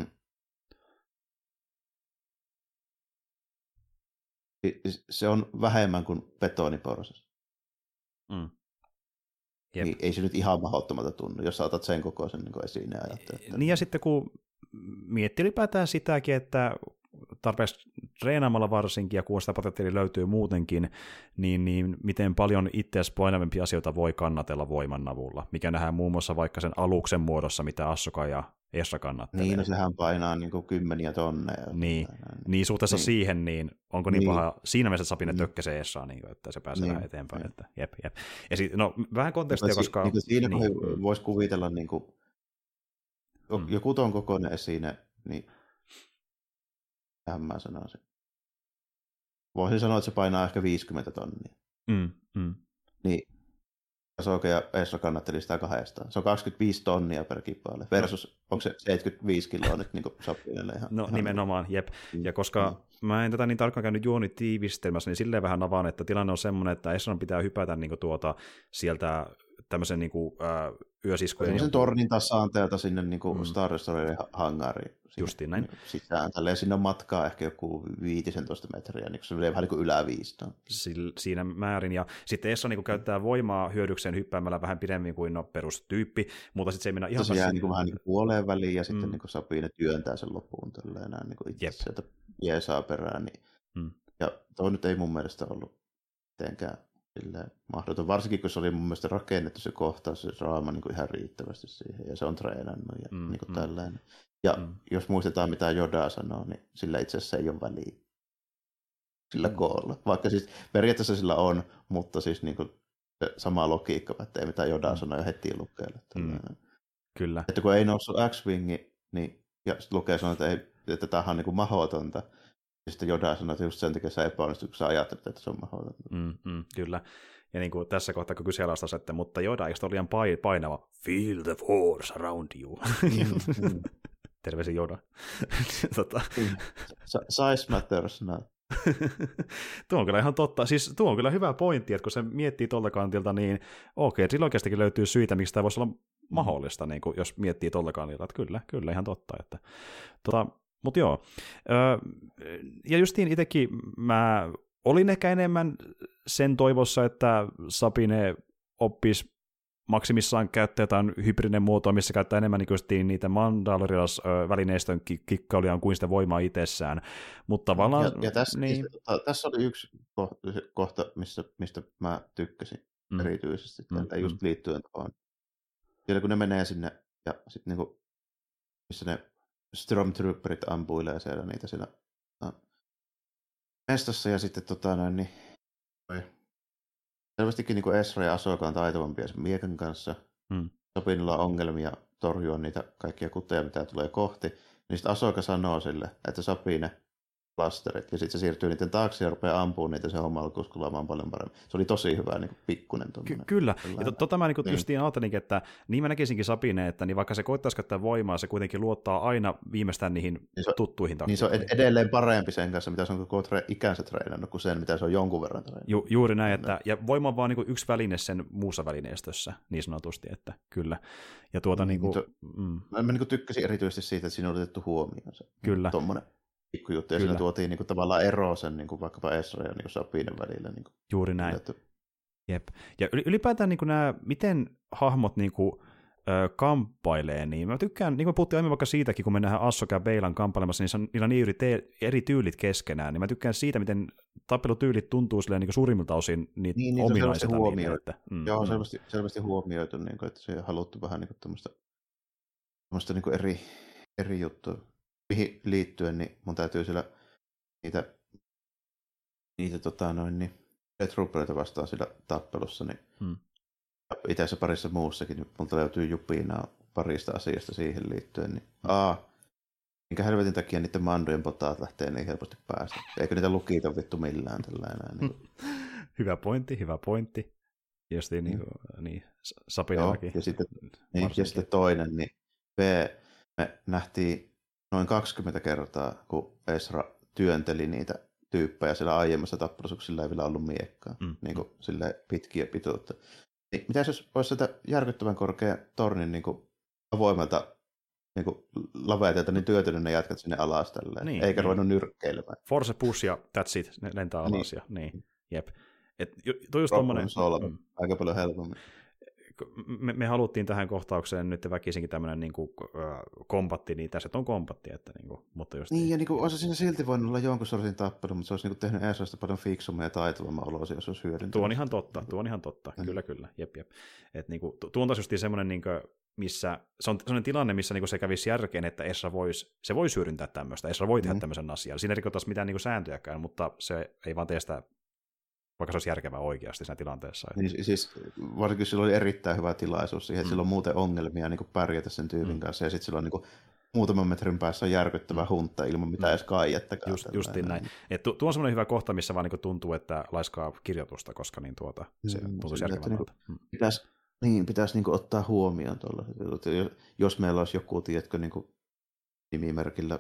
Se on vähemmän kuin betoniporsas. Mm. Niin, ei se nyt ihan mahdottomalta tunnu, jos sä otat sen kokoisen niin esiin ja ajattelet. Että... Niin ja sitten kun miettii ylipäätään sitäkin, että tarpeeksi treenaamalla varsinkin ja kun sitä potentiaalia löytyy muutenkin, niin, niin miten paljon itseäsi painavempia asioita voi kannatella voiman avulla, mikä nähdään muun muassa vaikka sen aluksen muodossa, mitä Ahsoka ja Ezra kannattelee. Niin, no sehän painaa niin kuin kymmeniä tonneja. Niin, niin suhteessa niin. siihen, niin onko niin, niin paha siinä mielessä, että Sabine niin. tökkäsee Ezraa, niin, että se pääsee niin. vähän eteenpäin. Niin. Että, jep, jep. Ja sit, no, vähän kontekstia, si- koska... Niin kuin siinä niin. voisi kuvitella niin kuin, mm. joku ton kokoinen esine, niin tähän mä sanoisin. Voisin sanoa, että se painaa ehkä viisikymmentä tonnia. Mm, mm. Niin Ahsoka ja Ezra kannatteli sitä kahdestaan. Se on kaksikymmentäviisi tonnia per kipaale versus onko se seitsemänkymmentäviisi kiloa nyt niin Sabinelle ihan. No ihan nimenomaan, jep. Ja koska mm. mä en tätä niin tarkkaan käynyt juonitiivistelmässä, niin silleen vähän avaan, että tilanne on semmoinen, että Ezran pitää hypätä niin kuin tuota, sieltä tämmöisen niin kuin, äh, yösiskujen... Semmoisen tornin tasaanteelta sinne niin kuin mm. Star Destroyerin hangariin. Justiin näin. Sisään. Tälleen sinne on matkaa ehkä joku viisitoista metriä, niin se on vähän niin kuin yläviista. Siinä määrin. Ja sitten Ezra niin kuin käyttää voimaa hyödykseen hyppäämällä vähän pidemmin kuin no, perustyyppi, mutta sitten se ei mennä ihan... Se jää niin kuin vähän niin kuin puoleen väliin ja sitten mm. niin kuin Sabine työntää sen loppuun tälleen näin niin kuin itse sieltä jeesaa perään. Niin... Mm. Ja tuo nyt ei mun mielestä ollut mitenkään mahdoton, varsinkin kun se oli mun mielestä rakennettu se kohtaus, se draama niin kuin ihan riittävästi siihen, ja se on treenannut ja mm, niin kuin mm. tällainen. Ja mm. jos muistetaan, mitä Yoda sanoo, niin sillä itse asiassa ei ole väliä sillä mm. koolla. Vaikka siis periaatteessa sillä on, mutta siis niin kuin se sama logiikka, että ei mitä Yoda mm. sanoo jo heti Lukeelle. Mm. Kyllä. Että kun ei noussut X-Wingi, niin ja Luke sanoo, että, ei, että tämä on niin kuin mahdotonta. Ja sitten Yoda sanoi, että just sen takia sä epäonnistut, kun sä ajattelet, että se on mahdotonta. Mm, mm, kyllä. Ja niin kuin tässä kohtaa, kun kyseenalaistaa, että mutta Yoda, eikö se ole liian painava? Feel the force around you. Mm, mm. Terveisiä Yoda. tota. Size matters now. Tuo on kyllä ihan totta. Siis tuo on kyllä hyvä pointti, että kun se miettii tuolta kantilta, niin okei, okay, sillä oikeastikin löytyy syitä, miksi tämä voisi olla mahdollista, niin kuin, jos miettii tuolta kantilta. Että kyllä, kyllä ihan totta. Että, tota, mutta joo. Ja justiin itsekin mä olin ehkä enemmän sen toivossa, että Sabine oppisi maksimissaan käyttää jotain hybridinen muotoa, missä käyttää enemmän niin niitä Mandalorian-välineistön kikkailuja kuin sitä voimaa itsessään. Mutta tavallaan... Ja, ja tässä, niin... tässä oli yksi kohta, missä, mistä mä tykkäsin mm. erityisesti, mm. just liittyen tuohon. Siellä kun ne menee sinne, ja sitten niin missä ne Stormtrooperit ampuilee siellä niitä siellä mestassa, ja sitten tota noin, niin selvästikin niin kuin Ezra ja Ahsoka on taitavampia sen miekan kanssa. Mm. Sabinilla on ongelmia torjua niitä kaikkia kutteja, mitä tulee kohti. Niin sitten Ahsoka sanoo sille, että Sabine blasterit, ja sitten se siirtyy niiden taakse ja rupeaa ampumaan niitä, se homma alkoi skulaamaan paljon paremmin. Se oli tosi hyvä, niin kuin pikkunen Ky- Kyllä, ja to, tota mä niin niin. justiin ajattelinkin, että niin mä näkisinkin Sabine, että niin vaikka se koittaisi käyttää voimaa, se kuitenkin luottaa aina viimeistään niihin niin se, tuttuihin taktiikoihin. Niin se on edelleen parempi sen kanssa, mitä se on koko tre- ikänsä treenannut, kuin sen, mitä se on jonkun verran treenannut. Ju, juuri näin, että, ja voima on vaan niin yksi väline sen muussa välineistössä, niin sanotusti, että kyllä. Ja tuota mm, niin kuin, to, mm. Mä, mä niin tykkäsin erityisesti siitä, että siinä on otettu huomioon se. Kyllä. Tommonen pikkujuttu, ja siinä tuotiin niin kuin, tavallaan ero sen niin kuin, vaikkapa Ezra ja niin Sabinen välillä. Niin kuin, juuri näin. Että... Jep. Ja ylipäätään niin kuin nämä, miten hahmot niin kuin, ö, kamppailee, niin mä tykkään, niin kuin me puhuttiin aiemmin vaikka siitäkin, kun me nähdään Ahsoka ja Beilan kamppailemassa, niin niillä on niin eri, te- eri tyylit keskenään, niin mä tykkään siitä, miten tappelutyylit tuntuu silleen niin kuin suurimmilta osin niitä niin, ominaisilta. Niin, huomioitu. Että, mm, Joo, mm. selvästi, selvästi huomioitu, niin kuin, että se on haluttu vähän niin kuin tämmöistä, tämmöistä niin kuin eri, eri juttua. Mihin liittyen, niin mun täytyy siellä niitä, niitä tota noin, niin Troopereita vastaan sillä tappelussa, niin hmm. itässä parissa muussakin, niin multa löytyy jupinaa parista asiasta siihen liittyen, niin A, minkä helvetin takia niiden mandujen potaat lähtee niin helposti päästä. Eikö niitä lukita vittu millään tällainen? Niin hyvä pointti, hyvä pointti. Justiin niin, mm. niin Sabinallakin. Ja sitten, niin, ja sitten toinen, niin B, me nähtiin noin kaksikymmentä kertaa, kun Ezra työnteli niitä tyyppejä siellä aiemmassa tappelussa, kun sillä ei vielä ollut miekkaa, mm. niin kuin silleen pitkiä pituutta. Niin, mitäs jos olisi sitä järkyttävän korkean tornin niin kuin avoimelta niin kuin laveetelta, niin työtynyt ne jatkat sinne alas tälleen, niin, eikä niin. ruvennut nyrkkeilemään. Force push ja that's it, ne lentää alas niin. ja niin, jep. Et, toi just tommonen, mm. aika paljon helpommin. Me, me haluttiin tähän kohtaukseen nyt väkisinkin tämmöinen niin kuin, äh, kompatti, niin tässä on kompatti. Että, niin kuin, mutta just niin, niin, ja niin kuin, olisi siinä silti voinut olla jonkun sortin tappelu, mutta se olisi niin kuin, tehnyt Ezrasta paljon fiksummin ja taitavamman oloisia, jos olisi hyödyntänyt. Tuo on ihan totta, tuo on ihan totta, mm. kyllä, kyllä, jep, jep. Et, niin kuin, tuo on taas justiin semmoinen, niin kuin, missä, se on sellainen tilanne, missä niin kuin se kävisi järkeen, että Ezra voisi, se voisi hyödyntää tämmöistä, Ezra voi tehdä mm. tämmöisen asian. Siinä ei rikotaisi mitään niin kuin sääntöjäkään, mutta se ei vaan tee sitä, vaikka se olisi järkevää oikeasti siinä tilanteessa. Että... Niin, siis varsinkin sillä oli erittäin hyvä tilaisuus siihen, että mm. sillä on muuten ongelmia niin kuin pärjätä sen tyypin mm. kanssa, ja sitten sillä on niin kuin, muutaman metrin päässä on järkyttävä mm. huntta ilman mitään mm. edes kaijattakaan. Just, justiin näin. Et tu, tuo on semmoinen hyvä kohta, missä vaan niin tuntuu, että laiskaa kirjoitusta, koska niin tuota, se mm, tuntuisi järkevältä. Niin, pitäisi niin, pitäisi niin kuin ottaa huomioon tuollaiset. Jos meillä olisi joku, tiedätkö, niin kuin nimimerkillä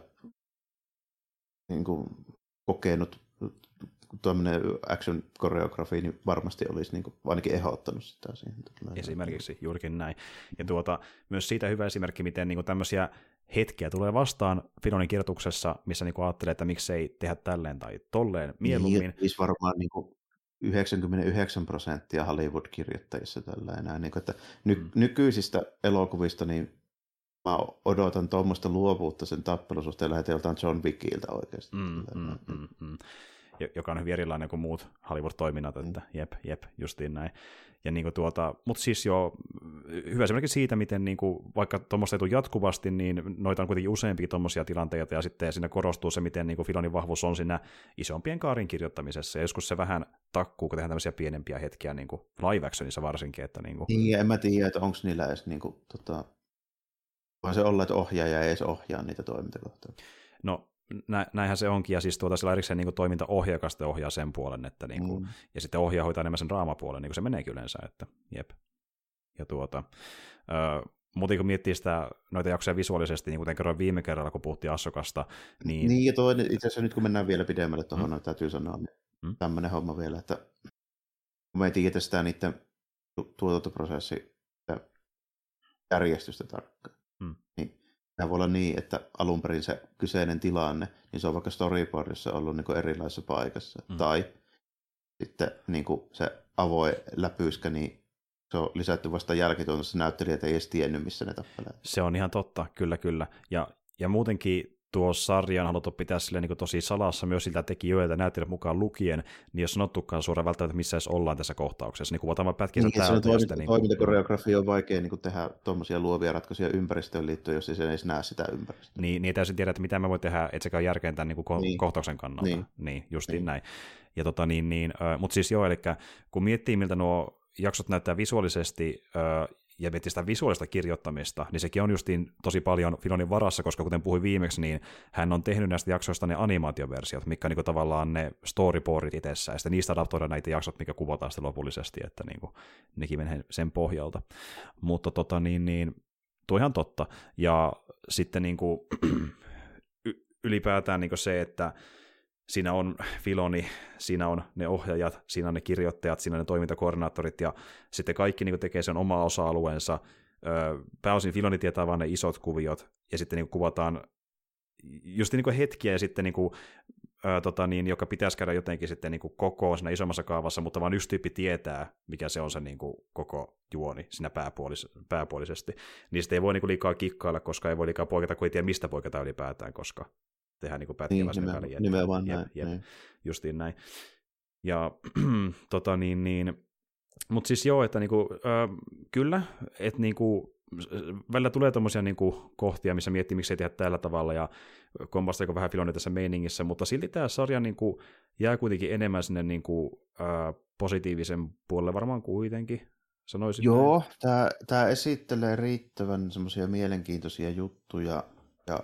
niin kuin kokenut tuommoinen action-koreografi, niin varmasti olisi niin kuin, ainakin ehdottanut sitä siihen. Esimerkiksi, juurikin näin. Ja tuota, myös siitä hyvä esimerkki, miten niin kuin tämmöisiä hetkiä tulee vastaan Filonin kirjoituksessa, missä niin kuin ajattelee, että miksei tehdä tälleen tai tolleen mieluummin. Niin, siis varmaan niin kuin yhdeksänkymmentäyhdeksän prosenttia Hollywood-kirjoittajissa tällainen. Niin kuin, että ny- mm. nykyisistä elokuvista niin mä odotan tuommoista luovuutta sen tappelusuhteen lähetään joltain John Wickiltä oikeasti. Mm, mm, mm, mm. Joka on hyvin erilainen kuin muut Hollywood-toiminnat, että jep, jep, justiin näin. Ja niin kuin tuota, mutta siis jo hyvä esimerkiksi siitä, miten niin kuin, vaikka tuommoista ei tule jatkuvasti, niin noita on kuitenkin useampia tuommoisia tilanteita, ja sitten siinä korostuu se, miten niin kuin Filonin vahvuus on siinä isompien kaarin kirjoittamisessa, ja joskus se vähän takkuu, kun tehdään tämmöisiä pienempiä hetkiä niin kuin live actionissa varsinkin. Että niin, kuin... niin, ja en mä tiedä, että onko niillä edes, niin kuin, tota... voi se olla, että ohjaaja ei edes ohjaa niitä toimintakohtia. No, näinhän se onkin, ja siis tuota, sillä erikseen niin toimintaohjaaja, joka sitten ohjaa sen puolen, että niin kuin, mm. ja sitten ohjaa hoitaa enemmän sen draamapuolen, niin kuin se meneekin yleensä, että jep. Ja tuota, äh, muuten kun miettii sitä, noita jaksoja visuaalisesti, niin kuten kerroin viime kerralla, kun puhuttiin Ahsokasta, niin... Niin, ja toinen, itse asiassa nyt kun mennään vielä pidemmälle tuohon, mm. täytyy sanoa, niin mm. tämmöinen homma vielä, että kun me ei tiedä sitä niiden tuotantoprosessi järjestystä tarkkaan, mm. niin tämä voi olla niin, että alun perin se kyseinen tilanne, niin se on vaikka storyboardissa ollut niin kuin erilaisessa paikassa. Mm. Tai sitten niin kuin se avoin läpyskä, niin se on lisätty vasta jälkituotannossa, näyttelijät ei edes tiennyt, missä ne tappelee. Se on ihan totta, kyllä, kyllä. Ja, ja muutenkin tuo sarja on haluttu pitää sille niin kuin tosi salassa myös siltä tekijöiltä näyttelijät mukaan lukien, niin jos sanottukaan suoraan välttämättä missä edes ollaan tässä kohtauksessa, niin kuvataan vaan pätkiä niin, täältä. Toiminta, niin toimintakoreografia on vaikea niin kuin tehdä tuommoisia luovia ratkaisuja ympäristöön liittyen, jos ei se edes näe sitä ympäristöä. Niin, niin täysin tiedä, että mitä mä voin tehdä, et sekä järkeen tämän niin kuin niin. kohtauksen kannalta. Niin, niin justiin niin. näin. Ja tota, niin, niin, äh, mutta siis joo, eli kun miettii, miltä nuo jaksot näyttää visuaalisesti, äh, ja miettii sitä visuaalista kirjoittamista, niin sekin on justiin tosi paljon Filonin varassa, koska kuten puhuin viimeksi, niin hän on tehnyt näistä jaksoista ne animaatioversiot, mikä on niin tavallaan ne storyboardit itsessä, ja sitten niistä adaptoidaan näitä jaksot, mikä kuvataan sitten lopullisesti, että niin kuin, nekin menee sen pohjalta. Mutta tota, niin, niin, tuo ihan totta. Ja sitten niin kuin, ylipäätään niin kuin se, että siinä on Filoni, siinä on ne ohjaajat, siinä on ne kirjoittajat, siinä on ne toimintakoordinaattorit, ja sitten kaikki niin kuin tekee sen omaa osa-alueensa. Pääosin Filoni tietää vain ne isot kuviot, ja sitten niin kuin kuvataan just niin kuin hetkiä, ja sitten niin kuin, ää, tota niin, joka pitäisi käydä jotenkin sitten niin kuin koko siinä isommassa kaavassa, mutta vain yksi tyyppi tietää, mikä se on se niin kuin koko juoni siinä pääpuolis- pääpuolisesti. Niistä ei voi niin kuin liikaa kikkailla, koska ei voi liikaa poiketa, kun ei tiedä mistä poiketa ylipäätään, koska tehdään niin pätkiä niin, vasta nimenomaan, väliin. Nimenomaan jep, näin. Jep, näin. justiin näin. Ja tota niin, niin mutta siis joo, että niinku, äh, kyllä, että niinku, välillä tulee tommosia niinku kohtia, missä miettii, miksi ei tehdä tällä tavalla, ja kompastaako vähän Filoni tässä meiningissä, mutta silti tämä sarja niinku jää kuitenkin enemmän sinne niinku, äh, positiivisen puolelle varmaan kuitenkin, sanoisin. Joo, tämä, tämä esittelee riittävän semmoisia mielenkiintoisia juttuja, ja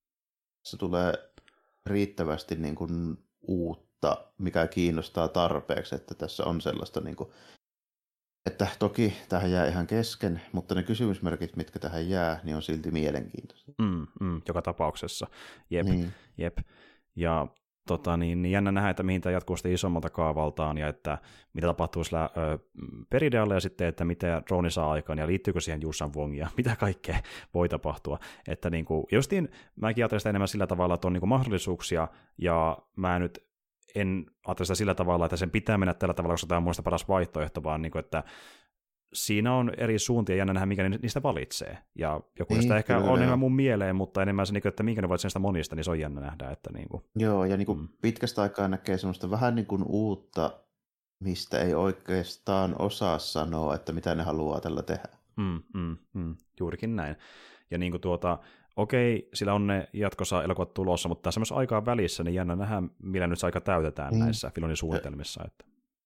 se tulee riittävästi niin kuin uutta, mikä kiinnostaa tarpeeksi, että tässä on sellaista, niin kuin, että toki tähän jää ihan kesken, mutta ne kysymysmerkit, mitkä tähän jää, niin on silti mielenkiintoisia. Mm, mm, joka tapauksessa, jep, niin. jep. Ja tota, niin, niin jännä nähdä, että mihin tämä jatkuu sitten isommalta kaavaltaan, ja että mitä tapahtuu sillä ö, Peridealla, ja sitten, että mitä Drone saa aikaan, ja liittyykö siihen Yuuzhan Vong, ja mitä kaikkea voi tapahtua. Että niin kuin, justiin mäkin ajattelen sitä enemmän sillä tavalla, että on niin kuin mahdollisuuksia, ja mä nyt en ajattele sitä sillä tavalla, että sen pitää mennä tällä tavalla, koska tämä on muista paras vaihtoehto, vaan niin kuin, että siinä on eri suuntia, jännä nähdä, mikä niistä valitsee. Ja joku niin, sitä ehkä kyllä, on enemmän mun mieleen, mutta enemmän se, että minkä ne valitsee sitä monista, niin se on jännä nähdä. Että niin kuin. Joo, ja niin kuin mm. pitkästä aikaa näkee semmoista vähän niin kuin uutta, mistä ei oikeastaan osaa sanoa, että mitä ne haluaa tällä tehdä. Mm, mm, mm, juurikin näin. Ja niin kuin tuota, okei, sillä on ne jatkossa elokuvat tulossa, mutta tässä myös aikaa välissä, niin jännä nähdä, millä nyt se aika täytetään mm. näissä Filonin suunnitelmissa. Että.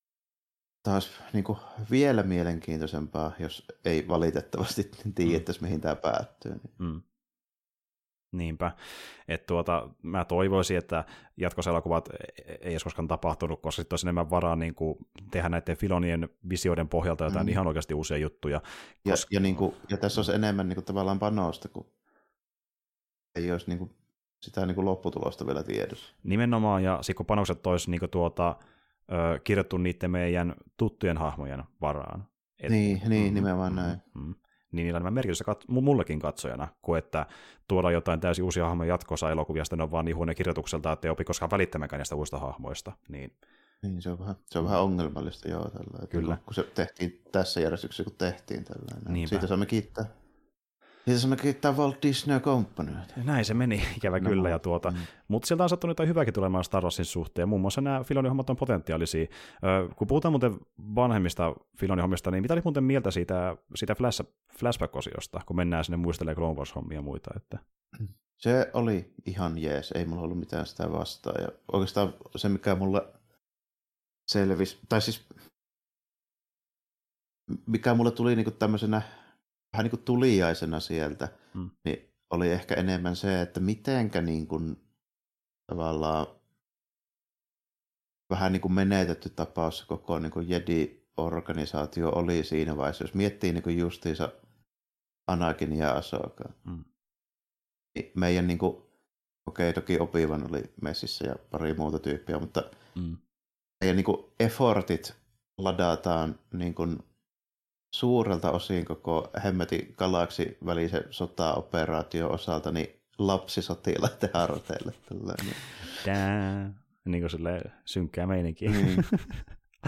Taas niin kuin vielä mielenkiintoisempaa, jos ei valitettavasti tiedettäisi, mm. mihin tämä päättyy. Niin. Mm. Niinpä. Että tuota, mä toivoisin, että jatkoselokuvat ei edes koskaan tapahtunut, koska sitten olisi enemmän varaa niin kuin tehdä näiden Filonien visioiden pohjalta jotain mm. ihan oikeasti uusia juttuja. Ja, koska. ja, niin kuin, ja tässä olisi enemmän niin kuin tavallaan panosta, kun ei olisi niin kuin sitä niin kuin lopputulosta vielä tiedossa. Nimenomaan, ja sitten kun panokset olisi niin kuin tuota, ö, kirjoittu niiden meidän tuttujen hahmojen varaan. Et, niin, niin mm, nimenomaan mm, näin. Mm, niin niillä on enemmän merkitystä kat- mullekin katsojana, kuin että tuodaan jotain täysin uusia hahmoja jatkossa elokuvia, sitten ne on vaan niin huono kirjoitukselta, että ei opi koskaan välittämäänkään näistä uusista hahmoista. Niin, niin se on vähän, se on vähän ongelmallista, joo. Tällä, Kyllä. Kun se tehtiin tässä järjestyksessä, kun tehtiin tällainen. Siitä saamme kiittää. Siitä saamme kiittää Walt Disney Companyta. Näin se meni, ikävä no, kyllä. Ja tuota, mm. Mutta sieltä on sattunut jotain hyvääkin tulemaan Star Warsin suhteen. Muun muassa nämä Filoni-hommat on potentiaalisia. Ö, kun puhutaan muuten vanhemmista Filoni-hommista, niin mitä oli muuten mieltä siitä, siitä flash, flashback-osiosta, kun mennään sinne muistelemaan Clone Wars-hommia ja muita? Että. Se oli ihan jees, ei mulla ollut mitään sitä vastaan. Ja oikeastaan se, mikä mulle selvisi, tai siis mikä mulle tuli niinku tämmöisenä vähän niin kuin tuliaisena sieltä, hmm. niin oli ehkä enemmän se, että mitenkä niin kuin tavallaan vähän niin kuin menetetty tapaus koko niin kuin Jedi-organisaatio oli siinä vaiheessa. Jos miettii niin kuin justiinsa Anakin ja Ahsokaa, hmm. niin meidän niin kuin, okei okay, toki Obi-Wan oli messissä ja pari muuta tyyppiä, mutta hmm. meidän niin kuin effortit ladataan niin kuin suurelta osin koko hemmetin galaksi välisen sota-operaation osalta niin lapsisotilaiden harteille. Tää, niin kuin silleen synkkää meininkiä. Mm.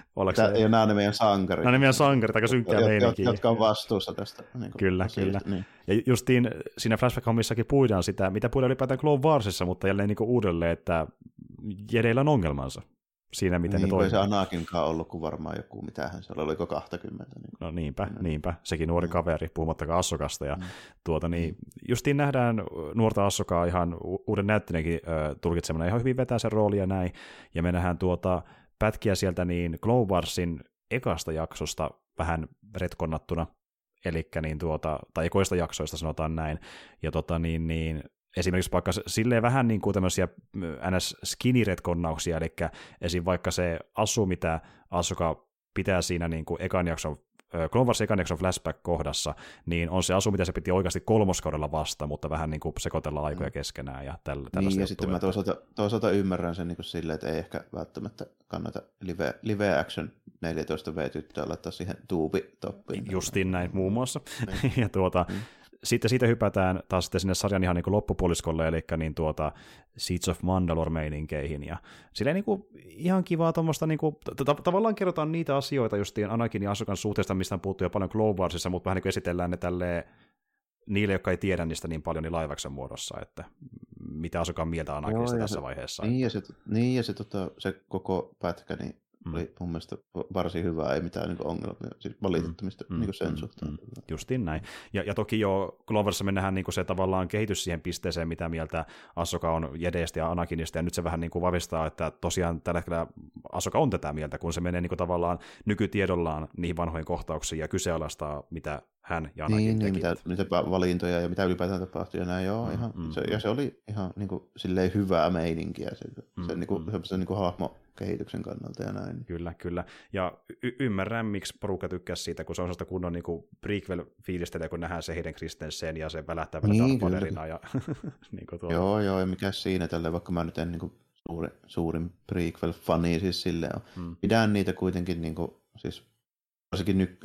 Oliko se... Ja nämä on ne meidän sankarit. Nämä on ne meidän sankarit, aika synkkää meininkiä. Jotka on vastuussa tästä. Niin kyllä, asioista. kyllä. Niin. Ja justiin siinä Flashback-hommissakin puidaan sitä, mitä puidaan ylipäätään Clone Warsissa, mutta jälleen niin uudelleen, että jedeillä on ongelmansa siinä, miten niin, ne toimii. Niin, ei se Anakinkaan ollut kuin varmaan joku, mitähän se oli, oliko kaksikymmentä. Niin. No niinpä, mm. niinpä. Sekin nuori mm. kaveri, puhumattakaan Assokasta. Ja mm. tuota, niin, justiin nähdään nuorta Assokaa ihan uuden näyttelijänkin äh, tulkitsemana, ihan hyvin vetää sen roolia näin, ja me nähdään tuota pätkiä sieltä niin Clone Warsin ekasta jaksosta vähän retkonnattuna, elikkä niin tuota, tai ekoista jaksoista sanotaan näin, ja tota niin, niin esimerkiksi vaikka silleen vähän niin kuin tämmöisiä ns. Skinny-retkonnauksia, eli esim. Vaikka se asu, mitä Ahsoka pitää siinä niin kuin ekan jakson, Clone Warsin ekan jakson flashback-kohdassa, niin on se asu, mitä se piti oikeasti kolmoskaudella vasta, mutta vähän niin kuin sekoitella aikoja keskenään ja tällä, tällaista. Niin, ja sitten mä toisaalta, toisaalta ymmärrän sen niin kuin silleen, että ei ehkä välttämättä kannata live, live action neljätoista V-tyttöä laittaa siihen tuubitoppiin. Justiin näin muun muassa. ja tuota, mm. Sitten siitä hypätään taas sitten sinne sarjan ihan niin kuin loppupuoliskolle, eli niin tuota Seeds of Mandalore-meininkeihin, ja silleen niin kuin ihan kivaa tuommoista, niin kuin, t- tavallaan kerrotaan niitä asioita justiin Anakin ja Ahsokan suhteesta, mistä on puhuttu jo paljon Clone Warsissa, mutta vähän niin kuin esitellään ne tälleen niille, jotka ei tiedä niistä niin paljon, niin live-action muodossa, että mitä Ahsokan mieltä Anakinista tässä se, vaiheessa. Niin, ja se, niin, ja se, tota, se koko pätkä, niin Mm. oli mun mielestä varsin hyvää, ei mitään niin ongelmia, siis valittamista mm. niin sen mm. suhteen. Mm. Justiin näin. Ja, ja toki jo Clone Warsissa me nähdään niin se tavallaan kehitys siihen pisteeseen, mitä mieltä Ahsoka on Jedeistä ja Anakinista, ja nyt se vähän niin kuin vahvistaa, että tosiaan tällä hetkellä Ahsoka on tätä mieltä, kun se menee niin kuin tavallaan nykytiedollaan niihin vanhoihin kohtauksiin ja kyseenalaistaa, mitä hän ja Anakin niin, teki. Niin, mitä, mitä valintoja ja mitä ylipäätään tapahtui ja näin, joo, mm, ihan, mm, se, ja se oli ihan niin kuin, silleen hyvää meininkiä, se, mm, se, niin kuin, mm. se niin kuin hahmokehityksen kannalta ja näin. Kyllä, kyllä. Ja y- ymmärrän, miksi porukka tykkäsi siitä, kun se on sellaista kunnon niin prequel-fiilistelyä, kun nähdään se Hayden Christensen ja se välähtää vielä niin, Darth Vaderina. Ja, niin joo, joo, ja mikä siinä tälleen, vaikka mä nyt en niin kuin, suuri, suurin prequel-fani siis silleen on. Mm. Pidän niitä kuitenkin, niin kuin, siis varsinkin nyt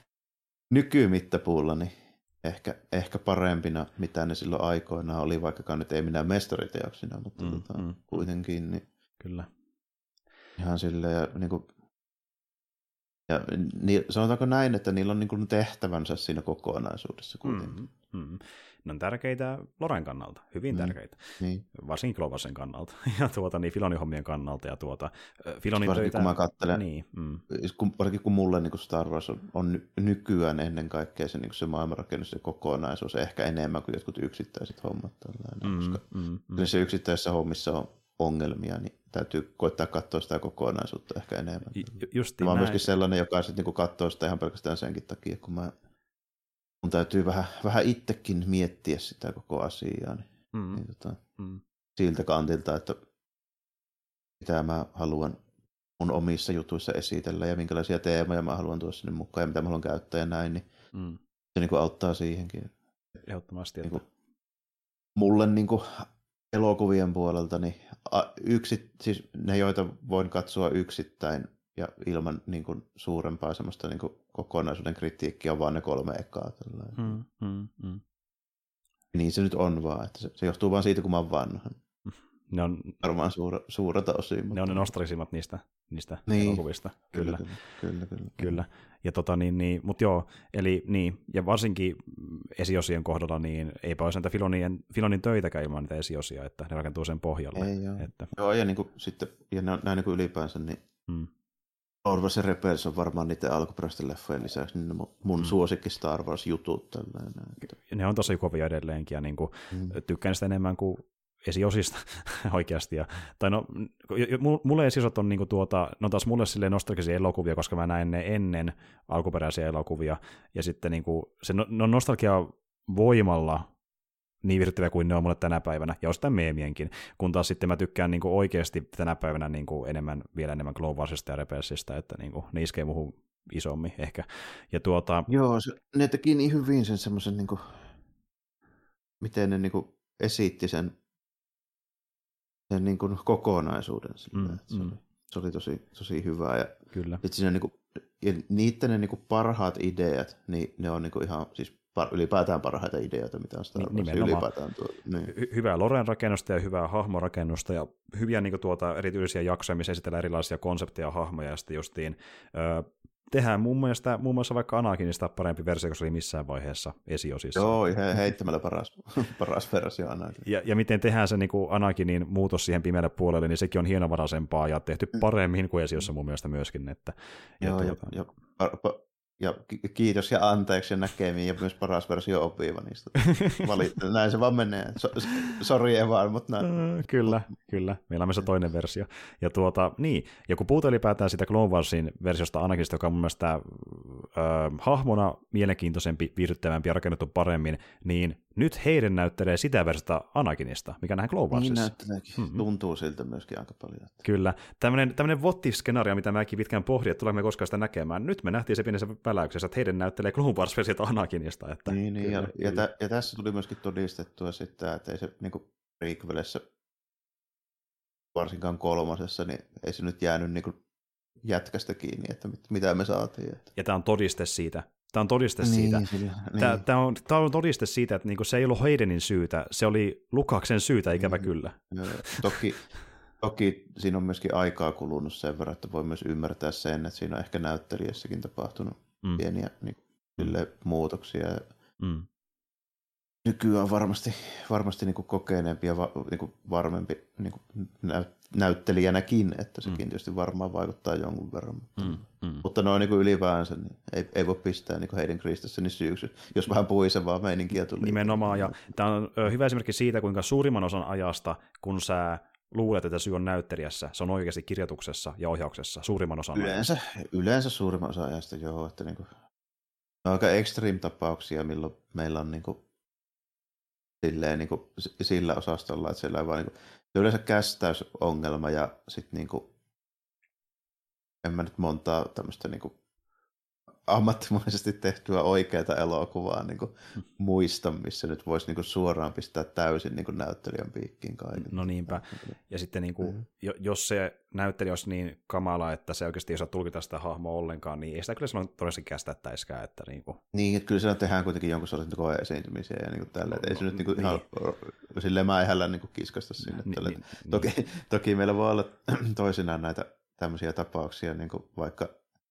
nykymittapuulla niin ehkä, ehkä parempina, mitä ne silloin aikoinaan oli, vaikkakaan nyt ei minä mestariteoksina, mutta mm, tota, mm, kuitenkin. Niin kyllä. Ihan silleen, ja, niin kuin, ja niin, sanotaanko näin, että niillä on niin kuin tehtävänsä siinä kokonaisuudessa kuitenkin. Mm, mm. Ne on tärkeitä Loren kannalta, hyvin mm, tärkeitä, niin. Varsinkin Clone Warsin kannalta ja tuota, niin Filonin hommien kannalta. Ja tuota, Filonin varsinkin töitä... kun mä katselen, niin, mm. kun, varsinkin kun mulle niin kuin Star Wars on, on nykyään ennen kaikkea se, niin se maailmanrakennus ja kokonaisuus, ehkä enemmän kuin jotkut yksittäiset hommat. Tällainen, mm, koska mm, mm. se yksittäisissä hommissa on ongelmia, niin täytyy koittaa katsoa sitä kokonaisuutta ehkä enemmän. Justiin mä oon näin. myöskin sellainen, joka sitten niin katsoo sitä ihan pelkästään senkin takia, kun mä mun täytyy vähän, vähän itsekin miettiä sitä koko asiaa. Niin, mm. niin tota, mm. siltä kantilta, että mitä mä haluan mun omissa jutuissa esitellä ja minkälaisia teemoja mä haluan tuossa sinne mukaan ja mitä mä haluan käyttää ja näin, niin mm. se niin kuin auttaa siihenkin. Ehdottomasti. Niin kuin, mulle niin kuin elokuvien puolelta, niin yksi, siis ne, joita voin katsoa yksittäin ja ilman niin kuin suurempaa semmoista niin kuin kokonaisuuden kritiikkiä on vaan ne kolme ekaa. Mm, mm, mm. Niin se nyt on vaan, että se, se johtuu vaan siitä, kun mä oon vanha. Ne on varmaan suura, suurelta osin. Ne mutta... on ne nostalgisimmat niistä, niistä niin. elokuvista. Kyllä. Kyllä, kyllä, kyllä. kyllä. Ja tota, niin, niin, mutta joo, eli niin, ja varsinkin esiosien kohdalla, niin eipä olisi näitä Filonin, Filonin töitäkään ilman niitä esiosia, että ne rakentuu sen pohjalle. Ei, joo. Että... joo, ja niin kuin, sitten, ja näin niin kuin ylipäänsä, niin mm. Star Wars ja Rebels on varmaan niiden alkuperäisten leffojen lisäksi niin mun mm. suosikki Star Wars-jutut. Tällainen. Ne on tosi kovia edelleenkin, ja niin kuin, mm. tykkään sitä enemmän kuin esiosista oikeasti. Ja, tai no, mulle esiosat on niinku tuota, no taas mulle silleen nostalgisia elokuvia, koska mä näin ne ennen alkuperäisiä elokuvia, ja sitten niinku, se no, no nostalgia voimalla niin virttäviä kuin ne on mulle tänä päivänä, ja osittain meemienkin, kun taas sitten mä tykkään niinku oikeasti tänä päivänä niinku enemmän, vielä enemmän Clone Warsista ja Rebelsistä, että niinku, ne iskee muuhun isommin ehkä. Ja tuota... Joo, se, ne teki niin hyvin sen semmoisen, niinku, miten ne niinku esitti sen sen niin kuin kokonaisuuden. Mm, se, mm. Oli, se oli tosi, tosi hyvää. Ja kyllä. Siinä niin kuin, ja niiden ne niin kuin parhaat ideat, niin ne on niin kuin ihan siis ylipäätään parhaita ideoita, mitä on Star Wars. Ylipäätään tuo, niin. Hy- hyvää Loren-rakennusta ja hyvää hahmorakennusta ja hyviä niin kuin, tuota, erityisiä jaksoja, missä esitellään erilaisia konsepteja ja hahmoja ja sitten justiin öö, tehdään muun muassa, muun muassa vaikka Anakinista parempi versio, koska oli missään vaiheessa esiosissa. Joo, he, heittämällä paras, paras versio Anakin. Ja, ja miten tehdään se niin kuin Anakinin muutos siihen pimeälle puolelle, niin sekin on hienovaraisempaa ja tehty paremmin kuin esiossa mun mielestä myöskin. Että, Joo, ja, ja, ja, ja kiitos ja anteeksi ja näkemiin ja myös paras versio Obi-Wanista. Valittain, näin se vaan menee. So, sori Evan, mutta näin. Kyllä, kyllä. Meillä on myös toinen versio. Ja, tuota, niin. ja kun puhutaan ylipäätään sitä Clone Warsin versiosta Anakinista, joka on mun mielestä äh, hahmona mielenkiintoisempi, viihdyttävämpi ja rakennettu paremmin, niin nyt heidän näyttelee sitä versiota Anakinista, mikä nähdään Clone Warsissa. Niin näytteleekin. Mm-hmm. Tuntuu siltä myöskin aika paljon. Kyllä. Tämmöinen, tämmöinen what if-skenaario, mitä mäkin pitkään pohdin, että tulemme me koskaan sitä näkemään. Nyt me nähtiin se pienessä väläyksessä, että heidän näyttelee Clone Wars-versiota Anakinista. Että, niin, niin ja, ja, tä, ja tässä tuli myöskin todistettua sitä, että ei se niin kuin prequelissa, varsinkaan kolmosessa, niin ei se nyt jäänyt niin kuin jätkästä kiinni, että mit, mitä me saatiin. Että. Ja tämä on todiste siitä. Tämä on todiste niin, siitä. Sillä, tämä, niin. tämä, on, tämä on todiste siitä, että niinku se ei ollut Haydenin syytä, se oli Lukaksen syytä, ikävä niin, kyllä. Ja, toki, toki siinä on myöskin aikaa kulunut sen verran, että voi myös ymmärtää sen, että siinä on ehkä näyttelijässäkin tapahtunut mm. pieniä niin, mm. muutoksia. Mm. Nykyään varmasti, varmasti niin kuin kokeneempi ja va, niin kuin varmempi niin kuin näyt, näyttelijänäkin, että sekin mm. tietysti varmaan vaikuttaa jonkun verran. Mutta, mm. Mm. mutta noin niin ylipäänsä niin ei, ei voi pistää niin Hayden Christensenin syyksi, jos vähän puisevaa meininkiä tuli. Nimenomaan, ja tämä on hyvä esimerkki siitä, kuinka suurimman osan ajasta, kun sä luulet, että syy on näyttelijässä, se on oikeasti kirjoituksessa ja ohjauksessa, suurimman osan yleensä, yleensä suurimman osan ajasta, joo. Että niin kuin, on aika extreme-tapauksia, milloin meillä on niin kuin, silleen, niin kuin, sillä osastolla, että siellä on vaan niin kuin, yleensä kästäysongelma ja sitten niin kuin, en mä nyt montaa tämmöistä niin kuin, ammattimaisesti tehtyä oikeaa elokuvaa niin kuin, muista, missä nyt voisi niin kuin, suoraan pistää täysin niin kuin, näyttelijän piikkiin kaiken. No niinpä. Ja sitten niin kuin, mm-hmm. jos se näyttelijä olisi niin kamala, että se oikeasti ei osaa tulkita sitä hahmoa ollenkaan, niin ei sitä kyllä silloin todennäköisesti kästättäisikään. Että, niin, kuin... niin, että kyllä siellä tehdään kuitenkin jonkun sellaisen koe-esiintymisiä ja niin kuin tällä. Ei se nyt niin kuin, ihan niin. silleen mäihällä niin kuin kiskasta sinne. Niin, niin, toki, niin. toki meillä voi olla toisinaan näitä tämmöisiä tapauksia, niin kuin vaikka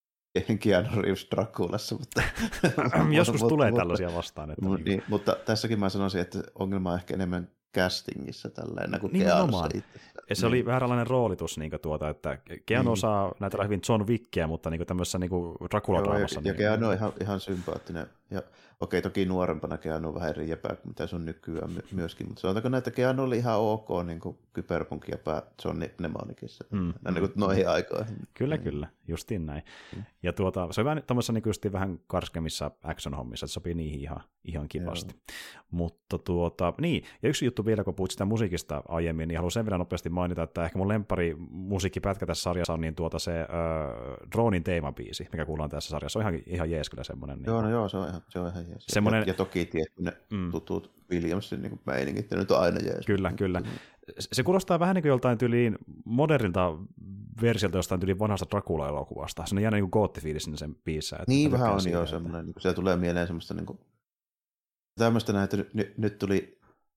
Keanu Reeves Draculassa, mutta joskus tulee mutta, tällaisia vastaan. Että niin, niin, mutta tässäkin mä sanoisin, että ongelma on ehkä enemmän castingissa tällainen kuin niin Keanussa itse. Ja se niin. oli vääränlainen roolitus, niin tuota, että Keanu niin. osaa näytellä hyvin John Wickia, mutta niin tämmöisessä niin Dracula-draamassa. Ja, ja niin, Keanu on ihan, ihan sympaattinen. Ja okei, toki nuorempana Keanu on vähän eri jäpää kuin mitä se on nykyään my- myöskin, mutta sanotaanko näin, että Keanu oli ihan ok niin kuin kyberpunk jäpää Johnny Mnemonicissa. Mm. Näin niin kuin noihin aikoihin. Kyllä, niin. kyllä, justiin näin. Mm. Ja tuota, se on vähän tämmöisessä niin justiin vähän karskemmissa action-hommissa, että sopii niihin ihan, ihan kivasti. Joo. Mutta tuota, niin, ja yksi juttu vielä, kun puhut sitä musiikista aiemmin, niin haluan sen verran nopeasti mainita, että ehkä mun lempari musiikkipätkä tässä sarjassa on niin tuota se äh, Dronin teemabiisi, mikä kuullaan tässä sarjassa. Se on ihan, ihan jees kyllä semmoinen. Niin joo, no joo, se on ihan, se on ihan jees. Semmoinen... Ja, ja toki tietty ne mm. tutut Williamsin niin meiningit, ne nyt on aina jees. Kyllä, kyllä. Se kuulostaa vähän niin kuin joltain tyyliin modernilta versiolta jostain tyyliin vanhasta Dracula-elokuvasta. Se on jäänyt niin kuin goottifiilis sinne sen biisissä. Niin vähän on joo semmoinen. Niin se tulee mieleen semmoista niin kuin, tämmöistä näin, että nyt, nyt tuli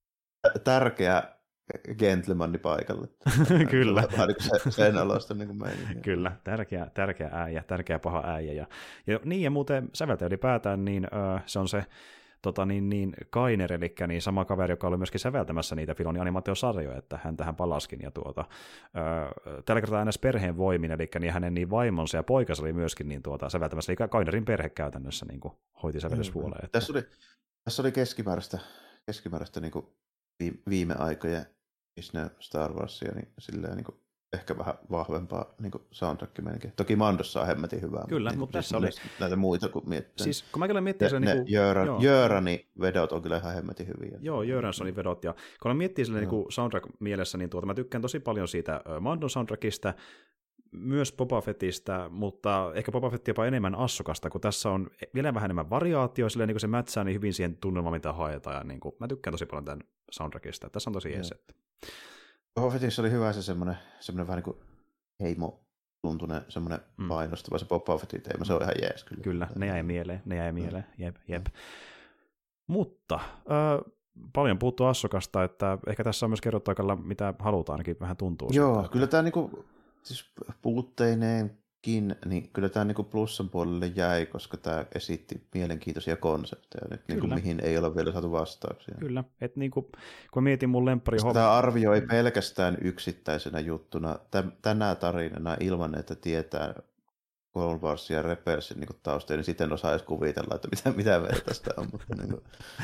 tärkeä gentlemani paikalle. Kyllä. Vähän niin kuin sen aloista niin kuin meininkiä. Kyllä, tärkeä, tärkeä äijä, tärkeä paha äijä. Ja, ja niin, ja muuten säveltäjä ylipäätään, niin öö, se on se tota, niin, niin, Kainer, eli niin sama kaveri, joka oli myöskin säveltämässä niitä Filonin animaatiosarjoja, että hän tähän palaskin. Ja tuota, öö, tällä kertaa aina perheen voimin, eli niin hänen niin vaimonsa ja poikansa oli myöskin niin, tuota, säveltämässä, eli Kainerin perhe käytännössä niin kuin, hoiti sävellyspuoleen. Mm-hmm. Tässä oli, tässä oli keskimääräistä, keskimääräistä niin kuin viime aikojen Disney Star Warsia, niin silleen niin kuin ehkä vähän vahvempaa niin soundtrack-meininkiä. Toki Mandossa on hemmetin hyvää. Kyllä, mutta, mutta niin tässä oli näitä muita kuin miettii. Siis kun mä kyllä miettii se ne niin kuin, Jöran, Jörani vedot on kyllä ihan hemmetin hyviä. Joo, Jöransonin vedot. Ja kun mä miettii sille niin soundtrack-mielessä, niin tuota, mä tykkään tosi paljon siitä Mandon soundtrackista, myös Boba Fettistä, mutta ehkä Boba Fett jopa enemmän Assokasta, kun tässä on vielä vähän enemmän variaatio, silleen niin kuin se mätsää niin hyvin siihen tunnelmaan, mitä haetaan. Ja niin kuin, mä tykkään tosi paljon tämän soundtrackista. Tässä on tosi jees. Boba Fettissä oli hyvä se semmoinen, semmoinen vähän niin kuin heimo-tuntunen semmoinen mm. painostava se Boba Fettin teema. Se on ihan jees kyllä. Kyllä, ne jäi mieleen, ne jäi mieleen. Jep, jep. Mutta ö, paljon puhuttu Ahsokasta, että ehkä tässä on myös kerrottu aikalla, mitä halutaan, ainakin vähän tuntuu. Joo, siltä, kyllä tämä niinku, siis puutteineenkin, niin kyllä tämä niinku plussan puolelle jäi, koska tämä esitti mielenkiintoisia konsepteja, nyt, niinku, mihin ei ole vielä saatu vastauksia. Kyllä, että niinku, kun mietin mun lemppari homma... Tämä arvio ei pelkästään yksittäisenä juttuna tänä tarinana ilman, että tietää Clone Warsin ja Rebelsin niin taustoja, niin sitten osaa edes kuvitella, että mitä, mitä meillä tästä on. Mutta, niin kuin...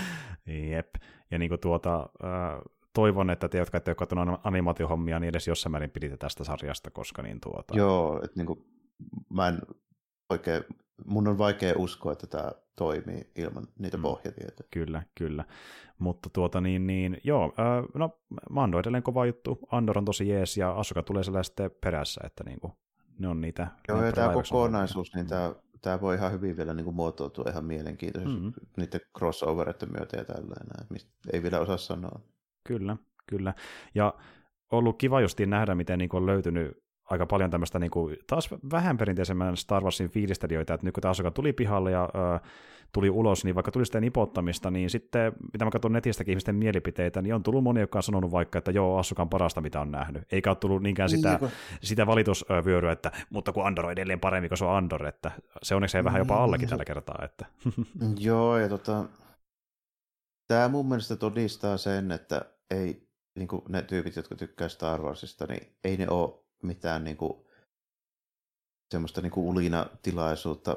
Jep, ja niin kuin tuota, äh, toivon, että te, jotka ette ole katsonut animaatiohommia, niin edes jossain määrin piditte tästä sarjasta, koska niin tuota... Joo, että niin kuin, mä en oikein, mun on vaikea uskoa, että tämä toimii ilman niitä mm. pohjatietoja. Kyllä, kyllä. Mutta tuota niin, niin joo, äh, no Mando on edelleen kova juttu, Andor on tosi jees, ja Ahsoka tulee siellä sitten perässä, että niinku... Ne on niitä. Joo, ja tämä kokonaisuus, niin tämä, tämä voi ihan hyvin vielä niin kuin muotoutua ihan mielenkiintoisesti mm-hmm. niiden crossoveritten myötä ja tällainen, mistä ei vielä osaa sanoa. Kyllä, kyllä. Ja ollut kiva justiin nähdä, miten niin kuin on löytynyt aika paljon tämmöistä niin kuin, taas vähän perinteisemmän Star Warsin fiilistelijöitä, että nyt kun tämä Ahsoka tuli pihalle ja ö, tuli ulos, niin vaikka tuli sitä nipottamista, niin sitten, mitä mä katson netistäkin ihmisten mielipiteitä, niin on tullut moni, joka on sanonut vaikka, että joo, Ahsoka on parasta, mitä on nähnyt. Eikä ole tullut niinkään sitä, niin, sitä valitusvyöryä, että mutta kun Andor on edelleen paremmin, kun se on Andor, että se onneksi ei vähän jopa allekin tällä kertaa. Että. Joo, ja tota, tämä mun mielestä todistaa sen, että ei niin kuin ne tyypit, jotka tykkää Star Warsista, niin ei ne ole mitään niinku semmoista niinku ulinatilaisuutta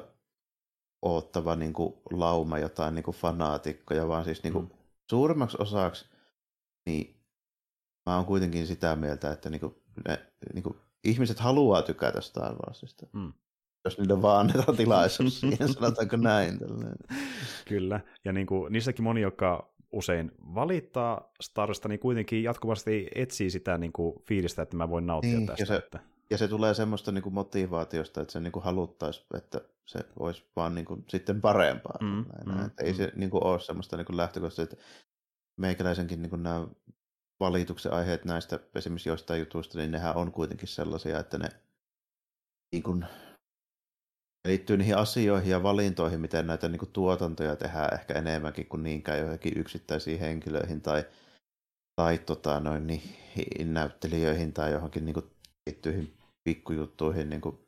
oottava niinku lauma jotain niinku fanaatikkoja, vaan siis niinku mm. suurimmaksi osaksi niin mä oon kuitenkin sitä mieltä, että niinku ne niinku ihmiset haluaa tykätä Star Warsista. Mm. Jos niille vaan annetaan tilaisuus siihen, sanotaanko näin. Tällainen. Kyllä, ja niinku, niissäkin moni, jotka usein valittaa Star Warsista, niin kuitenkin jatkuvasti etsii sitä niin kuin, fiilistä, että mä voin nauttia niin, tästä. Ja se, että... ja se tulee semmoista niin kuin motivaatiosta, että se niin kuin haluttaisi, että se olisi vaan niin kuin, sitten parempaa. Mm, mm, ei mm. se niin kuin, ole semmoista niin kuin lähtökohtaisesti, että meikäläisenkin niin kuin nämä valituksen aiheet näistä esimerkiksi joistain jutuista, niin nehän on kuitenkin sellaisia, että ne niin kuin, liittyy niihin asioihin ja valintoihin, miten näitä niin kuin, tuotantoja tehdään ehkä enemmänkin kuin niinkään johonkin yksittäisiin henkilöihin tai, tai tota, noin, niin, näyttelijöihin tai johonkin niin kuin, liittyihin pikkujuttuihin niin kuin,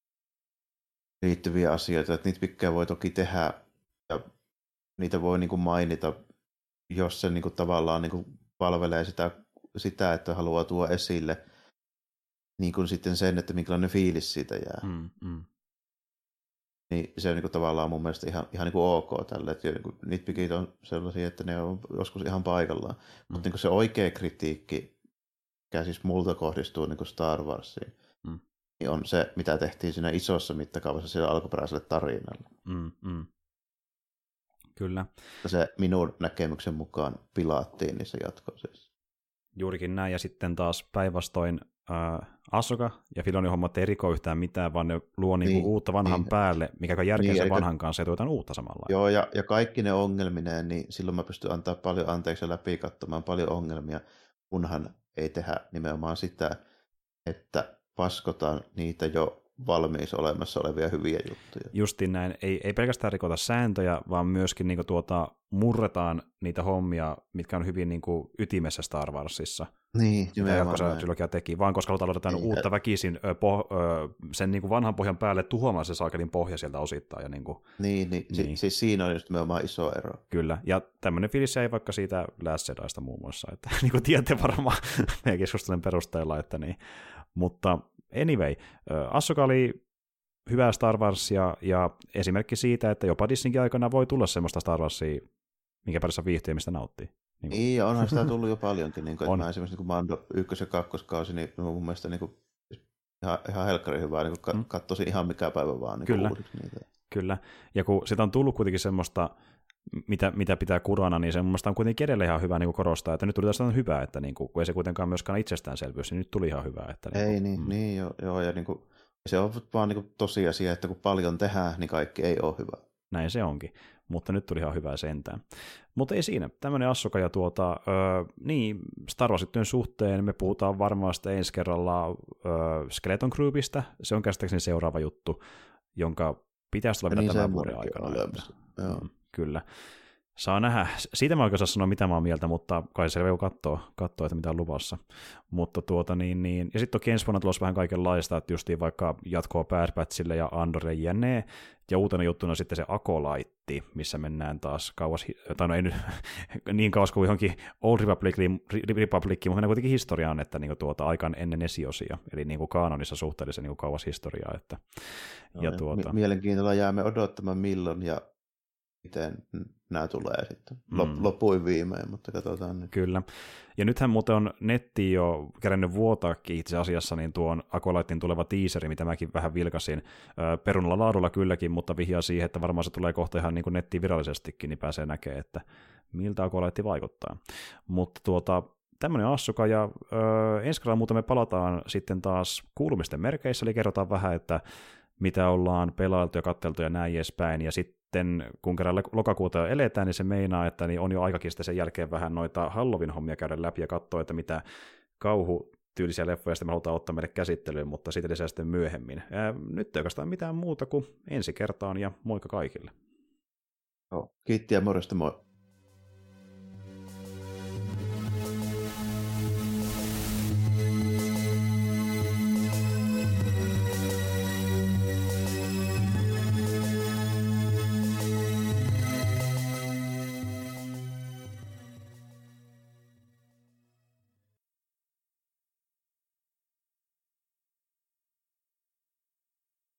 liittyviä asioita. Että niitä pikkejä voi toki tehdä ja niitä voi niin kuin, mainita, jos se niin kuin, tavallaan niin kuin, palvelee sitä, sitä, että haluaa tuoda esille niin kuin, sitten sen, että minkälainen fiilis siitä jää. Mm, mm. Niin se on niin kuin, tavallaan mun mielestä ihan, ihan niin kuin ok tälle, että niin nitpickit on sellaisia, että ne on joskus ihan paikallaan. Mm. Mutta niin kuin se oikea kritiikki, mikä siis multa kohdistuu niin kuin Star Warsiin, mm. niin on se, mitä tehtiin siinä isossa mittakaavassa sillä alkuperäiselle tarinalle. Mm, mm. Kyllä. Se minun näkemyksen mukaan pilaattiin niissä jatko-osissa. Juurikin näin, ja sitten taas päinvastoin äh, Ahsoka ja Filonin hommat ei riko yhtään mitään, vaan ne luo niinku niin, uutta vanhan niin, päälle, mikä on järkeä niin, sen vanhan kanssa, ja tuotaan uutta samalla. Joo, ja, ja kaikki ne ongelmineen, niin silloin mä pystyn antaa paljon anteeksi ja läpi katsomaan paljon ongelmia, kunhan ei tehdä nimenomaan sitä, että paskotaan niitä jo valmiiksi olemassa olevia hyviä juttuja. Justiin näin. Ei, ei pelkästään rikota sääntöjä, vaan myöskin niinku tuota, murretaan niitä hommia, mitkä on hyvin niinku ytimessä Star Warsissa. Niin, nimenomaan näin. Trilogia teki, vaan koska halutaan luoda niin, uutta väkisin ö, po, ö, sen niinku vanhan pohjan päälle tuhoamaan se saakelin pohja sieltä osittain. Ja niinku, niin, niin, niin. Siis siinä on just nimenomaan iso ero. Kyllä, ja tämmöinen fiilis ei vaikka siitä Last Jediista muun muassa, että niin kuin tiedätte varmaan meidän keskustelun perusteella, että niin. Mutta anyway, Ahsoka oli hyvää Star Warsia, ja esimerkki siitä, että jopa Disneykin aikana voi tulla semmoista Star Warsia, minkä parissa viihtyy, mistä nauttii. Niin, niin ja onhan sitä tullut jo paljonkin. Niin kuin, on. Mä esimerkiksi niin Mando ykkös- ja kakkoskausi, niin mun mielestä niin kuin, ihan, ihan helkkari hyvää, niin kuin, katsoisin ihan mikä päivä vaan. Niin Kyllä, niitä. Kyllä. Ja kun sitä on tullut kuitenkin semmoista, mitä, mitä pitää kurana, niin se mun mielestä on kuitenkin edelleen ihan hyvä niin kuin korostaa, että nyt tuli tästä hyvää, että niin kuin, kun ei se kuitenkaan myöskään itsestäänselvyys, niin nyt tuli ihan hyvää. Että, niin ei kuin, niin, mm. niin joo, joo, ja niin kuin, se on vaan niin kuin tosiasia, että kun paljon tehdään, niin kaikki ei ole hyvä. Näin se onkin, mutta nyt tuli ihan hyvää sentään. Mutta ei siinä, tämmöinen Ahsoka ja tuota, öö, niin, Star Wars-työn suhteen me puhutaan varmaan sitä ensi kerralla öö, Skeleton Groupista, se on käsittääkseni seuraava juttu, jonka pitäisi tulla vielä niin tämän vuoden aikana. Että, Joo. Kyllä. Saa nähdä. Siitä mä oikein saa sanoa, mitä mä oon mieltä, mutta kai se voi katsoa, katsoa, että mitä on luvassa. Mutta tuota niin, niin. Ja sitten toki ensi vuonna tulossa vähän kaikenlaista, että justiin vaikka jatkoa Bad Batchille ja Andore jne. Ja uutena juttuna sitten se Acolyte, missä mennään taas kauas, tai no ei nyt niin kauas kuin johonkin Old Republiciin, Republiciin mutta mennään kuitenkin historiaan, että niin tuota, aikaan ennen esiosia, eli niin kuin kaanonissa suhteellisen niin kauas historiaa. Että, no, ja tuota... Mielenkiintoilla jäämme odottamaan milloin ja miten nämä tulee sitten. Mm. Lopuin viimein, mutta katsotaan nyt. Kyllä. Ja nythän muuten on netti jo kerännyt vuotaakin itse asiassa niin tuon Acolytein tuleva teaseri, mitä mäkin vähän vilkasin. Perunalla laadulla kylläkin, mutta vihjaa siihen, että varmaan se tulee kohta ihan niin kuin nettiin virallisestikin, niin pääsee näkemään, että miltä Acolyte vaikuttaa. Mutta tuota, tämmöinen Asuka, ja öö, ensi kerralla muuten me palataan sitten taas kuulumisten merkeissä, eli kerrotaan vähän, että mitä ollaan pelailtu ja katteltu ja näin edespäin, ja sitten kun kerran lokakuuta eletään, niin se meinaa, että niin on jo aikakin sitten sen jälkeen vähän noita Halloween-hommia käydä läpi ja katsoa, että mitä kauhutyylisiä leffoja sitten me halutaan ottaa meille käsittelyyn, mutta siitä lisää sitten myöhemmin. Ää, nyt ei oikeastaan mitään muuta kuin ensi kertaan ja moikka kaikille. Kiitti ja morjesta, moi.